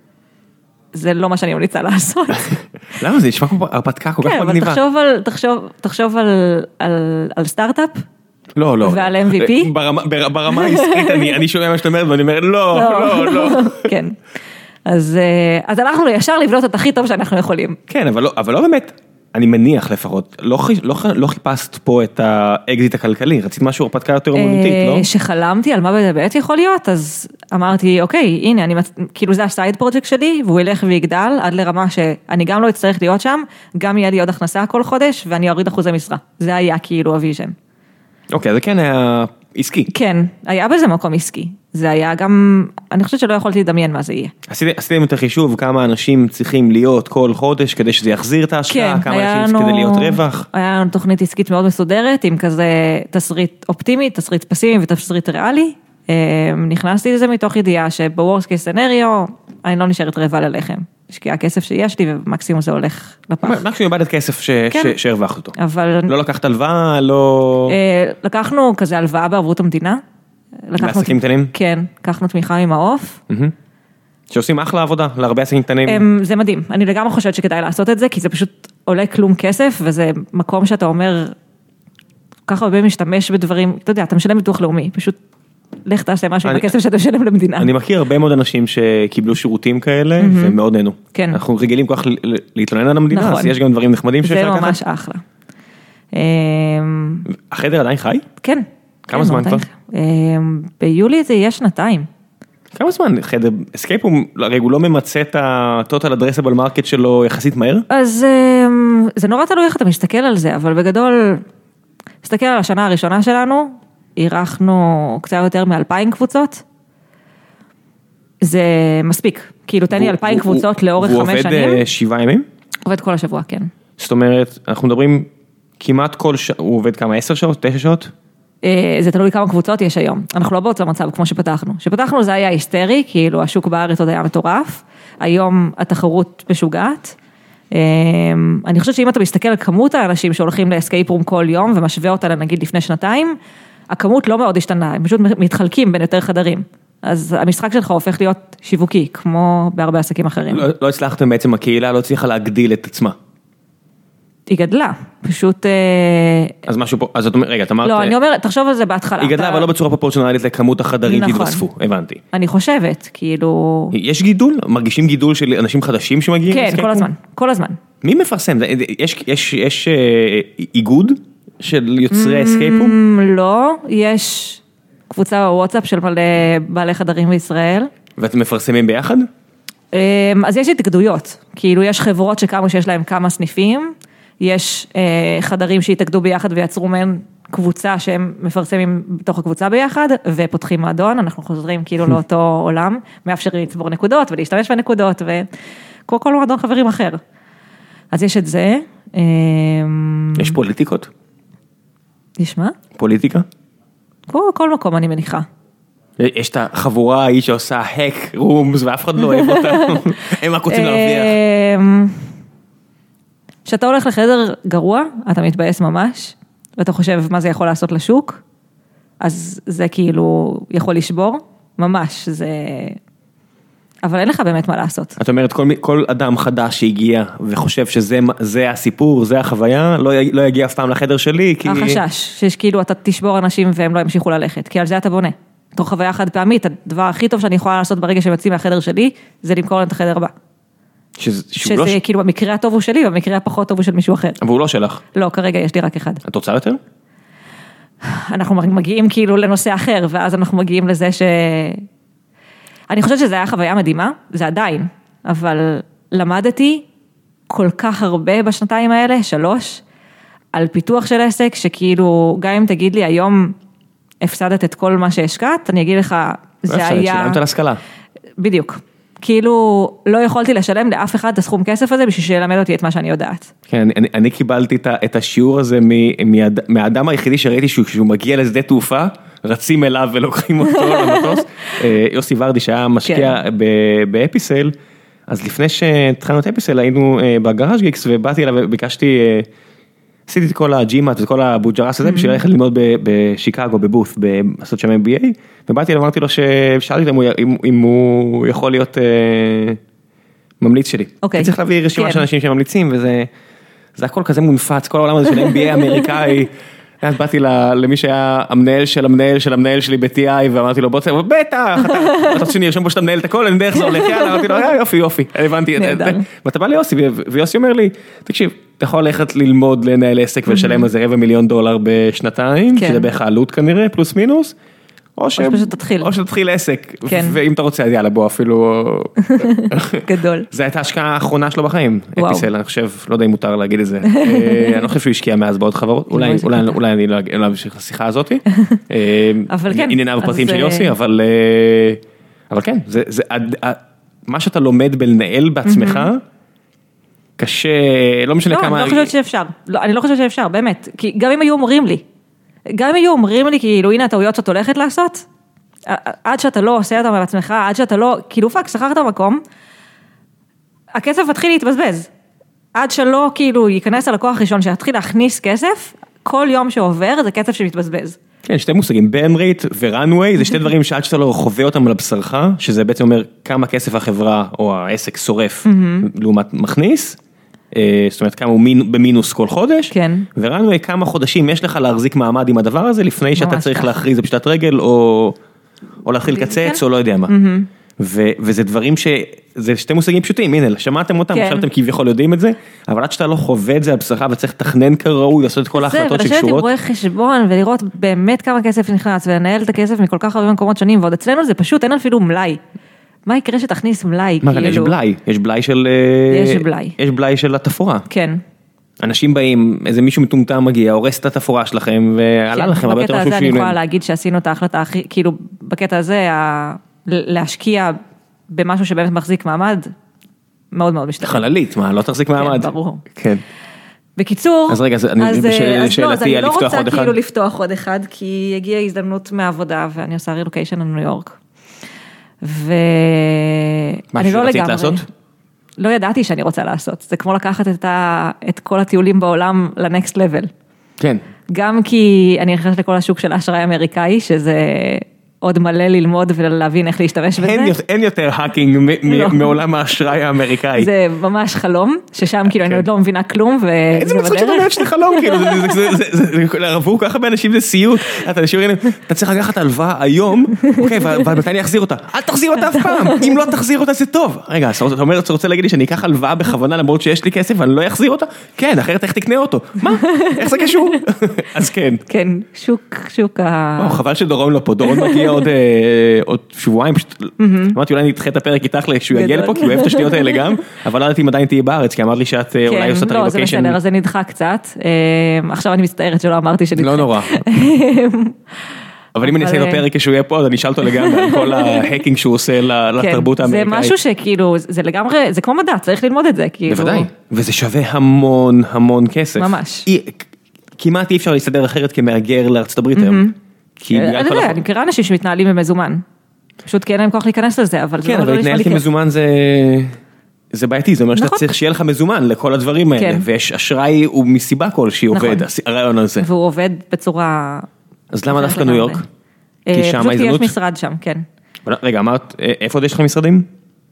זה לא מה שאני ממליצה לעשות. למה? זה נשמע כמו הרפתקה כל כך מגניבה. כן, אבל תחשוב על סטארט-אפ, לא, לא. ועל אם וי פי. ברמה העסקית אני שומע מה שאת אומרת, ואני אומר, לא, לא, לא. כן. אז אנחנו ישר לבנות את הכי טוב שאנחנו יכולים. כן, אבל לא באמת, אני מניח לפחות, לא חיפשת פה את האקזיט הכלכלי, רצית משהו הרפתקה יותר אומנותית, לא? שחלמתי על מה באמת יכול להיות, אז אמרתי, אוקיי, הנה, כאילו זה הסייד פרויקט שלי, והוא ילך ויגדל עד לרמה שאני גם לא אצטרך להיות שם, גם יהיה לי עוד הכנסה כל חודש, ואני אוריד אחוזי משרה. זה היה כאילו הוויז'ן. אוקיי, זה כן היה עסקי. כן, היה בזה מקום עסקי. זה היה גם, אני חושבת שלא יכולתי לדמיין מה זה יהיה. עשיתם יותר חישוב, כמה אנשים צריכים להיות כל חודש כדי שזה יחזיר את ההשקעה, כמה אנשים כדי להיות רווח? היה לנו תוכנית עסקית מאוד מסודרת, עם כזה תסריט אופטימי, תסריט פסימי ותסריט ריאלי. נכנסתי לזה מתוך ידיעה שבוורסט קייס סנריו, אני לא נשארת רעבה ללחם. השקיעה הכסף שיש לי, ומקסימום זה הולך לפח. מקסימום איבדת כסף שהרווחת אותו. אבל... לא לקחת הלוואה, לא... לקחנו כזה הלוואה בערבות המדינה. לעסקים קטנים? כן, לקחנו תמיכה ממעוף. שעושים אחלה עבודה, להרבה עסקים קטנים. זה מדהים, אני לגמרי חושבת שכדאי לעשות את זה, כי זה פשוט עולה כלום כסף, וזה מקום שאתה אומר, ככה הרבה משתמש בדברים, אתה יודע, אתה משלם ביטוח לאומי, פשוט לך תעשה משהו עם הכסף שאתה משלם למדינה. אני מכיר הרבה מאוד אנשים שקיבלו שירותים כאלה, ומאוד נהנו. כן. אנחנו רגילים כל כך להתלונן על המדינה, אז יש גם דברים נחמדים שאפשר לקחת. זה ממש אחלה. החדר עדיין חי? כן. כמה זמן כבר? ביולי זה יהיה שנתיים. כמה זמן? חדר אסקייפ הרי הוא לא ממצא את ה-total addressable market שלו יחסית מהר? אז זה נורא תלוי איך אתה מסתכל על זה, אבל בגדול, מסתכל על השנה הראשונה שלנו, אירחנו קצת יותר מאלפיים קבוצות, זה מספיק, כאילו תן לי אלפיים קבוצות לאורך חמש שנים. הוא עובד שבעה ימים? עובד כל השבוע, כן. זאת אומרת, אנחנו מדברים כמעט כל שעה, הוא עובד כמה, עשר שעות, תשע שעות? זה תלוי כמה קבוצות יש היום, אנחנו לא באותו מצב כמו שפתחנו, שפתחנו זה היה היסטרי, כאילו השוק בארץ עוד היה מטורף, היום התחרות משוגעת, אני חושבת שאם אתה מסתכל על כמות האנשים שהולכים לאסקייפ רום כל יום, ומשווה אותה נגיד לפני שנתיים, הכמות לא מאוד השתנה, הם פשוט מתחלקים בין יותר חדרים, אז המשחק שלך הופך להיות שיווקי, כמו בהרבה עסקים אחרים. לא, לא הצלחתם בעצם, הקהילה לא הצליחה להגדיל את עצמה. היא גדלה, פשוט... אז משהו פה, אז את אומרת, רגע, את אמרת... לא, אני אומרת, תחשוב על זה בהתחלה. היא גדלה, אבל לא בצורה פרופורציונלית לכמות החדרים שהתווספו, הבנתי. אני חושבת, כאילו... יש גידול? מרגישים גידול של אנשים חדשים שמגיעים? כן, כל הזמן, כל הזמן. מי מפרסם? יש איגוד של יוצרי אסקייפום? לא, יש קבוצה בוואטסאפ של מלא בעלי חדרים בישראל. ואתם מפרסמים ביחד? אז יש התאגדויות, כאילו יש חברות שקמו שיש להם כמה סניפים, יש אה, חדרים שהתאגדו ביחד ויצרו מהם קבוצה שהם מפרסמים בתוך הקבוצה ביחד, ופותחים מועדון, אנחנו חוזרים כאילו לאותו עולם, מאפשרים לצבור נקודות ולהשתמש בנקודות, וכל כל מועדון חברים אחר. אז יש את זה. אה, יש פוליטיקות? יש מה? פוליטיקה? כל, כל מקום אני מניחה. יש את החבורה ההיא שעושה hack rooms, ואף אחד לא אוהב אותה, הם רק רוצים להרוויח. כשאתה הולך לחדר גרוע, אתה מתבאס ממש, ואתה חושב מה זה יכול לעשות לשוק, אז זה כאילו יכול לשבור, ממש, זה... אבל אין לך באמת מה לעשות. את אומרת, כל, כל אדם חדש שהגיע וחושב שזה זה הסיפור, זה החוויה, לא, לא יגיע אף פעם לחדר שלי, כי... החשש, שכאילו אתה תשבור אנשים והם לא ימשיכו ללכת, כי על זה אתה בונה. תוך חוויה חד פעמית, הדבר הכי טוב שאני יכולה לעשות ברגע שהם יוצאים מהחדר שלי, זה למכור להם את החדר הבא. שזה, שזה לא ש... כאילו במקרה הטוב הוא שלי, במקרה הפחות טוב הוא של מישהו אחר. אבל הוא לא שלך. לא, כרגע יש לי רק אחד. את רוצה יותר? אנחנו מגיעים כאילו לנושא אחר, ואז אנחנו מגיעים לזה ש... אני חושבת שזה היה חוויה מדהימה, זה עדיין, אבל למדתי כל כך הרבה בשנתיים האלה, שלוש, על פיתוח של עסק, שכאילו, גם אם תגיד לי היום, הפסדת את כל מה שהשקעת, אני אגיד לך, זה היה... שילמת על השכלה. בדיוק. כאילו, לא יכולתי לשלם לאף אחד את הסכום כסף הזה, בשביל שילמד אותי את מה שאני יודעת. כן, אני, אני קיבלתי את השיעור הזה מהאדם היחידי שראיתי שהוא מגיע לשדה תעופה, רצים אליו ולוקחים אותו למטוס, יוסי ורדי שהיה משקיע באפיסל, אז לפני שהתחלנו את אפיסל היינו בגראז' גיקס ובאתי אליו וביקשתי, עשיתי את כל הג'ימאט ואת כל הבוג'רס הזה בשביל ללכת ללמוד בשיקגו, בבוף, לעשות שם אם בי איי, ובאתי אליו ואמרתי לו ששאלתי אם הוא יכול להיות ממליץ שלי. אני צריך להביא רשימה של אנשים שממליצים וזה הכל כזה מונפץ, כל העולם הזה של אם בי איי אמריקאי, אז באתי למי שהיה המנהל של המנהל של המנהל שלי ב-טי איי, ואמרתי לו, בוא תצא, בטח, אתה רוצה שאני ארשום פה שאתה מנהל את הכל, אני דרך זה הולך, יאללה, אמרתי לו, יופי, יופי, הבנתי, ואתה בא ליוסי, ויוסי אומר לי, תקשיב, אתה יכול ללכת ללמוד לנהל עסק ולשלם איזה רבע מיליון דולר בשנתיים, שזה בערך העלות כנראה, פלוס מינוס, או שתתחיל עסק, ואם אתה רוצה, אז יאללה, בוא אפילו... גדול. זו הייתה ההשקעה האחרונה שלו בחיים, אפיסל, אני חושב, לא יודע אם מותר להגיד את זה, אני לא חושב שהוא השקיע מאז בעוד חברות, אולי אני לא אמשיך לשיחה הזאת, ענייניו הפרטיים של יוסי, אבל כן, מה שאתה לומד בלנהל בעצמך, קשה, לא משנה כמה... לא, אני לא חושבת שאפשר, אני לא חושבת שאפשר, באמת, כי גם אם היו אומרים לי, גם אם היו אומרים לי, כאילו, הנה הטעויות שאת הולכת לעשות, עד שאתה לא עושה אותם בעצמך, עד שאתה לא, כאילו, פאק, שכחת מקום, הכסף מתחיל להתבזבז. עד שלא, כאילו, ייכנס הלקוח הראשון, שיתחיל להכניס כסף, כל יום שעובר, זה כסף שמתבזבז. כן, שתי מושגים, burn rate ו-runway, זה שתי דברים שעד שאתה לא חווה אותם על הבשרך, שזה בעצם אומר כמה כסף החברה או העסק שורף, לעומת מכניס, זאת אומרת, כמה הוא במינוס כל חודש, וראינו כמה חודשים יש לך להחזיק מעמד עם הדבר הזה, לפני שאתה צריך להכריז בפשטת רגל, או להתחיל לקצץ, או לא יודע מה. וזה דברים ש... זה שתי מושגים פשוטים, הנה, שמעתם אותם, עכשיו אתם כביכול יודעים את זה, אבל עד שאתה לא חווה את זה על בשרך, וצריך לתכנן כראוי, לעשות את כל ההחלטות שקשורות. זה, ולשבת עם רואה חשבון, ולראות באמת כמה כסף נכנס, ולנהל את הכסף מכל כך הרבה מקומות שונים, ועוד אצלנו זה פשוט, אין אפילו מלאי. מה יקרה שתכניס מלאי? מה, יש בלאי, יש בלאי של... יש בלאי. יש בלאי של התפורה. כן. אנשים באים, איזה מישהו מטומטם מגיע, הורס את התפורה שלכם, ועלה לכם הרבה יותר משהו בקטע הזה אני יכולה להגיד שעשינו את ההחלטה הכי, כאילו, בקטע הזה, להשקיע במשהו שבאמת מחזיק מעמד, מאוד מאוד משתנה. חללית, מה, לא תחזיק מעמד? כן, ברור. כן. בקיצור, אז רגע, שאלתי היה לפתוח עוד אחד. אז אני לא רוצה כאילו לפתוח עוד אחד, כי הגיעה הזדמנות מהעבודה, ואני עושה רילוקיישן לניו יורק. ואני לא לגמרי, לא ידעתי שאני רוצה לעשות, זה כמו לקחת את, ה... את כל הטיולים בעולם לנקסט לבל. כן. גם כי אני נכנסת לכל השוק של האשראי האמריקאי, שזה עוד מלא ללמוד ולהבין איך להשתמש בזה. אין יותר האקינג מעולם האשראי האמריקאי. זה ממש חלום, ששם כאילו אני עוד לא מבינה כלום. איזה מצחיק שאתה אומרת שזה חלום, כאילו, עברו ככה באנשים זה סיוט, אנשים אומרים, אתה צריך לקחת הלוואה היום, אוקיי, ומתי אני אחזיר אותה? אל תחזיר אותה אף פעם, אם לא תחזיר אותה זה טוב. רגע, אתה אומר, אתה רוצה להגיד לי שאני אקח הלוואה בכוונה למרות שיש לי כסף ואני לא אחזיר אותה? כן, אחרת איך תקנה אותו? מה? איך זה קשור? אז כן. כן, שוק, שוק ה... חבל שדורון לא פה, דורון מגיע עוד עוד שבועיים, אמרתי אולי נדחה את הפרק איתך שהוא יגיע לפה, כי הוא אוהב את השטויות האלה גם, אבל לא יודעת אם עדיין תהיי בארץ, כי אמרת לי שאת אולי עושה את הרילוקיישן. לא, זה בסדר, אז זה נדחה קצת, עכשיו אני מצטערת שלא אמרתי שנדחה. לא נורא. אבל אם אני אעשה את הפרק כשהוא יהיה פה, אז אני אשאל אותו לגמרי על כל ההקינג שהוא עושה לתרבות האמריקאית. זה משהו שכאילו, זה לגמרי, זה כמו מדע, צריך ללמוד את זה. בוודאי, וזה שווה המון המון כסף. ממש. כמעט אי אפשר להסתדר אחרת כמהגר לארצות הברית היום. אני מכירה אנשים שמתנהלים במזומן, פשוט כי אין להם כוח להיכנס לזה, אבל כן, אבל להתנהל כמזומן זה בעייתי, זה אומר שאתה צריך שיהיה לך מזומן לכל הדברים האלה, ויש אשראי הוא מסיבה כלשהי עובד, הרעיון הזה. והוא עובד בצורה... אז למה דווקא ניו יורק? פשוט כי יש משרד שם, כן. רגע, אמרת, איפה עוד יש לך משרדים?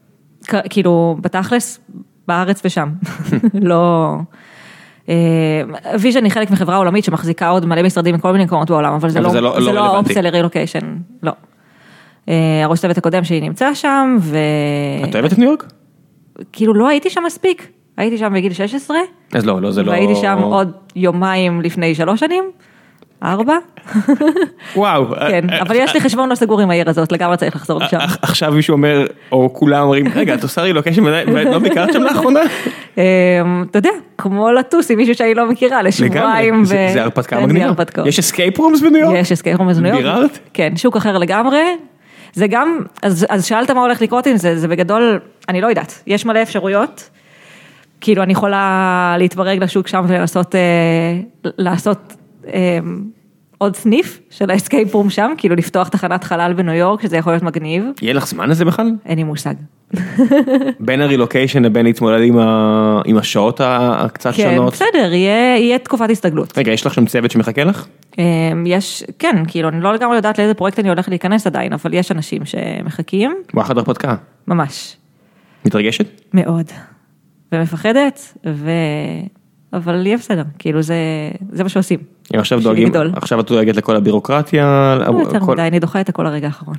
כאילו, בתכלס, בארץ ושם. לא... ויז'ן היא חלק מחברה עולמית שמחזיקה עוד מלא משרדים מכל מיני מקומות בעולם, אבל זה לא האופציה לרילוקיישן, לא. הראש צוות הקודם שהיא נמצא שם, ו... את אוהבת את ניו יורק? כאילו לא הייתי שם מספיק, הייתי שם בגיל שש עשרה. אז לא, לא, זה לא... והייתי שם עוד יומיים לפני שלוש שנים, ארבע. וואו. כן, אבל יש לי חשבון לא סגור עם העיר הזאת, לגמרי צריך לחזור לשם. עכשיו מישהו אומר, או כולם אומרים, רגע, את עושה רילוקיישן ולא ביקרת שם לאחרונה? אתה יודע, כמו לטוס עם מישהו שאני לא מכירה, לשבועיים. זה הרפתקה מגניבה. יש אסקייפ רומס בניו יורק? יש אסקייפ רומס בניו יורק. ביררת? כן, שוק אחר לגמרי. זה גם, אז, אז שאלת מה הולך לקרות עם זה, זה בגדול, אני לא יודעת, יש מלא אפשרויות, כאילו אני יכולה להתברג לשוק שם ולנסות, אה, לעשות אה, עוד סניף של האסקייפ רום שם, כאילו לפתוח תחנת חלל בניו יורק, שזה יכול להיות מגניב. יהיה לך זמן לזה בכלל? אין לי מושג. בין הרילוקיישן לבין להתמודד עם, ה... עם השעות הקצת כן, שונות? כן, בסדר, יהיה, יהיה תקופת הסתגלות. רגע, יש לך שם צוות שמחכה לך? יש, כן, כאילו, אני לא לגמרי יודעת לאיזה פרויקט אני הולך להיכנס עדיין, אבל יש אנשים שמחכים. וואחד הרפתקה. ממש. מתרגשת? מאוד. ומפחדת, ו... אבל יהיה בסדר, כאילו זה, זה מה שעושים. אם עכשיו דואגים, עכשיו את דואגת לכל הבירוקרטיה. לא יותר מדי, אני דוחה את הכל הרגע האחרון.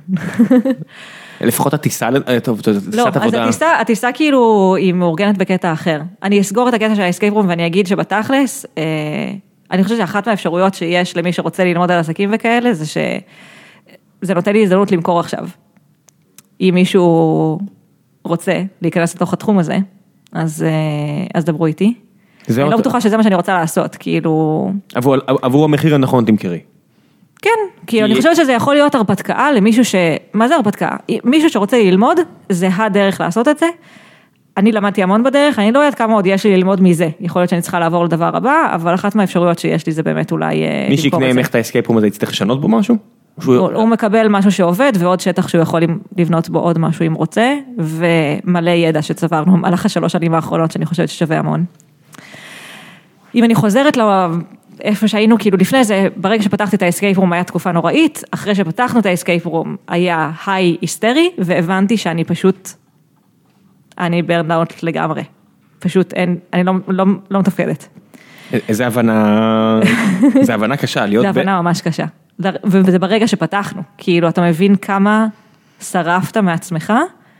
לפחות הטיסה, טוב, טיסת לא, עבודה. אז הטיסה, הטיסה כאילו היא מאורגנת בקטע אחר. אני אסגור את הקטע של האסקייפ רום ואני אגיד שבתכלס, אה, אני חושבת שאחת מהאפשרויות שיש למי שרוצה ללמוד על עסקים וכאלה, זה שזה נותן לי הזדמנות למכור עכשיו. אם מישהו רוצה להיכנס לתוך התחום הזה, אז, אה, אז דברו איתי. אני לא בטוחה שזה מה שאני רוצה לעשות, כאילו... עבור, עבור המחיר הנכון תמכרי. כן, כאילו אני חושבת שזה יכול להיות הרפתקה למישהו ש... מה זה הרפתקה? מישהו שרוצה ללמוד, זה הדרך לעשות את זה. אני למדתי המון בדרך, אני לא יודעת כמה עוד יש לי ללמוד מזה. יכול להיות שאני צריכה לעבור לדבר הבא, אבל אחת מהאפשרויות שיש לי זה באמת אולי... מי שיקנה ממך את האסקייפ רום הזה, יצטרך לשנות בו משהו? הוא מקבל משהו שעובד, ועוד שטח שהוא יכול לבנות בו עוד משהו אם רוצה, ומלא ידע שצברנו במהלך השלוש שנים האחרונות, שאני חושבת ששווה המון. אם אני חוזרת לאיפה שהיינו, כאילו לפני זה, ברגע שפתחתי את האסקייפ רום היה תקופה נוראית, אחרי שפתחנו את האסקייפ רום היה היי היסטרי, והבנתי שאני פשוט, אני ברנאוט לגמרי. פשוט אין, אני לא, לא, לא מתפקדת. איזה הבנה, איזה הבנה קשה, להיות... זה הבנה ממש קשה. וזה ברגע שפתחנו, כאילו אתה מבין כמה שרפת מעצמך,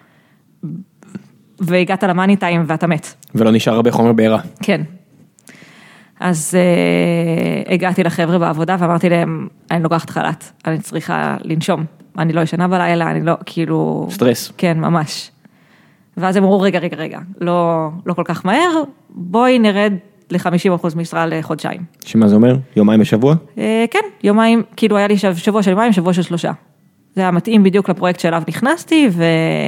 והגעת למאני טיים ואתה מת. ולא נשאר הרבה חומר בעירה. כן. אז uh, הגעתי לחבר'ה בעבודה ואמרתי להם, אני לוקחת חל"ת, אני צריכה לנשום, אני לא ישנה בלילה, אני לא, כאילו... סטרס. כן, ממש. ואז הם אמרו, רגע, רגע, רגע, לא, לא כל כך מהר, בואי נרד ל-חמישים אחוז משרה לחודשיים. שמה זה אומר? יומיים בשבוע? Uh, כן, יומיים, כאילו היה לי שבוע של יומיים, שבוע של שלושה. זה היה מתאים בדיוק לפרויקט שאליו נכנסתי, ו...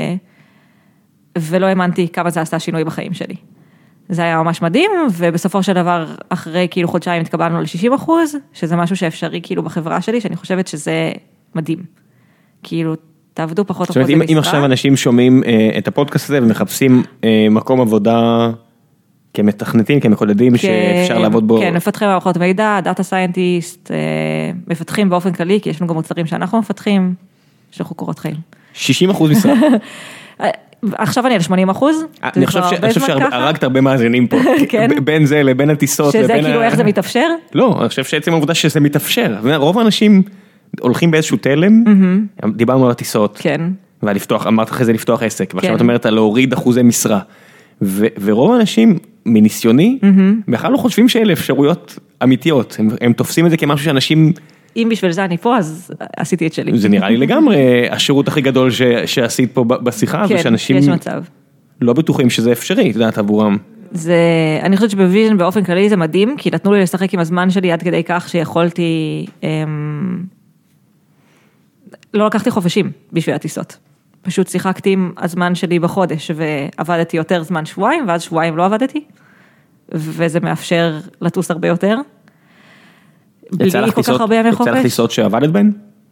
ולא האמנתי כמה זה עשה שינוי בחיים שלי. זה היה ממש מדהים, ובסופו של דבר, אחרי כאילו חודשיים התקבלנו ל-שישים אחוז, שזה משהו שאפשרי כאילו בחברה שלי, שאני חושבת שזה מדהים. כאילו, תעבדו פחות אחוזי משרה. אם עכשיו אנשים שומעים את הפודקאסט הזה, ומחפשים מקום עבודה כמתכנתים, כמקודדים, שאפשר לעבוד בו. כן, מפתחים מערכות מידע, דאטה סיינטיסט, מפתחים באופן כללי, כי יש לנו גם מוצרים שאנחנו מפתחים, שאנחנו קורות חיים. שישים אחוז משרה. עכשיו אני על שמונים אחוז. אני חושב שהרגת הרבה מאזינים פה, בין זה לבין הטיסות. שזה כאילו איך זה מתאפשר? לא, אני חושב שעצם העובדה שזה מתאפשר. רוב האנשים הולכים באיזשהו תלם, דיברנו על הטיסות, ועל לפתוח, אמרת אחרי זה לפתוח עסק, ועכשיו את אומרת על להוריד אחוזי משרה. ורוב האנשים מניסיוני, בכלל לא חושבים שאלה אפשרויות אמיתיות, הם תופסים את זה כמשהו שאנשים... אם בשביל זה אני פה, אז עשיתי את שלי. זה נראה לי לגמרי השרות הכי גדול שעשית פה בשיחה, כן, ושאנשים יש מצב. לא בטוחים שזה אפשרי, את יודעת, עבורם. זה, אני חושבת שבוויז'ן באופן כללי זה מדהים, כי נתנו לי לשחק עם הזמן שלי עד כדי כך שיכולתי, אמ, לא לקחתי חופשים בשביל הטיסות. פשוט שיחקתי עם הזמן שלי בחודש, ועבדתי יותר זמן שבועיים, ואז שבועיים לא עבדתי, וזה מאפשר לטוס הרבה יותר. בלי כל כך הרבה ימי חופש. יצא לך טיסות שעבדת בהן?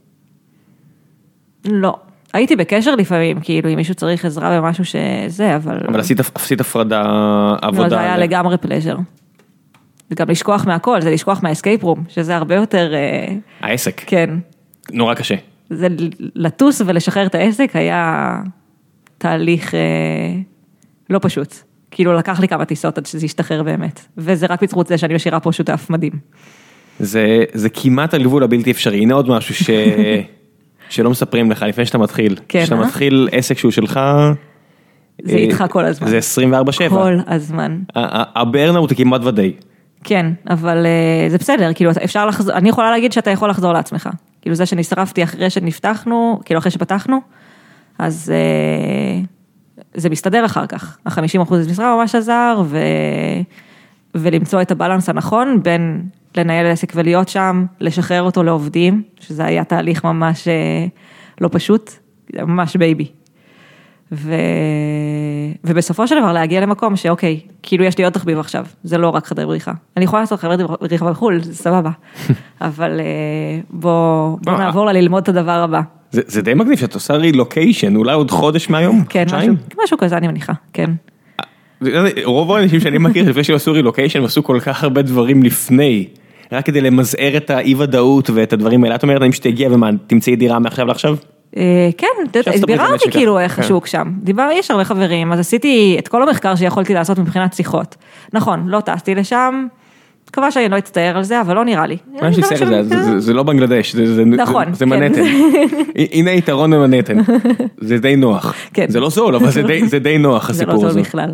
לא. הייתי בקשר לפעמים, כאילו, אם מישהו צריך עזרה במשהו שזה, אבל... אבל עשית הפרדה עבודה. לא, זה היה לגמרי פלז'ר. זה גם לשכוח מהכל, זה לשכוח מהאסקייפ רום, שזה הרבה יותר... העסק. כן. נורא קשה. זה לטוס ולשחרר את העסק היה תהליך לא פשוט. כאילו לקח לי כמה טיסות עד שזה ישתחרר באמת. וזה רק בזכות זה שאני משאירה פה שותף מדהים. זה, זה כמעט על גבול הבלתי אפשרי. הנה עוד משהו ש... שלא מספרים לך לפני שאתה מתחיל. כן, כשאתה אה? מתחיל עסק שהוא שלך... זה איתך כל הזמן. זה עשרים וארבע שבע. כל הזמן. הברנאוט הוא כמעט ודאי. כן, אבל זה בסדר, כאילו אפשר לחזור, אני יכולה להגיד שאתה יכול לחזור לעצמך. כאילו זה שנשרפתי אחרי שנפתחנו, כאילו אחרי שפתחנו, אז זה מסתדר אחר כך. ה-חמישים אחוז משרה ממש עזר, ו... ולמצוא את הבלנס הנכון בין לנהל עסק ולהיות שם, לשחרר אותו לעובדים, שזה היה תהליך ממש לא פשוט, ממש בייבי. ו... ובסופו של דבר להגיע למקום שאוקיי, כאילו יש לי עוד תחביב עכשיו, זה לא רק חדר בריחה. אני יכולה לעשות חדר בריחה בחול, זה סבבה. אבל בוא, בוא נעבור ללמוד את הדבר הבא. זה, זה די מגניב שאת עושה רילוקיישן, אולי עוד חודש מהיום? כן, משהו, משהו כזה אני מניחה, כן. רוב האנשים שאני מכיר, לפני שהם עשו רילוקיישן, עשו כל כך הרבה דברים לפני, רק כדי למזער את האי-ודאות ואת הדברים האלה. את אומרת, אם שתגיע ומה, תמצאי דירה מעכשיו לעכשיו? כן, ביררתי כאילו איך השוק שם, דיבר, יש הרבה חברים, אז עשיתי את כל המחקר שיכולתי לעשות מבחינת שיחות. נכון, לא טסתי לשם, מקווה שאני לא אצטער על זה, אבל לא נראה לי. זה לא בנגלדש, זה מנהטן. הנה יתרון במנהטן, זה די נוח. זה לא זול, אבל זה די נוח הסיפור הזה. זה לא זול בכלל.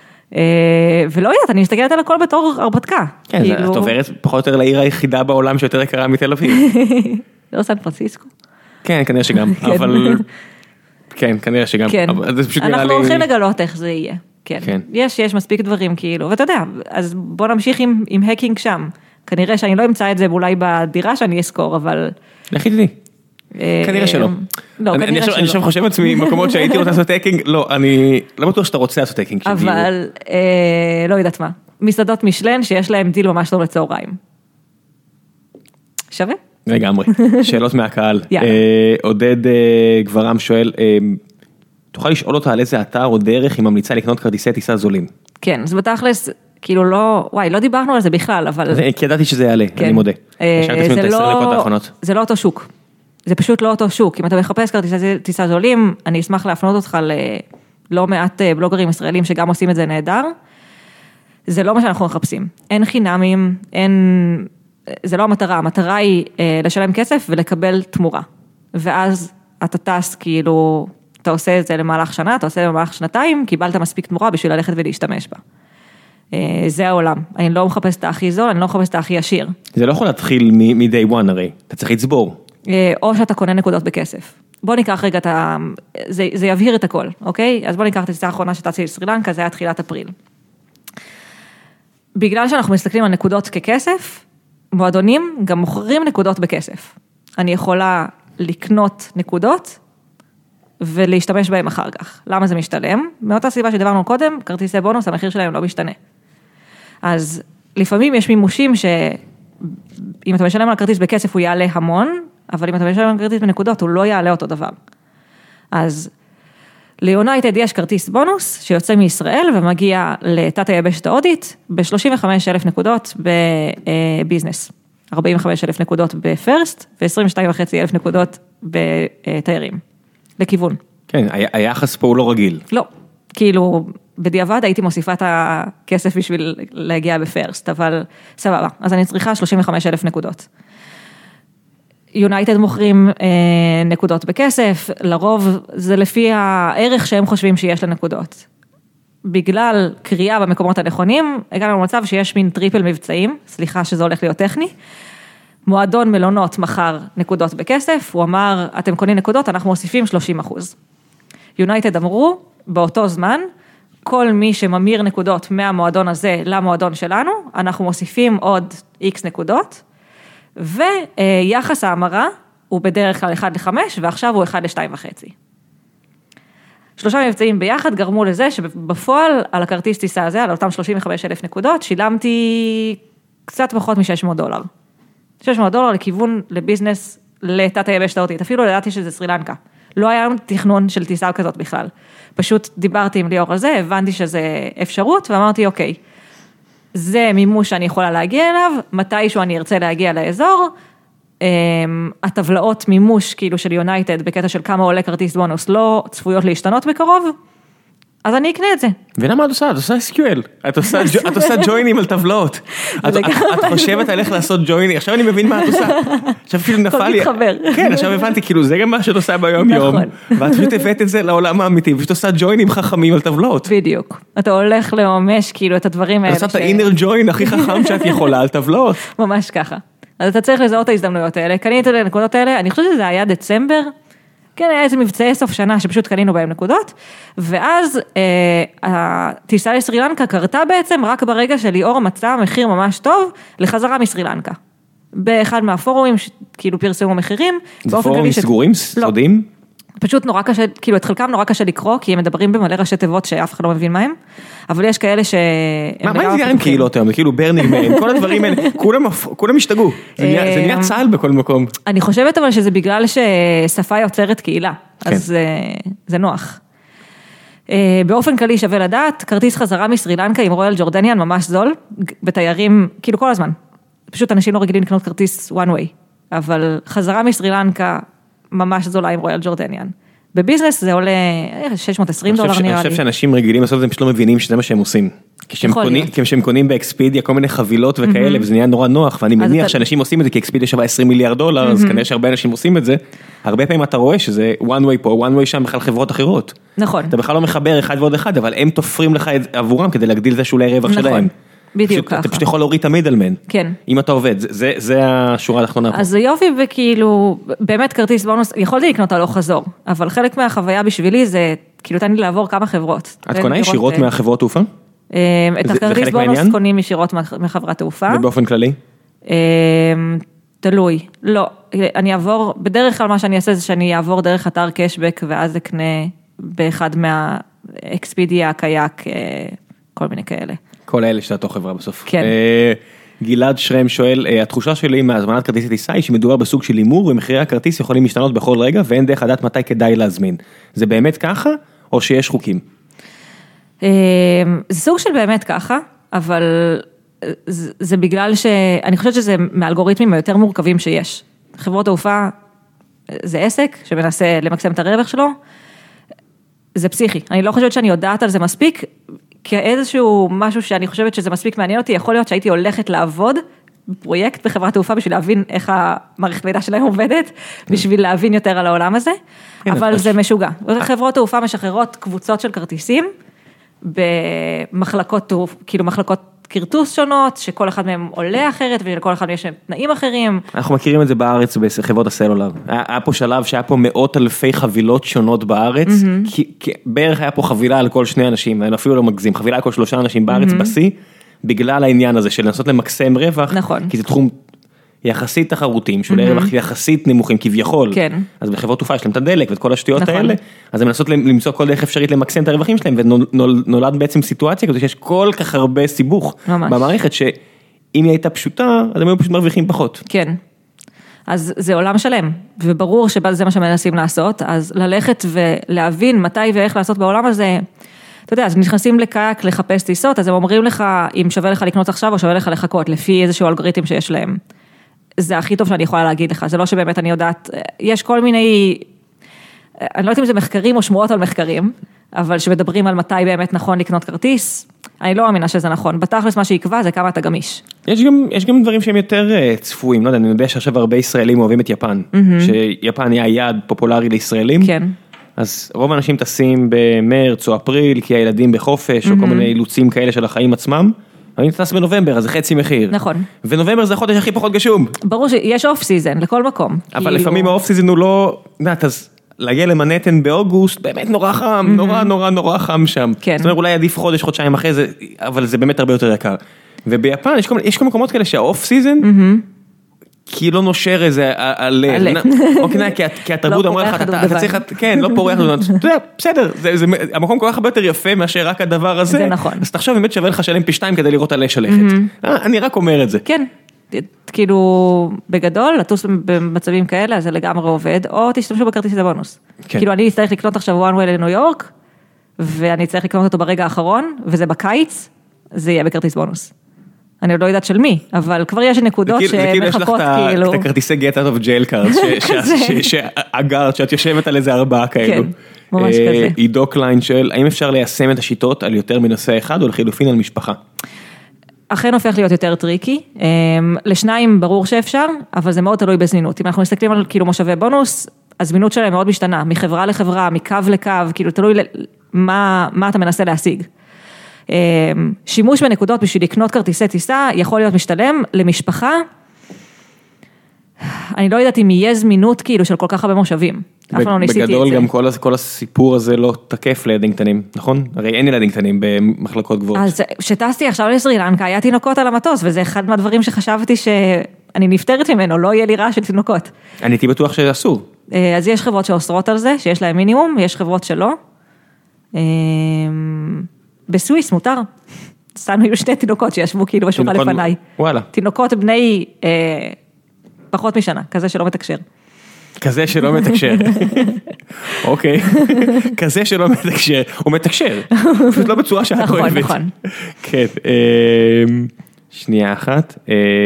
ולא יודעת, אני מסתכלת על הכל בתור הרפתקה. כן, את עוברת פחות או יותר לעיר היחידה בעולם שיותר יקרה מתל אביב. לא סן פרנסיסקו. כן, כנראה שגם, אבל... כן, כנראה שגם. כן, אנחנו הולכים לגלות איך זה יהיה. כן, יש, יש מספיק דברים כאילו, ואתה יודע, אז בוא נמשיך עם, עם הקינג שם. כנראה שאני לא אמצא את זה אולי בדירה שאני אזכור, אבל... לכי תדעי. כנראה שלא. לא, כנראה שלא. אני עכשיו חושב עצמי, מקומות שהייתי רוצה לעשות הקינג, לא, אני לא בטוח שאתה רוצה לעשות הקינג. אבל, לא יודעת מה. מסעדות משלן שיש להם דיל ממש טוב לצהריים. שווה? לגמרי, שאלות מהקהל. עודד גברם שואל, תוכל לשאול אותה על איזה אתר או דרך היא ממליצה לקנות כרטיסי טיסה זולים? כן, אז בתכלס, כאילו לא, וואי, לא דיברנו על זה בכלל, אבל... כי ידעתי שזה יעלה, אני מודה. זה לא אותו שוק. זה פשוט לא אותו שוק. אם אתה מחפש כרטיסי טיסה זולים, אני אשמח להפנות אותך ללא מעט בלוגרים ישראלים שגם עושים את זה נהדר. זה לא מה שאנחנו מחפשים. אין חינמים, אין... זה לא המטרה, המטרה היא לשלם כסף ולקבל תמורה. ואז אתה טס כאילו, אתה עושה את זה למהלך שנה, אתה עושה את זה למהלך שנתיים, קיבלת מספיק תמורה בשביל ללכת ולהשתמש בה. זה העולם. אני לא מחפש את הכי זול, אני לא מחפש את הכי ישיר. זה לא יכול להתחיל מ-day one הרי, אתה צריך לצבור. או שאתה קונה נקודות בכסף. בוא ניקח רגע את ה... זה, זה יבהיר את הכל, אוקיי? אז בוא ניקח את הטיסה האחרונה שטסתי לסרילנקה, זה היה תחילת אפריל. בגלל שאנחנו מסתכלים על נקודות ככסף, מועדונים גם מוכרים נקודות בכסף. אני יכולה לקנות נקודות ולהשתמש בהם אחר כך. למה זה משתלם? מאותה סיבה שדברנו קודם, כרטיסי בונוס, המחיר שלהם לא משתנה. אז לפעמים יש מימושים שאם אתה משלם על כרטיס בכסף הוא יעלה המון, אבל אם אתה משלם על כרטיס בנקודות הוא לא יעלה אותו דבר. אז ליונייטד יש כרטיס בונוס שיוצא מישראל ומגיע לתת היבשת ההודית ב-שלושים וחמישה אלף נקודות בביזנס, ארבעים וחמישה אלף נקודות בפרסט ו-עשרים ושתיים וחצי אלף נקודות בתיירים, לכיוון. כן, היחס פה הוא לא רגיל. לא, כאילו בדיעבד הייתי מוסיפה את הכסף בשביל להגיע בפרסט, אבל סבבה, אז אני צריכה שלושים וחמישה אלף נקודות. יונייטד מוכרים אה, נקודות בכסף, לרוב זה לפי הערך שהם חושבים שיש לנקודות. בגלל קריאה במקומות הנכונים, הגענו למצב שיש מין טריפל מבצעים, סליחה שזה הולך להיות טכני, מועדון מלונות מחר נקודות בכסף, הוא אמר, אתם קונים נקודות, אנחנו מוסיפים שלושים אחוז. יונייטד אמרו, באותו זמן, כל מי שממיר נקודות מהמועדון הזה למועדון שלנו, אנחנו מוסיפים עוד X נקודות, ויחס ההמרה הוא בדרך כלל אחד לחמש, ועכשיו הוא אחד לשתיים וחצי. שלושה מבצעים ביחד גרמו לזה שבפועל על הכרטיס טיסה הזה, על אותם שלושים וחמישה אלף נקודות, שילמתי קצת פחות מ-שש מאות דולר. שש מאות דולר לכיוון לביזנס לתת היבשת ההודית, אפילו לדעתי שזה סרילנקה. לא היה לנו תכנון של טיסה כזאת בכלל. פשוט דיברתי עם ליאור על זה, הבנתי שזה אפשרות, ואמרתי אוקיי, זה מימוש שאני יכולה להגיע אליו, מתישהו אני ארצה להגיע לאזור, הטבלאות מימוש כאילו של יונייטד בקטע של כמה עולה כרטיס בונוס לא צפויות להשתנות בקרוב, אז אני אקנה את זה. ולמה את עושה? את עושה אס קיו אל. את עושה ג'וינים על טבלאות. את חושבת על איך לעשות ג'וינים. עכשיו אני מבין מה את עושה. עכשיו כאילו נפל לי. כן, עכשיו הבנתי, כאילו זה גם מה שאת עושה ביום יום. ואת פשוט הבאת את זה לעולם האמיתי, ושאת עושה ג'וינים חכמים על טבלאות. בדיוק. אתה הולך לממש כאילו את הדברים האלה. אתה עושה את האינר ג'וין הכי חכם שאת יכולה על טבלאות. ממש ככה. אז אתה צריך לזהות את ההזדמנויות האלה. קניתי את הנקודות האלה. אני חושבת שזה היה דצמבר. כן, היה איזה מבצעי סוף שנה שפשוט קנינו בהם נקודות, ואז אה, הטיסה לסרילנקה קרתה בעצם רק ברגע שליאור מצא מחיר ממש טוב לחזרה מסרילנקה. באחד מהפורומים שכאילו פרסמו מחירים. זה פורומים סגורים, סודיים? פשוט נורא קשה, כאילו את חלקם נורא קשה לקרוא, כי הם מדברים במלא ראשי תיבות שאף אחד לא מבין מה הם, אבל יש כאלה ש... מה זה עם קהילות היום? זה כאילו ברנינג מן, כל הדברים האלה, כולם השתגעו, זה נהיה צהל בכל מקום. אני חושבת אבל שזה בגלל ששפה יוצרת קהילה, אז זה נוח. באופן כללי שווה לדעת, כרטיס חזרה מסרילנקה עם רויאל ג'ורדניאן ממש זול, בתיירים, כאילו כל הזמן, פשוט אנשים לא רגילים לקנות כרטיס one way, אבל חזרה מסרילנקה ממש זולה עם רויאל ג'ורדניאן. בביזנס זה עולה שש מאות ועשרים דולר נראה לי. אני חושב שאנשים רגילים לעשות את זה, הם פשוט לא מבינים שזה מה שהם עושים. כשהם קונים באקספידיה כל מיני חבילות וכאלה, וזה נהיה נורא נוח, ואני מניח שאנשים עושים את זה, כי אקספידיה שווה עשרים מיליארד דולר, אז כנראה שהרבה אנשים עושים את זה. הרבה פעמים אתה רואה שזה one way פה, one way שם בכלל חברות אחרות. נכון. אתה בכלל לא מחבר אחד ועוד אחד, אבל הם תופרים לך עבורם כדי להגדיל את השולי רווח שלהם. בדיוק ככה. אתה פשוט יכול להוריד את המידלמן. כן. אם אתה עובד, זה, זה השורה התחתונה פה. אז זה יופי וכאילו, באמת כרטיס בונוס, יכולתי לקנות הלוך חזור, אבל חלק מהחוויה בשבילי זה, כאילו תן לי לעבור כמה חברות. את קונה ישירות מהחברות תעופה? את הכרטיס בונוס קונים ישירות מחברת תעופה. ובאופן כללי? תלוי. לא, אני אעבור, בדרך כלל מה שאני אעשה זה שאני אעבור דרך אתר קשבק, ואז אקנה באחד מהאקספידיה, קייק, כל מיני כאלה. כל האלה של אותו חברה בסוף. כן. גלעד שרם שואל, התחושה שלי מהזמנת כרטיס טיסה היא שמדובר בסוג של הימור, ומחירי הכרטיס יכולים להשתנות בכל רגע, ואין דרך לדעת מתי כדאי להזמין. זה באמת ככה, או שיש חוקים? זה סוג של באמת ככה, אבל זה בגלל שאני חושבת שזה מהאלגוריתמים היותר מורכבים שיש. חברות תעופה זה עסק שמנסה למקסם את הרווח שלו, זה פסיכי. אני לא חושבת שאני יודעת על זה מספיק, כאיזשהו משהו שאני חושבת שזה מספיק מעניין אותי, יכול להיות שהייתי הולכת לעבוד בפרויקט בחברת תעופה, בשביל להבין איך המערכת מידע שלהם עובדת, בשביל להבין יותר על העולם הזה, אבל זה משוגע. חברות תעופה משחררות קבוצות של כרטיסים, במחלקות תעופה, כאילו מחלקות כרטוס שונות, שכל אחד מהם עולה אחרת, ולכל אחד יש תנאים אחרים. אנחנו מכירים את זה בארץ בחברות הסלולר. היה פה שלב שהיה פה מאות אלפי חבילות שונות בארץ, כי בערך היה פה חבילה על כל שני אנשים, אני אפילו לא מגזים, חבילה על כל שלושה אנשים בארץ בסי, בגלל העניין הזה של לנסות למקסם רווח, כי זה תחום יחסית תחרותיים, שולי רווח יחסית נמוכים כביכול, אז בחברות תעופה יש להם את הדלק ואת כל השטויות האלה, אז הם מנסות למצוא כל דרך אפשרית למקסם את הרווחים שלהם, ונולד בעצם סיטואציה כזו שיש כל כך הרבה סיבוך במערכת, שאם היא הייתה פשוטה, אז הם היו פשוט מרוויחים פחות. כן, אז זה עולם שלם, וברור שזה מה שמנסים לעשות, אז ללכת ולהבין מתי ואיך לעשות בעולם הזה, אתה יודע, אז נכנסים לקייק לחפש טיסות, אז הם אומרים לך אם שווה לך לקנות עכשיו או שווה לך לחכות, לפי איזשהו אלגוריתם שיש להם. זה הכי טוב שאני יכולה להגיד לך, זה לא שבאמת אני יודעת, יש כל מיני, אני לא יודעת אם זה מחקרים או שמועות על מחקרים, אבל שמדברים על מתי באמת נכון לקנות כרטיס, אני לא מאמינה שזה נכון, בתכלס מה שיקבע זה כמה אתה גמיש. יש גם, יש גם דברים שהם יותר צפויים, לא יודע, אני יודע שעכשיו הרבה ישראלים אוהבים את יפן, שיפן היה יעד פופולרי לישראלים, כן. אז רוב האנשים טסים במרץ או אפריל, כי הילדים בחופש, או כל מיני אילוצים כאלה של החיים עצמם, אני טס בנובמבר, אז זה חצי מחיר. נכון. ונובמבר זה החודש הכי פחות גשום. ברור שיש אוף סיזן לכל מקום. אבל לפעמים האוף סיזן הוא לא, נעת, אז להגיע למנהטן באוגוסט, באמת נורא חם, נורא נורא נורא חם שם. כן. זאת אומרת, אולי עדיף חודש, חודשיים אחרי זה, אבל זה באמת הרבה יותר יקר. וביפן יש כל, יש כל מקומות כאלה שהאוף סיזן, כי לא נושר איזה עלה, כי התרבות אמרה לך, אתה צריך, כן, לא פורח, אתה יודע, בסדר, המקום כל כך הרבה יותר יפה מאשר רק הדבר הזה, זה נכון. אז תחשוב, באמת שווה לך שלם פי שתיים כדי לראות עלה שלכת. אני רק אומר את זה. כן, כאילו, בגדול, לטוס במצבים כאלה, אז זה לגמרי עובד, או תשתמשו בכרטיס הבונוס. כאילו, אני צריך לקנות עכשיו one way לניו יורק, ואני צריך לקנות אותו ברגע האחרון, וזה בקיץ, זה יהיה בכרטיס בונוס. אני עוד לא יודעת של מי, אבל כבר יש נקודות שמחכות כאילו. את הכרטיסי get out of jail cards, שאגרת, שאת יושבת על איזה ארבעה כאלו. כן, ממש כזה. עידו קליין שואל, האם אפשר ליישם את השיטות על יותר מנושא אחד, או לחילופין על משפחה? אכן הופך להיות יותר טריקי, לשניים ברור שאפשר, אבל זה מאוד תלוי בזמינות. אם אנחנו מסתכלים על כאילו מושבי בונוס, הזמינות שלהם מאוד משתנה, מחברה לחברה, מקו לקו, כאילו תלוי מה, מה אתה מנסה להשיג. שימוש בנקודות בשביל לקנות כרטיסי טיסה, יכול להיות משתלם למשפחה, אני לא יודעת אם יהיה זמינות כאילו של כל כך הרבה מושבים. בגדול גם כל, כל הסיפור הזה לא תקף לילדים קטנים, נכון? הרי אין ילדים קטנים במחלקות גבוהות. אז שטסתי עכשיו לסרי לנקה, היה תינוקות על המטוס, וזה אחד מהדברים שחשבתי שאני נפטרת ממנו, לא יהיה לי רע של תינוקות. אני הייתי בטוח שזה אסור. אז יש חברות שאוסרות על זה, שיש להם מינימום, יש חברות שלא. בסוויס מותר. סתנו היו שתי תינוקות שישבו כאילו בשולחן לפניי. וואלה. תינוקות בני פחות משנה, כזה שלא מתקשר. כזה שלא מתקשר. אוקיי. כזה שלא מתקשר. הוא מתקשר. פשוט לא בצורה שאת אוהבת. נכון, נכון. כן. שנייה אחת.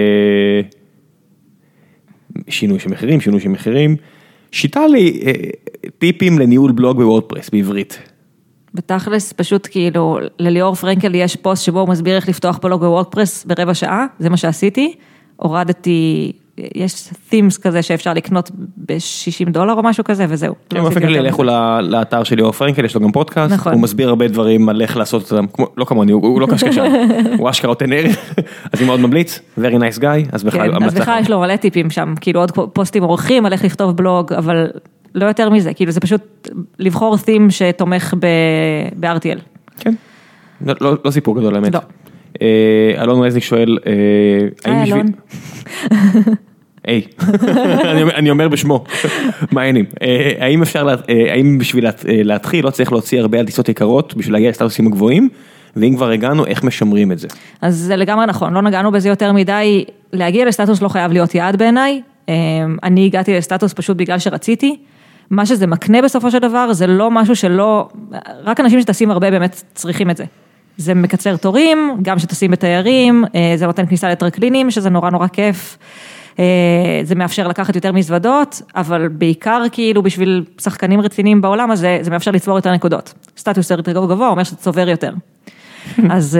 שינוי של מחירים, שינוי של מחירים. שיטה לי טיפים לניהול בלוג בוורדפרס בעברית. בתכלס, פשוט כאילו, לליאור פרנקל יש פוסט שבו הוא מסביר איך לפתוח בלוג בוורדפרס ברבע שעה, זה מה שעשיתי. הורדתי, יש themes כזה שאפשר לקנות ב-שישים דולר או משהו כזה, וזהו. כן, באופן כללי, לכו לאתר של ליאור פרנקל, יש לו גם פודקאסט, הוא מסביר הרבה דברים על איך לעשות אותם, לא כמוני, הוא לא קשקשן, הוא אשכרה נותן ערך, אז אני מאוד ממליץ, very nice guy, אז בכלל המלצה. אז בכלל יש לו מלא טיפים שם, כאילו עוד פוסטים עורכים על איך לכתוב בלוג, אבל לא יותר מזה, כאילו זה פשוט לבחור theme שתומך ב-אר טי אל. כן, לא סיפור גדול האמת. לא. אלון רזניק שואל, היי אלון. היי, אני אומר בשמו, מה העניינים? האם אפשר, האם בשביל להתחיל לא צריך להוציא הרבה על טיסות יקרות בשביל להגיע לסטטוסים הגבוהים, ואם כבר הגענו, איך משמרים את זה? אז זה לגמרי נכון, לא נגענו בזה יותר מדי, להגיע לסטטוס לא חייב להיות יעד בעיניי, אני הגעתי לסטטוס פשוט בגלל שרציתי, מה שזה מקנה בסופו של דבר, זה לא משהו שלא, רק אנשים שטסים הרבה באמת צריכים את זה. זה מקצר תורים, גם שטסים בתיירים, זה נותן כניסה לטרקלינים, שזה נורא נורא כיף, זה מאפשר לקחת יותר מזוודות, אבל בעיקר כאילו בשביל שחקנים רציניים בעולם הזה, זה מאפשר לצבור יותר נקודות. סטטוס יותר גבוה, אומר שאתה צובר יותר. אז...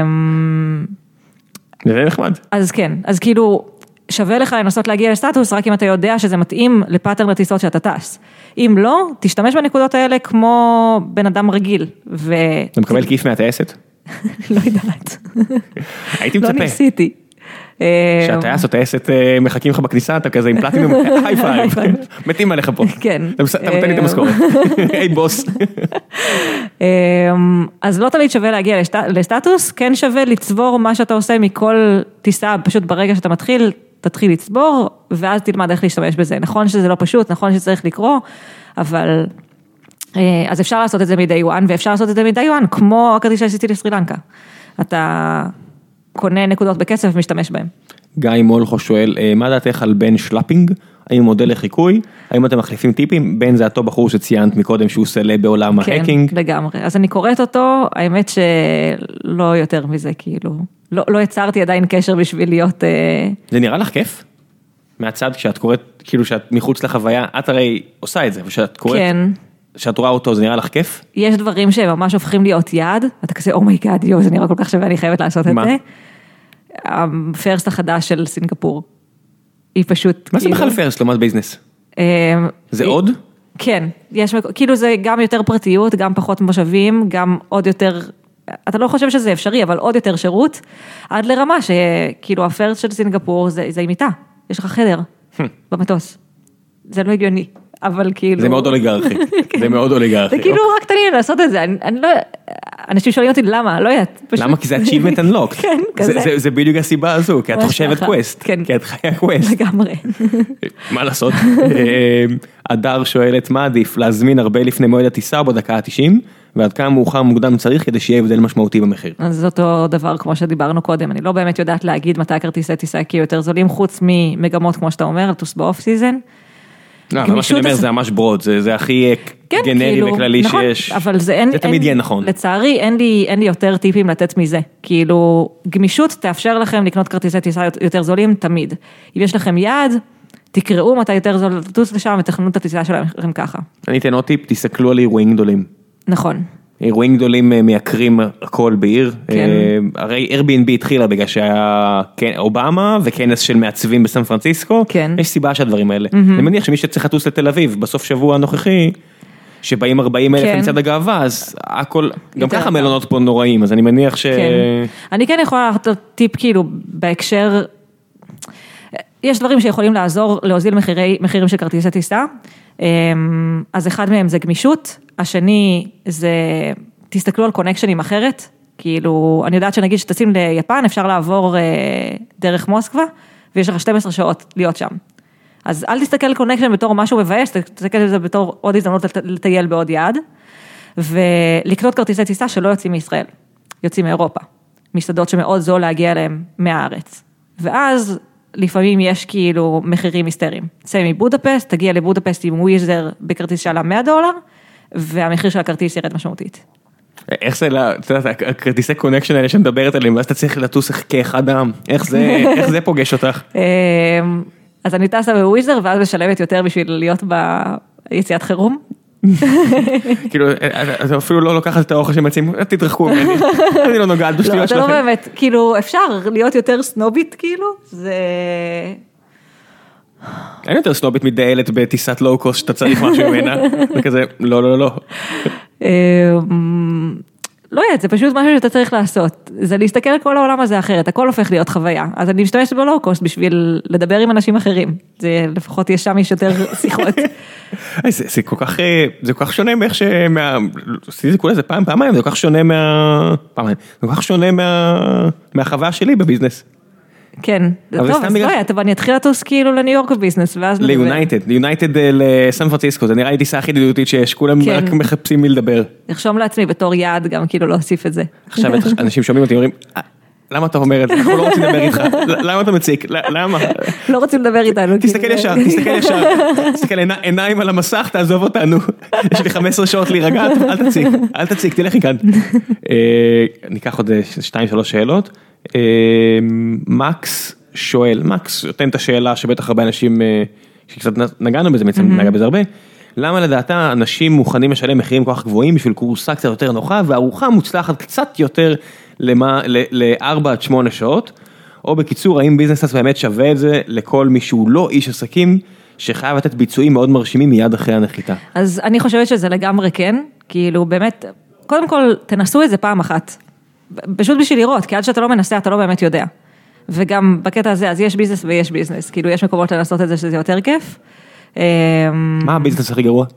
זה נחמד. אז כן, אז כאילו... שווה לך לנסות להגיע לסטטוס, רק אם אתה יודע שזה מתאים לפאטרן לטיסות שאתה טס. אם לא, תשתמש בנקודות האלה כמו בן אדם רגיל. אתה מקבל כיף מהטייסת? לא יודעת. הייתי מצפה. לא ניסיתי. שהטייס או טייסת מחכים לך בכניסה, אתה כזה עם פלטינום, היי פייב, מתים עליך פה. כן. אתה נותן לי את המשכורת. היי בוס. אז לא תמיד שווה להגיע לסטטוס, כן שווה לצבור מה שאתה עושה מכל טיסה, פשוט ברגע שאתה מתחיל, תתחיל לצבור, ואז תלמד איך להשתמש בזה. נכון שזה לא פשוט, נכון שצריך לקרוא, אבל אז אפשר לעשות את זה מ-day one, ואפשר לעשות את זה מ-day one, כמו הכרטיס שעשיתי לסרי לנקה. אתה קונה נקודות בכסף ומשתמש בהם. גיא מולכו שואל, מה דעתך על בן שלפינג? האם מודל לחיקוי? האם אתם מחליפים טיפים? בן זה אותו בחור שציינת מקודם שהוא סלב בעולם ההקינג? כן, לגמרי. אז אני קוראת אותו, האמת שלא יותר מזה, כאילו, לא, לא יצרתי עדיין קשר בשביל להיות... זה נראה לך כיף? מהצד כשאת קוראת, כאילו שאת מחוץ לחוויה, את הרי עושה את זה, ושאת קוראת... כן. שאת רואה אותו, זה נראה לך כיף? יש דברים שהם ממש הופכים להיות יעד, אתה כזה, אומייגאד, יו, זה נראה כל כך שווה, אני חייבת לעשות את זה. הפרסט החדש של סינגפור. היא פשוט... מה זה בכלל פרסט, לעומת ביזנס? זה עוד? כן, יש, כאילו זה גם יותר פרטיות, גם פחות מושבים, גם עוד יותר, אתה לא חושב שזה אפשרי, אבל עוד יותר שירות, עד לרמה שכאילו הפרסט של סינגפור זה אימיתה, יש לך חדר במטוס. זה לא הגיוני. אבל כאילו... זה מאוד אוליגרכי, זה מאוד אוליגרכי. זה כאילו רק תני לי לעשות את זה, אני לא... אנשים שואלים אותי למה, לא יודעת. למה? כי זה achievement unlocked. כן, כזה. זה בדיוק הסיבה הזו, כי את חושבת קווסט. כי את חיה קווסט. לגמרי. מה לעשות? הדר שואלת, מה עדיף? להזמין הרבה לפני מועד הטיסה או בדקה ה-תשעים, ועד כמה מאוחר מוקדם צריך כדי שיהיה הבדל משמעותי במחיר. אז זה אותו דבר כמו שדיברנו קודם, אני לא באמת יודעת להגיד מתי הכרטיסי טיסה כי יותר זולים, חוץ ממגמות כמו שאתה אומר, לטוס באוף סיזן. לא, אבל מה שאני אומר זה ממש ברוד, זה הכי גנרי וכללי שיש. אבל זה תמיד יהיה נכון. לצערי, אין לי יותר טיפים לתת מזה. כאילו, גמישות תאפשר לכם לקנות כרטיסי טיסה יותר זולים תמיד. אם יש לכם יעד, תקראו מתי יותר זול לטוס לשם ותכננו את הטיסה שלהם ככה. אני אתן עוד טיפ, תסתכלו על אירועים גדולים. נכון. אירועים גדולים מייקרים הכל בעיר, הרי Airbnb התחילה בגלל שהיה אובמה וכנס של מעצבים בסן פרנסיסקו, יש סיבה שהדברים האלה. אני מניח שמי שצריך לטוס לתל אביב בסוף שבוע הנוכחי, שבאים ארבעים אלף למצעד הגאווה, אז הכל, גם ככה מלונות פה נוראים, אז אני מניח ש... אני כן יכולה לתת טיפ כאילו בהקשר, יש דברים שיכולים לעזור להוזיל מחירים של כרטיסי טיסה, אז אחד מהם זה גמישות, השני זה, תסתכלו על קונקשנים אחרת, כאילו, אני יודעת שנגיד שטסים ליפן, אפשר לעבור דרך מוסקבה, ויש לך שתים עשרה שעות להיות שם. אז אל תסתכל על קונקשן בתור משהו מבאס, תסתכל על זה בתור עוד הזדמנות לטייל בעוד יעד, ולקנות כרטיסי טיסה שלא יוצאים מישראל, יוצאים מאירופה, מסעדות שמאוד זול להגיע אליהם מהארץ. ואז לפעמים יש כאילו מחירים היסטריים. צא מבודפסט, תגיע לבודפסט עם וויזר בכרטיס שעלה מאה דולר, והמחיר של הכרטיס ירד משמעותית. איך זה, אתה יודע, הכרטיסי קונקשן האלה שמדברת עליהם, ואז אתה צריך לטוס כאחד העם, איך זה פוגש אותך? אז אני טסה בוויזר, ואז משלמת יותר בשביל להיות ביציאת חירום. כאילו, אתה אפילו לא לוקחת את האוכל שמציעים, תתרחקו ממני, אני לא נוגעת בשטויות שלכם. לא, אתה לא באמת, כאילו, אפשר להיות יותר סנובית, כאילו, זה... אין יותר סנובית מדאלת בטיסת לואו-קוסט, שאתה צריך משהו ממנה, וכזה, לא, לא, לא. לא יודעת, זה פשוט משהו שאתה צריך לעשות, זה להסתכל על כל העולם הזה אחרת, הכל הופך להיות חוויה, אז אני משתמשת בלואו-קוסט בשביל לדבר עם אנשים אחרים, זה לפחות יש שם יש יותר שיחות. זה כל כך, זה כל כך שונה מאיך שמה, עשיתי כולה זה פעם, פעמיים, זה כל כך שונה מה, פעמיים, זה כל כך שונה מה, מהחוויה שלי בביזנס. כן, טוב, אז לא יודעת, אבל אני אתחיל לטוס כאילו לניו יורק בביזנס, ואז נדבר. ליונייטד, ליונייטד לסן פרנסיסקו, זה נראה לי טיסה הכי ידידותית שיש, כולם רק מחפשים מי לדבר. נרשום לעצמי בתור יעד גם כאילו להוסיף את זה. עכשיו אנשים שומעים אותי, אומרים, למה אתה אומר את זה? אנחנו לא רוצים לדבר איתך, למה אתה מציק? למה? לא רוצים לדבר איתנו. תסתכל ישר, תסתכל ישר, תסתכל עיניים על המסך, תעזוב אותנו, יש לי חמש עשרה שעות להירגע, אל תציק, אל תציק, תלך מכאן. ניקח עוד שתיים, שלוש שאלות. מקס שואל, מקס נותן את השאלה שבטח הרבה אנשים שקצת נגענו בזה, בעצם נגע בזה הרבה, למה לדעתה אנשים מוכנים לשלם מחירים כל כך גבוהים בשביל קורסה קצת יותר נוחה, והארוחה מוצלחת קצת יותר לארבע עד שמונה שעות, או בקיצור, האם ביזנס באמת שווה את זה לכל מי שהוא לא איש עסקים, שחייב לתת ביצועים מאוד מרשימים מיד אחרי הנחיתה? אז אני חושבת שזה לגמרי כן, כאילו באמת, קודם כל תנסו את זה פעם אחת, פשוט בשביל לראות, כי עד שאתה לא מנסה, אתה לא באמת יודע. וגם בקטע הזה, אז יש ביזנס ויש ביזנס, כאילו יש מקומות לנסות את זה שזה יותר כיף. מה הביזנס הכי גרוע?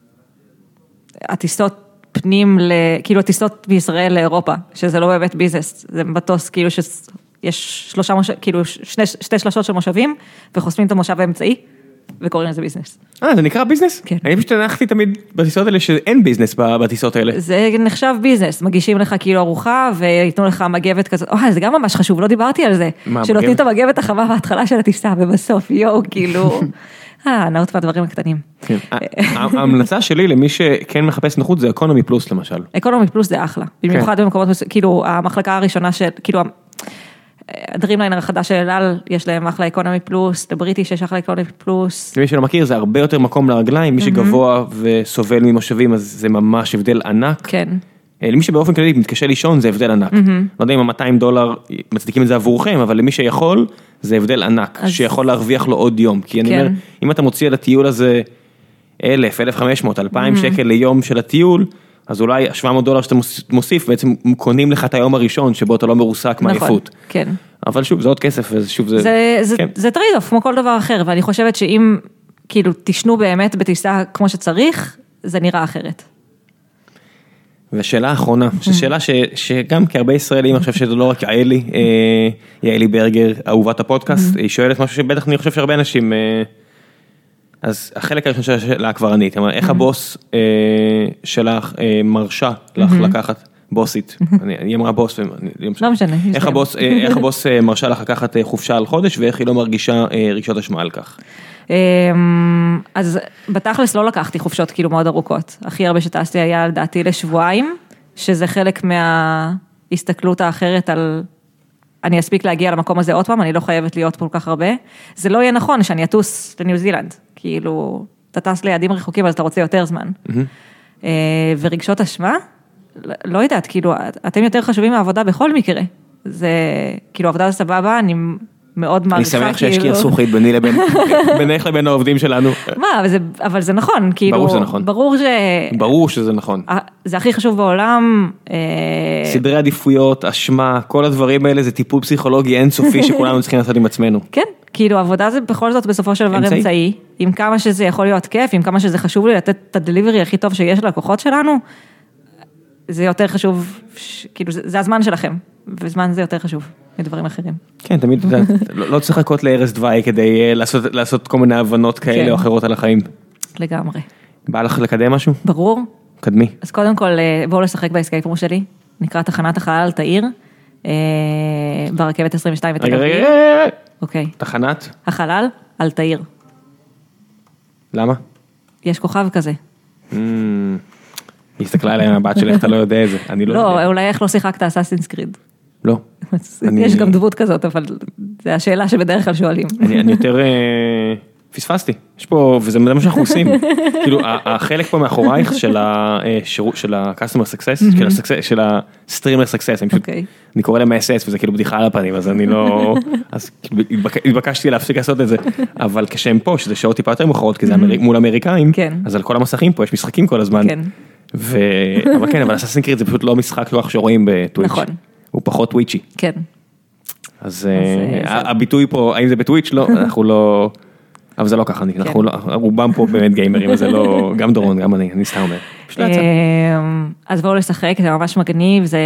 הטיסות פנים, כאילו הטיסות מישראל לאירופה, שזה לא באמת ביזנס, זה מטוס כאילו שיש שלושה, כאילו שתי שלשות של מושבים, וחוסמים את המושב האמצעי, וקוראים לזה ביזנס. אה, זה נקרא ביזנס? כן. אני פשוט הנחתי תמיד בטיסות האלה שאין ביזנס בטיסות האלה. זה נחשב ביזנס, מגישים לך כאילו ארוחה, ויתנו לך מגבת כזאת, אוה, זה גם ממש חשוב, לא דיברתי על זה. מה, שנותנים את המגבת החמה בהתחלה של הטיסה, ובסוף, יואו, כאילו, אה, נאות מהדברים הקטנים. כן. ההמלצה שלי למי שכן מחפש נוחות, זה אקונומי פלוס למשל. אקונומי פלוס זה אחלה. במיוחד במקומות, כאילו, המחלקה הראשונה של, כאילו, הדרימליינר החדש של אלעל, יש להם אחלה אקונומי פלוס, לבריטיש יש אחלה אקונומי פלוס. למי שלא מכיר, זה הרבה יותר מקום לרגליים, מי שגבוה וסובל ממושבים, אז זה ממש הבדל ענק. כן. למי שבאופן כללי מתקשה לישון, זה הבדל ענק. לא יודע אם ה-מאתיים דולר מצדיקים את זה עבורכם, אבל למי שיכול, זה הבדל ענק, שיכול להרוויח לו עוד יום. כי אני אומר, אם אתה מוציא על הטיול הזה אלף, אלף וחמש מאות, אלפיים שקל ליום של הטיול, אז אולי שבע מאות דולר שאתה מוסיף, בעצם קונים לך את היום הראשון, שבו אתה לא מרוסק מעייפות. כן. אבל שוב, זה עוד כסף, ושוב זה... זה, כן. זה טרייד-אוף, כמו כל דבר אחר, ואני חושבת שאם, כאילו, תשנו באמת בטיסה כמו שצריך, זה נראה אחרת. והשאלה האחרונה, ששאלה ש, שגם כהרבה ישראלים, אני חושב שזה לא רק יעלי, יעלי ברגר, אהובת הפודקאסט, היא שואלת משהו שבטח אני חושב שהרבה אנשים... אז החלק הראשון של השאלה כבר ענית, איך הבוס שלך מרשה לך לקחת, בוסית, היא אמרה בוס, לא משנה, איך הבוס מרשה לך לקחת חופשה על חודש, ואיך היא לא מרגישה רגשות אשמה על כך? אז בתכלס לא לקחתי חופשות כאילו מאוד ארוכות, הכי הרבה שטסתי היה לדעתי לשבועיים, שזה חלק מההסתכלות האחרת על, אני אספיק להגיע למקום הזה עוד פעם, אני לא חייבת להיות כל כך הרבה, זה לא יהיה נכון שאני אטוס לניו זילנד, כאילו, אתה טס ליעדים רחוקים, אז אתה רוצה יותר זמן. Mm-hmm. ורגשות אשמה, לא יודעת, כאילו, אתם יותר חשובים מהעבודה בכל מקרה, זה, כאילו, עבודה זה סבבה, אני מאוד מעריכה, אני שמח שהשקיע זכוכית ביני לבין, בינך לבין העובדים שלנו. מה, אבל זה, אבל זה נכון, כאילו, ברור שזה נכון. ברור ש... ברור שזה נכון. זה הכי חשוב בעולם. סדרי עדיפויות, אשמה, כל הדברים האלה, זה טיפול פסיכולוגי אינסופי שכולנו צריכים לעשות עם עצמנו. כן, כאילו, עבודה זה בכל זאת בסופו של דבר אמצעי, עם כמה שזה יכול להיות כיף, עם כמה שזה חשוב לי לתת את הדליברי הכי טוב שיש ללקוחות שלנו, זה יותר חשוב, כאילו, זה הזמן שלכם, וזמן זה יותר חשוב מדברים אחרים. כן, תמיד, לא צריך לחכות לארז דווי כדי לעשות כל מיני הבנות כאלה או אחרות על החיים. לגמרי. בא לך לקדם משהו? ברור. קדמי. אז קודם כל, בואו לשחק באסקייפ-רום שלי, נקרא תחנת החלל תאיר, ברכבת עשרים ושתיים בתל אביב. רגע, רגע, אוקיי. תחנת? החלל על תאיר. למה? יש כוכב כזה. היא הסתכלה עליהם הבת שלך, אתה לא יודע את זה, אני לא יודע. לא, אולי איך לא שיחקת אסאסינס קריד. לא. יש גם דמות כזאת, אבל זו השאלה שבדרך כלל שואלים. אני יותר פספסתי, יש פה, וזה מה שאנחנו עושים. כאילו, החלק פה מאחורייך של השירות, של ה-customer success, של ה-streamer success, אני קורא להם אס אס, וזה כאילו בדיחה על הפנים, אז אני לא, אז התבקשתי להפסיק לעשות את זה, אבל כשהם פה, שזה שעות טיפה יותר מאוחרות, כי זה מול אמריקאים, אז על כל המסכים פה יש משחקים כל הזמן. אבל כן, אבל אסאסינס קריד זה פשוט לא משחק לוח שרואים בטוויץ'. נכון. הוא פחות טוויצ'י. כן. אז הביטוי פה, האם זה בטוויץ'? לא, אנחנו לא, אבל זה לא ככה, אנחנו רובם פה באמת גיימרים, אז זה לא, גם דורון, גם אני, אני סתם אומר. אז בואו לשחק, זה ממש מגניב, זה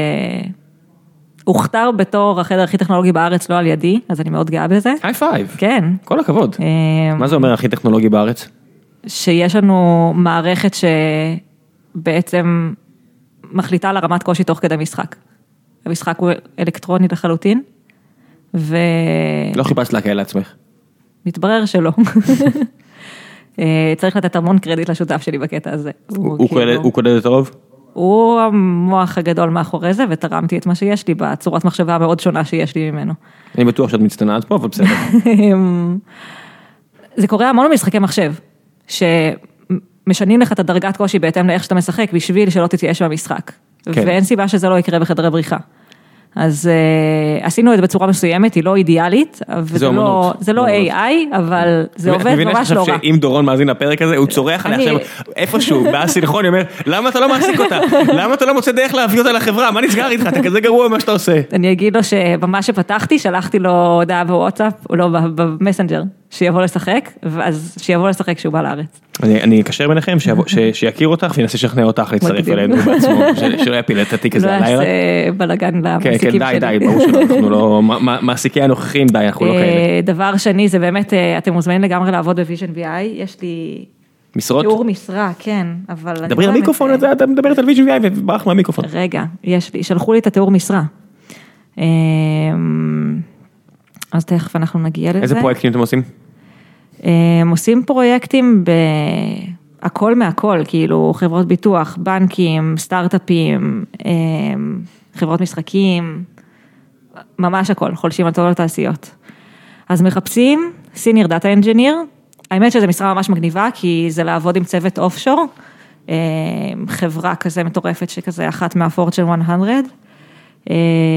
הוכתר בתור החדר הכי טכנולוגי בארץ, לא על ידי, אז אני מאוד גאה בזה. היי פייב. כן. כל הכבוד. מה זה אומר הכי טכנולוגי בארץ? שיש לנו מערכת שבעצם מחליטה על הרמת קושי תוך כדי משחק. המשחק הוא אלקטרוני לחלוטין, ו... לא חיפשת להקל לעצמך. מתברר שלא. צריך לתת המון קרדיט לשותף שלי בקטע הזה. הוא קודד את הרוב? הוא המוח הגדול מאחורי זה, ותרמתי את מה שיש לי בצורת מחשבה המאוד שונה שיש לי ממנו. אני בטוח שאת מצטנעת פה, אבל בסדר. זה קורה המון במשחקי מחשב, שמשנים לך את הדרגת קושי בהתאם לאיך שאתה משחק, בשביל שלא תתייאש במשחק. ואין סיבה שזה לא יקרה בחדרי בריחה. אז עשינו את זה בצורה מסוימת, היא לא אידיאלית, זה לא איי איי, אבל זה עובד ממש לא רע. מבינה שחושב שאם דורון מאזין לפרק הזה, הוא צורח עליה עכשיו איפשהו, באסינכרוני, אומר, למה אתה לא מעסיק אותה? למה אתה לא מוצא דרך להביא אותה לחברה? מה נסגר איתך? אתה כזה גרוע מה שאתה עושה. אני אגיד לו שממש שפתחתי, שלחתי לו הודעה בוואטסאפ, או לא, במסנג'ר, שיבוא לשחק, אז שיבוא לשחק כשהוא בא לארץ. אני אקשר ביניכם, שיכיר אותך, וינסה לשכנע אותך להצטרף אלינו בעצמו, שלא יפיל את התיק הזה הלילה. לא יעשה בלגן למעסיקים שלי. די, די, ברור שאנחנו לא, מעסיקי הנוכחים, די, אנחנו לא כאלה. דבר שני, זה באמת, אתם מוזמנים לגמרי לעבוד בוויז'ן וי איי, יש לי... משרות? תיאור משרה, כן, אבל... דברי על מיקרופון, אתה מדברת על ויז'ן וי איי וברח מהמיקרופון. רגע, יש לי, שלחו לי את התיאור משרה. אז תכף אנחנו נגיע לזה. איזה פרויקטים אתם עושים? הם עושים פרויקטים בהכל מהכל, כאילו חברות ביטוח, בנקים, סטארט-אפים, חברות משחקים, ממש הכל, חולשים על כל התעשיות. אז מחפשים Senior Data Engineer, האמת שזה משרה ממש מגניבה, כי זה לעבוד עם צוות אופשור, חברה כזה מטורפת שכזה אחת מהפורצ'ן מאה.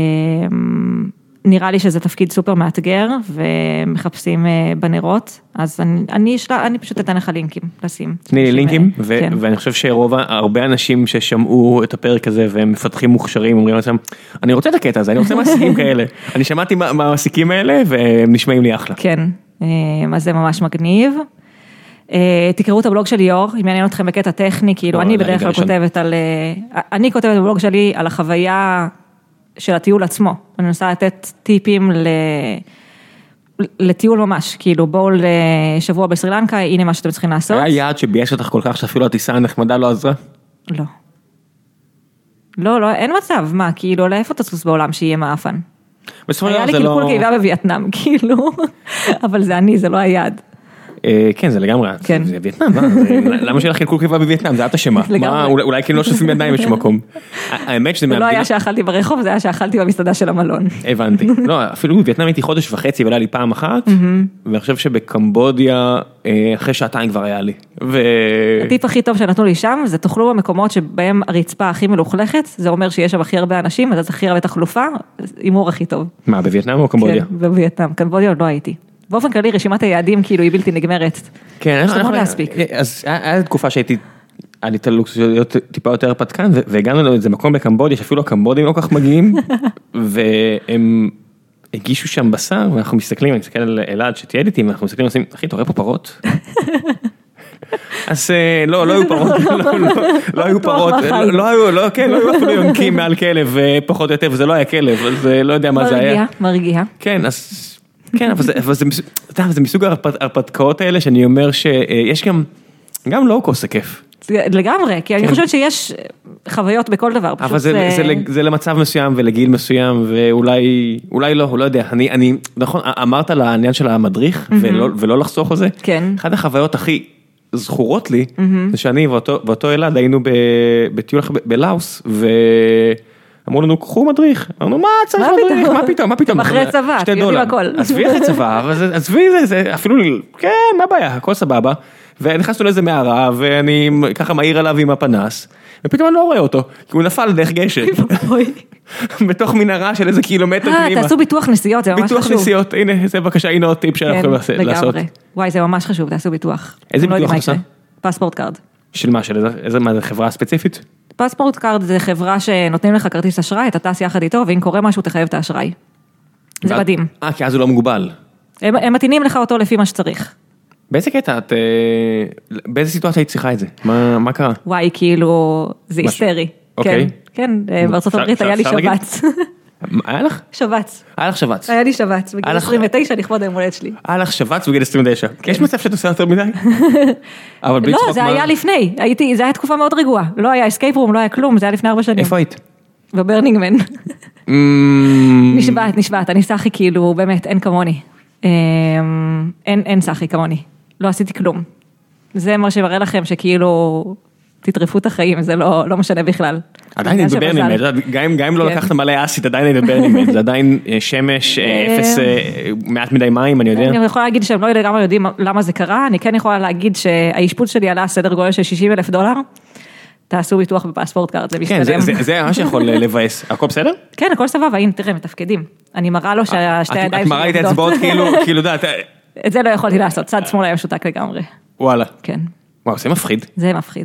נראה לי שזה תפקיד סופר מאתגר, ומחפשים בנרות, אז אני, אני, אני פשוט אתן לך לינקים, לשים. תני לי לינקים, ו- כן. ואני חושב שרוב, הרבה אנשים ששמעו את הפרק הזה, והם מפתחים מוכשרים, אומרים לעצמם, אני רוצה את הקטע הזה, אני רוצה מעסיקים כאלה. אני שמעתי מה, מה המעסיקים האלה, והם נשמעים לי אחלה. כן, אז זה ממש מגניב. תקראו את הבלוג של ליאור, אם מעניין אתכם בקטע טכני, כאילו אני בדרך כלל כותבת על, אני כותבת בבלוג שלי על החוויה של הטיול עצמו, אני מנסה לתת טיפים לטיול ממש, כאילו בואו לשבוע בסרילנקה, הנה מה שאתם צריכים לעשות. היה יעד שבייש אותך כל כך שאפילו הטיסה הנחמדה לא עזרה? לא. לא, לא, אין מצב, מה, כאילו, לאיפה תטוס בעולם שיהיה מאפן? היה לי קלקול קיבה בווייטנאם, כאילו, אבל זה אני, זה לא היעד. כן, זה לגמרי, זה וייטנאם, למה שלך חילקו קיבה בווייטנאם, זה את אשמה, אולי כן לא שופים ידיים באיזשהו מקום. האמת שזה לא היה שאכלתי ברחוב, זה היה שאכלתי במסעדה של המלון. הבנתי, לא, אפילו בווייטנאם הייתי חודש וחצי ולא היה לי פעם אחת, ואני חושב שבקמבודיה, אחרי שעתיים כבר היה לי. הטיפ הכי טוב שנתנו לי שם, זה תאכלו במקומות שבהם הרצפה הכי מלוכלכת, זה אומר שיש שם הכי הרבה אנשים, אז הכי הרבה תחלופה, הימור הכי טוב. מה, בווייטנאם או קמבודיה? כן, בווייטנאם, קמבודיה עוד לא הייתי. באופן כללי, רשימת היעדים כאילו היא בלתי נגמרת. כן, יש לנו להספיק. אז היה תקופה שהייתי, היה לי את הלוקסוס טיפה יותר פתקן, והגענו לאיזה מקום בקמבודיה, שאפילו הקמבודים לא כך מגיעים, והם הגישו שם בשר, ואנחנו מסתכלים, אני מסתכל על אלעד שתהיה איתי, ואנחנו מסתכלים ועושים, אחי, אתה רואה פה פרות? אז לא, לא היו פרות, לא היו פרות, לא היו, לא, כן, לא היו אפילו יונקים מעל כלב, פחות או יותר, וזה לא היה כלב, אז לא יודע מה זה היה. מרגיע, מרגיע. כן, אז... כן, אבל זה מסוג ההרפתקאות האלה שאני אומר שיש גם, גם לא כוס הכיף. לגמרי, כי אני חושבת שיש חוויות בכל דבר. אבל זה למצב מסוים ולגיל מסוים, ואולי, אולי לא, לא יודע. אני, נכון, אמרת על העניין של המדריך, ולא לחסוך על זה. כן. אחת החוויות הכי זכורות לי, זה שאני ואותו אלעד היינו בטיול בלאוס, ו... אמרו לנו, קחו מדריך. אמרנו, מה צריך מדריך? מה פתאום? מה פתאום? אחרי צבא, יודעים הכל. עזבי אחרי צבא, עזבי זה, אפילו, כן, מה הבעיה? הכל סבבה. ונכנסנו לאיזה מערה, ואני ככה מעיר עליו עם הפנס, ופתאום אני לא רואה אותו, כי הוא נפל דרך גשר. בתוך מנהרה של איזה קילומטר פנימה. תעשו ביטוח נסיעות, זה ממש חשוב. ביטוח נסיעות, הנה, זה בבקשה, הנה עוד טיפ שאנחנו יכולים לעשות. וואי, זה ממש חשוב, תעשו ביטוח. איזה ביטוח עושה? פספורט קארד. של מה? של איזה, מה, זה חברה ספציפית? פספורט קארד זה חברה שנותנים לך כרטיס אשראי, אתה טס יחד איתו, ואם קורה משהו תחייב את האשראי. זה מדהים. אה, כי אז הוא לא מוגבל. הם, הם מתאינים לך אותו לפי מה שצריך. באיזה קטע, את, באיזה סיטואציה היית צריכה את זה? מה, מה קרה? וואי, כאילו, זה היסטרי. אוקיי. כן, כן, בארצות הברית היה לי שבץ. היה לך? שבץ. היה לך שבץ. היה לי שבץ, בגיל עשרים ותשע לכבוד היום הולדת שלי. היה לך שבץ בגיל עשרים ותשע. יש מצב שאת עושה יותר מדי? לא, זה היה לפני. הייתי, זה היה תקופה מאוד רגועה. לא היה אסקייפ רום, לא היה כלום, זה היה לפני ארבע שנים. איפה היית? בברנינגמן. נשבעת, נשבעת. אני סחי כאילו, באמת, אין כמוני. אין סחי כמוני. לא עשיתי כלום. זה מה שמראה לכם שכאילו... תטרפו את החיים, זה לא, לא משנה בכלל. עדיין היית בברנינגמן, גם אם לא לקחת מלא אסית, עדיין היית בברנינגמן, זה עדיין שמש, אפס, מעט מדי מים, אני יודע. אני יכולה להגיד שהם לא לגמרי יודעים למה זה קרה, אני כן יכולה להגיד שהאשפוט שלי עלה סדר גודל של שישים אלף דולר, תעשו ביטוח בפספורט קארד, זה משתלם. כן, זה מה שיכול לבאס, הכל בסדר? כן, הכל סבבה, הנה, תראה, מתפקדים. אני מראה לו שהשתי ידיים את מראה את האצבעות כאילו, דעת. את זה לא יכולתי לעשות, צד שמאל היה משותק לגמרי. וואלה. כן. וואו, זה מפחיד. זה מפחיד.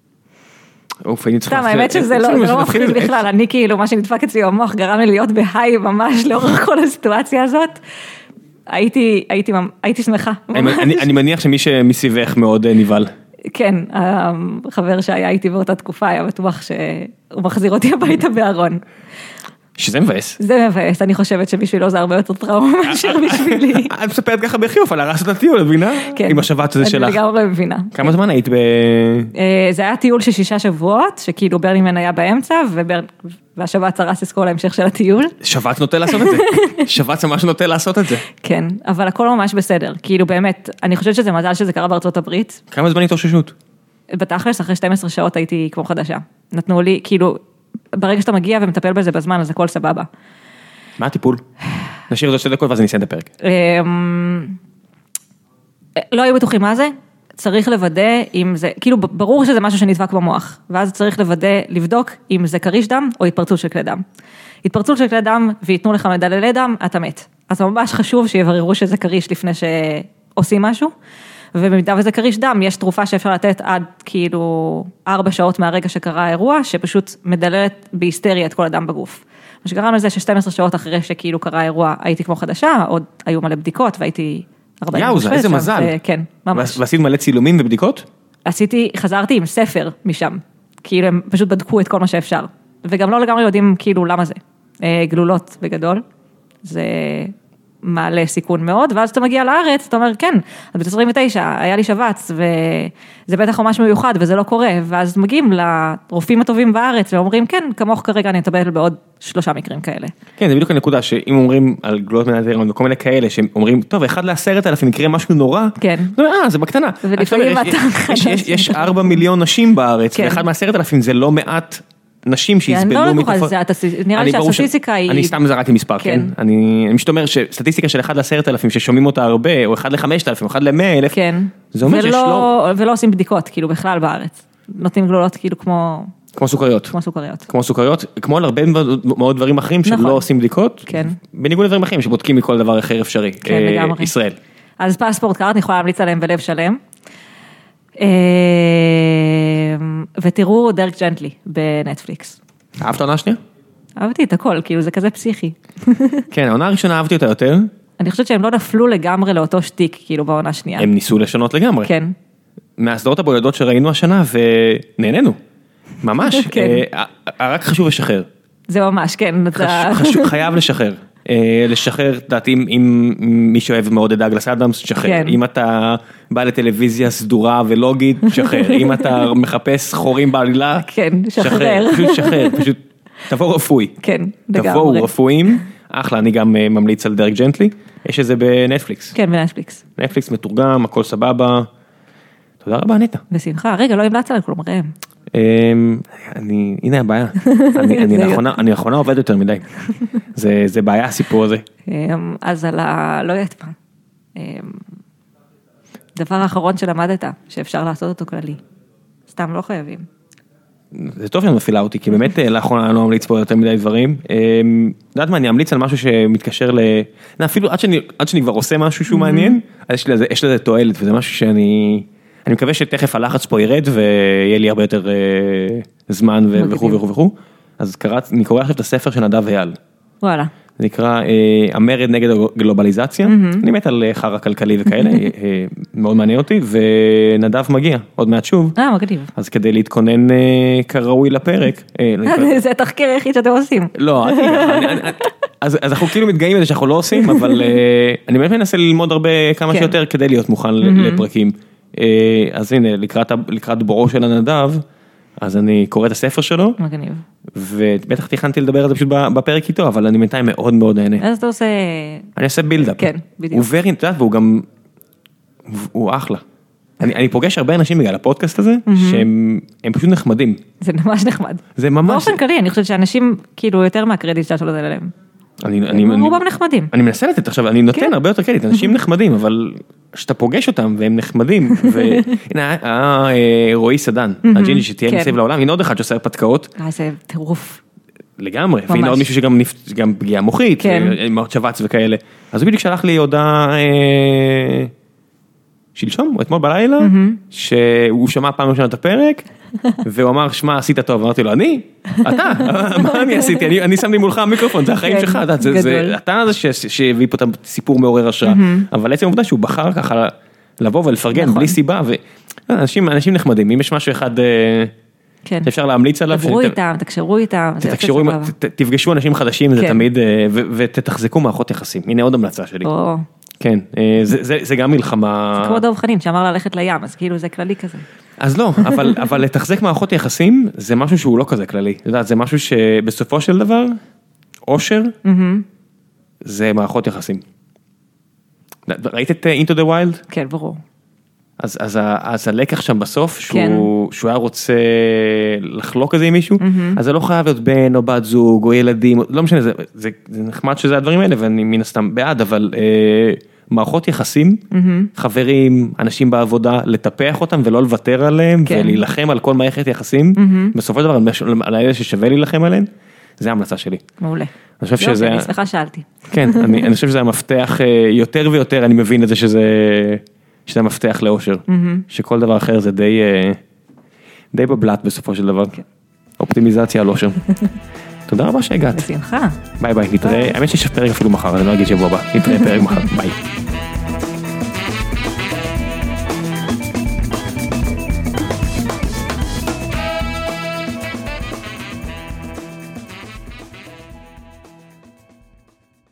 סתם, האמת שזה לא מפחיד בכלל, אני כאילו, מה שנדפק אצלי במוח גרם לי להיות בהיי ממש לאורך כל הסיטואציה הזאת, הייתי שמחה. אני מניח שמי שמסביבך מאוד נבהל. כן, החבר שהיה איתי באותה תקופה היה בטוח שהוא מחזיר אותי הביתה בארון. שזה מבאס. זה מבאס, אני חושבת שבשבילו זה הרבה יותר טראומה מאשר בשבילי. את מספרת ככה בחיוך על הרסת הטיול, את מבינה? כן. עם השבץ הזה שלך. אני לגמרי מבינה. כמה זמן היית ב... זה היה טיול של שישה שבועות, שכאילו ברנינגמן היה באמצע, והשבץ הרס את כל ההמשך של הטיול. שבץ נוטה לעשות את זה. שבץ ממש נוטה לעשות את זה. כן, אבל הכל ממש בסדר. כאילו באמת, אני חושבת שזה מזל שזה קרה בארצות הברית. כמה זמן התאוששות? בתכלס, אחרי שתים עשרה שעות הייתי כמו חדשה. נתנו לי, כאילו, ברגע שאתה מגיע ומטפל בזה בזמן, אז הכל סבבה. מה הטיפול? נשאיר את זה שתי דקות ואז נסיים את הפרק. לא היו בטוחים מה זה, צריך לוודא אם זה, כאילו ברור שזה משהו שנדפק במוח, ואז צריך לוודא, לבדוק אם זה קריש דם או התפרצות של כלי דם. התפרצות של כלי דם ויתנו לך מדללי דם, אתה מת. אז ממש חשוב שיבררו שזה קריש לפני שעושים משהו, ובמידה וזה קריש דם, יש תרופה שאפשר לתת עד כאילו ארבע שעות מהרגע שקרה האירוע, שפשוט מדללת בהיסטריה את כל הדם בגוף. מה שקראנו לזה ש-שתים עשרה שעות אחרי שכאילו קרה האירוע, הייתי כמו חדשה, עוד היו מלא בדיקות, והייתי ארבעים יאו, איזה מזל. כן, ממש. ועשית מלא צילומים ובדיקות? עשיתי, חזרתי עם ספר משם, כאילו הם פשוט בדקו את כל מה שאפשר, וגם לא לגמרי יודעים כאילו למה זה. גלולות בגדול, זה מעלה סיכון מאוד, ואז אתה מגיע לארץ, אתה אומר, כן, אז ב-עשרים ותשע היה לי שבץ, וזה בטח ממש מיוחד, וזה לא קורה, ואז מגיעים לרופאים הטובים בארץ, ואומרים, כן, כמוך כרגע אני אטפל בעוד שלושה מקרים כאלה. כן, זה בדיוק הנקודה, שאם אומרים על גלולות מנת ההיריון, וכל מיני כאלה, שאומרים, טוב, אחד לעשרת אלפים יקרה משהו נורא, כן. אה, זה בקטנה. ולפעמים אתה יש ארבע מיליון נשים בארץ, ואחד מעשרת אלפים זה לא מעט נשים שיסבלו מתופעות. נראה לי שהסטטיסטיקה היא... אני סתם זרקתי מספר, כן? אני פשוט אומר שסטטיסטיקה של אחד לעשרת אלפים ששומעים אותה הרבה, או אחד לחמשת אלפים, או אחד למאה אלף, זה אומר שיש לא... ולא עושים בדיקות, כאילו בכלל בארץ. נותנים גלולות כאילו כמו... כמו סוכריות. כמו סוכריות. כמו סוכריות, כמו על הרבה מאוד דברים אחרים שלא עושים בדיקות. כן. בניגוד לדברים אחרים שבודקים מכל דבר אחר אפשרי. כן, לגמרי. ישראל. אז פספורט קארט, אני יכולה להמליץ עליהם בלב שלם. ותראו דרק ג'נטלי בנטפליקס. אהבת העונה השנייה? אהבתי את הכל, כאילו זה כזה פסיכי. כן, העונה הראשונה אהבתי אותה יותר. אני חושבת שהם לא נפלו לגמרי לאותו שטיק, כאילו בעונה השנייה. הם ניסו לשנות לגמרי. כן. מהסדרות הבודדות שראינו השנה, ונהנינו. ממש. רק חשוב לשחרר. זה ממש, כן. חייב לשחרר. לשחרר, דעת, אם מי שאוהב מאוד את דאגלס אדמס, שחרר. אם אתה בא לטלוויזיה סדורה ולוגית, שחרר. אם אתה מחפש חורים בעלילה, שחרר. פשוט שחרר, פשוט תבואו רפואי. כן, לגמרי. תבואו רפואיים. אחלה, אני גם ממליץ על דרק ג'נטלי. יש את זה בנטפליקס. כן, בנטפליקס. נטפליקס מתורגם, הכל סבבה. תודה רבה, אניטה. בשמחה. רגע, לא המלצת על כלום, ראם. אני, הנה הבעיה, אני לאחרונה עובד יותר מדי, זה בעיה הסיפור הזה. אז על ה... לא יודעת מה, דבר האחרון שלמדת, שאפשר לעשות אותו כללי, סתם לא חייבים. זה טוב שאת מפעילה אותי, כי באמת לאחרונה אני לא ממליץ פה יותר מדי דברים. יודעת מה, אני אמליץ על משהו שמתקשר ל... אפילו עד שאני כבר עושה משהו שהוא מעניין, אז יש לזה תועלת, וזה משהו שאני... אני מקווה שתכף הלחץ פה ירד, ויהיה לי הרבה יותר זמן וכו' וכו' וכו'. אז אני קורא עכשיו את הספר של נדב אייל. וואלה. זה נקרא המרד נגד הגלובליזציה. אני מת על חרא כלכלי וכאלה, מאוד מעניין אותי, ונדב מגיע, עוד מעט שוב. אה, מגניב. אז כדי להתכונן כראוי לפרק. זה התחקיר היחיד שאתם עושים. לא, אז אנחנו כאילו מתגאים בזה שאנחנו לא עושים, אבל אני באמת מנסה ללמוד הרבה כמה שיותר, כדי להיות מוכן לפרקים. אז הנה, לקראת בורו של הנדב, אז אני קורא את הספר שלו. מגניב. ובטח תכנתי לדבר על זה פשוט בפרק איתו, אבל אני בינתיים מאוד מאוד נהנה. אז אתה עושה... אני עושה בילדאפ. כן, בדיוק. הוא very, אתה יודעת, והוא גם... הוא אחלה. אני, אני פוגש הרבה אנשים בגלל הפודקאסט הזה, שהם הם פשוט נחמדים. זה ממש נחמד. זה ממש... באופן כללי, אני חושבת שאנשים, כאילו, יותר מהקרדיט שאתה לא יודע להם. אני, אני, רובם נחמדים. אני מנסה לתת עכשיו, אני נותן הרבה יותר קרדיט, אנשים נחמדים, אבל שאתה פוגש אותם והם נחמדים, והנה, רועי סדן, הג'ינג'י שתהיה מסביב לעולם, הנה עוד אחד שעושה הרפתקאות. אה, זה טירוף. לגמרי, והנה עוד מישהו שגם פגיעה מוחית, מאוד שבץ וכאלה. אז הוא בדיוק שלח לי הודעה שלשום, או אתמול בלילה, שהוא שמע פעם ראשונה את הפרק, והוא אמר, שמע, עשית טוב, אמרתי לו, אני? אתה? מה אני עשיתי? אני שמתי מולך המיקרופון, זה החיים שלך, אתה זה שהביא פה את הסיפור מעורר השראה, אבל עצם העובדה שהוא בחר ככה לבוא ולפרגן בלי סיבה, ואנשים נחמדים, אם יש משהו אחד שאפשר להמליץ עליו, תדברו איתם, תקשרו איתם, תפגשו אנשים חדשים, זה תמיד, ותתחזקו מערכות יחסים, הנה עוד המלצה שלי. כן, זה גם מלחמה... זה כמו דוב חנין שאמר ללכת לים, אז כאילו זה כללי כזה. אז לא, אבל לתחזק מערכות יחסים, זה משהו שהוא לא כזה כללי. זה משהו שבסופו של דבר, אושר, זה מערכות יחסים. ראית את Into the Wild? כן, ברור. אז, אז, אז הלקח שם בסוף, שהוא, שהוא היה רוצה לחלוק איזה עם מישהו, אז זה לא חייב להיות בן או בת זוג או ילדים, לא משנה, זה, זה, זה נחמד שזה הדברים האלה, ואני מן הסתם בעד, אבל אה, מערכות יחסים, חברים, אנשים בעבודה, לטפח אותם ולא לוותר עליהם, ולהילחם על כל מערכת יחסים, בסופו של דבר, על האלה ששווה להילחם עליהם, זה ההמלצה שלי. מעולה. אני חושב שזה... אני שמחה שאלתי. כן, אני, אני חושב שזה המפתח, יותר ויותר אני מבין את זה שזה... שזה מפתח לאושר, שכל דבר אחר זה די, די בבלט בסופו של דבר. אופטימיזציה על אושר. תודה רבה שהגעת. בשמחה. ביי ביי, נתראה, האמת שיש פרק אפילו מחר, אני לא אגיד שבוע הבא, נתראה פרק מחר, ביי.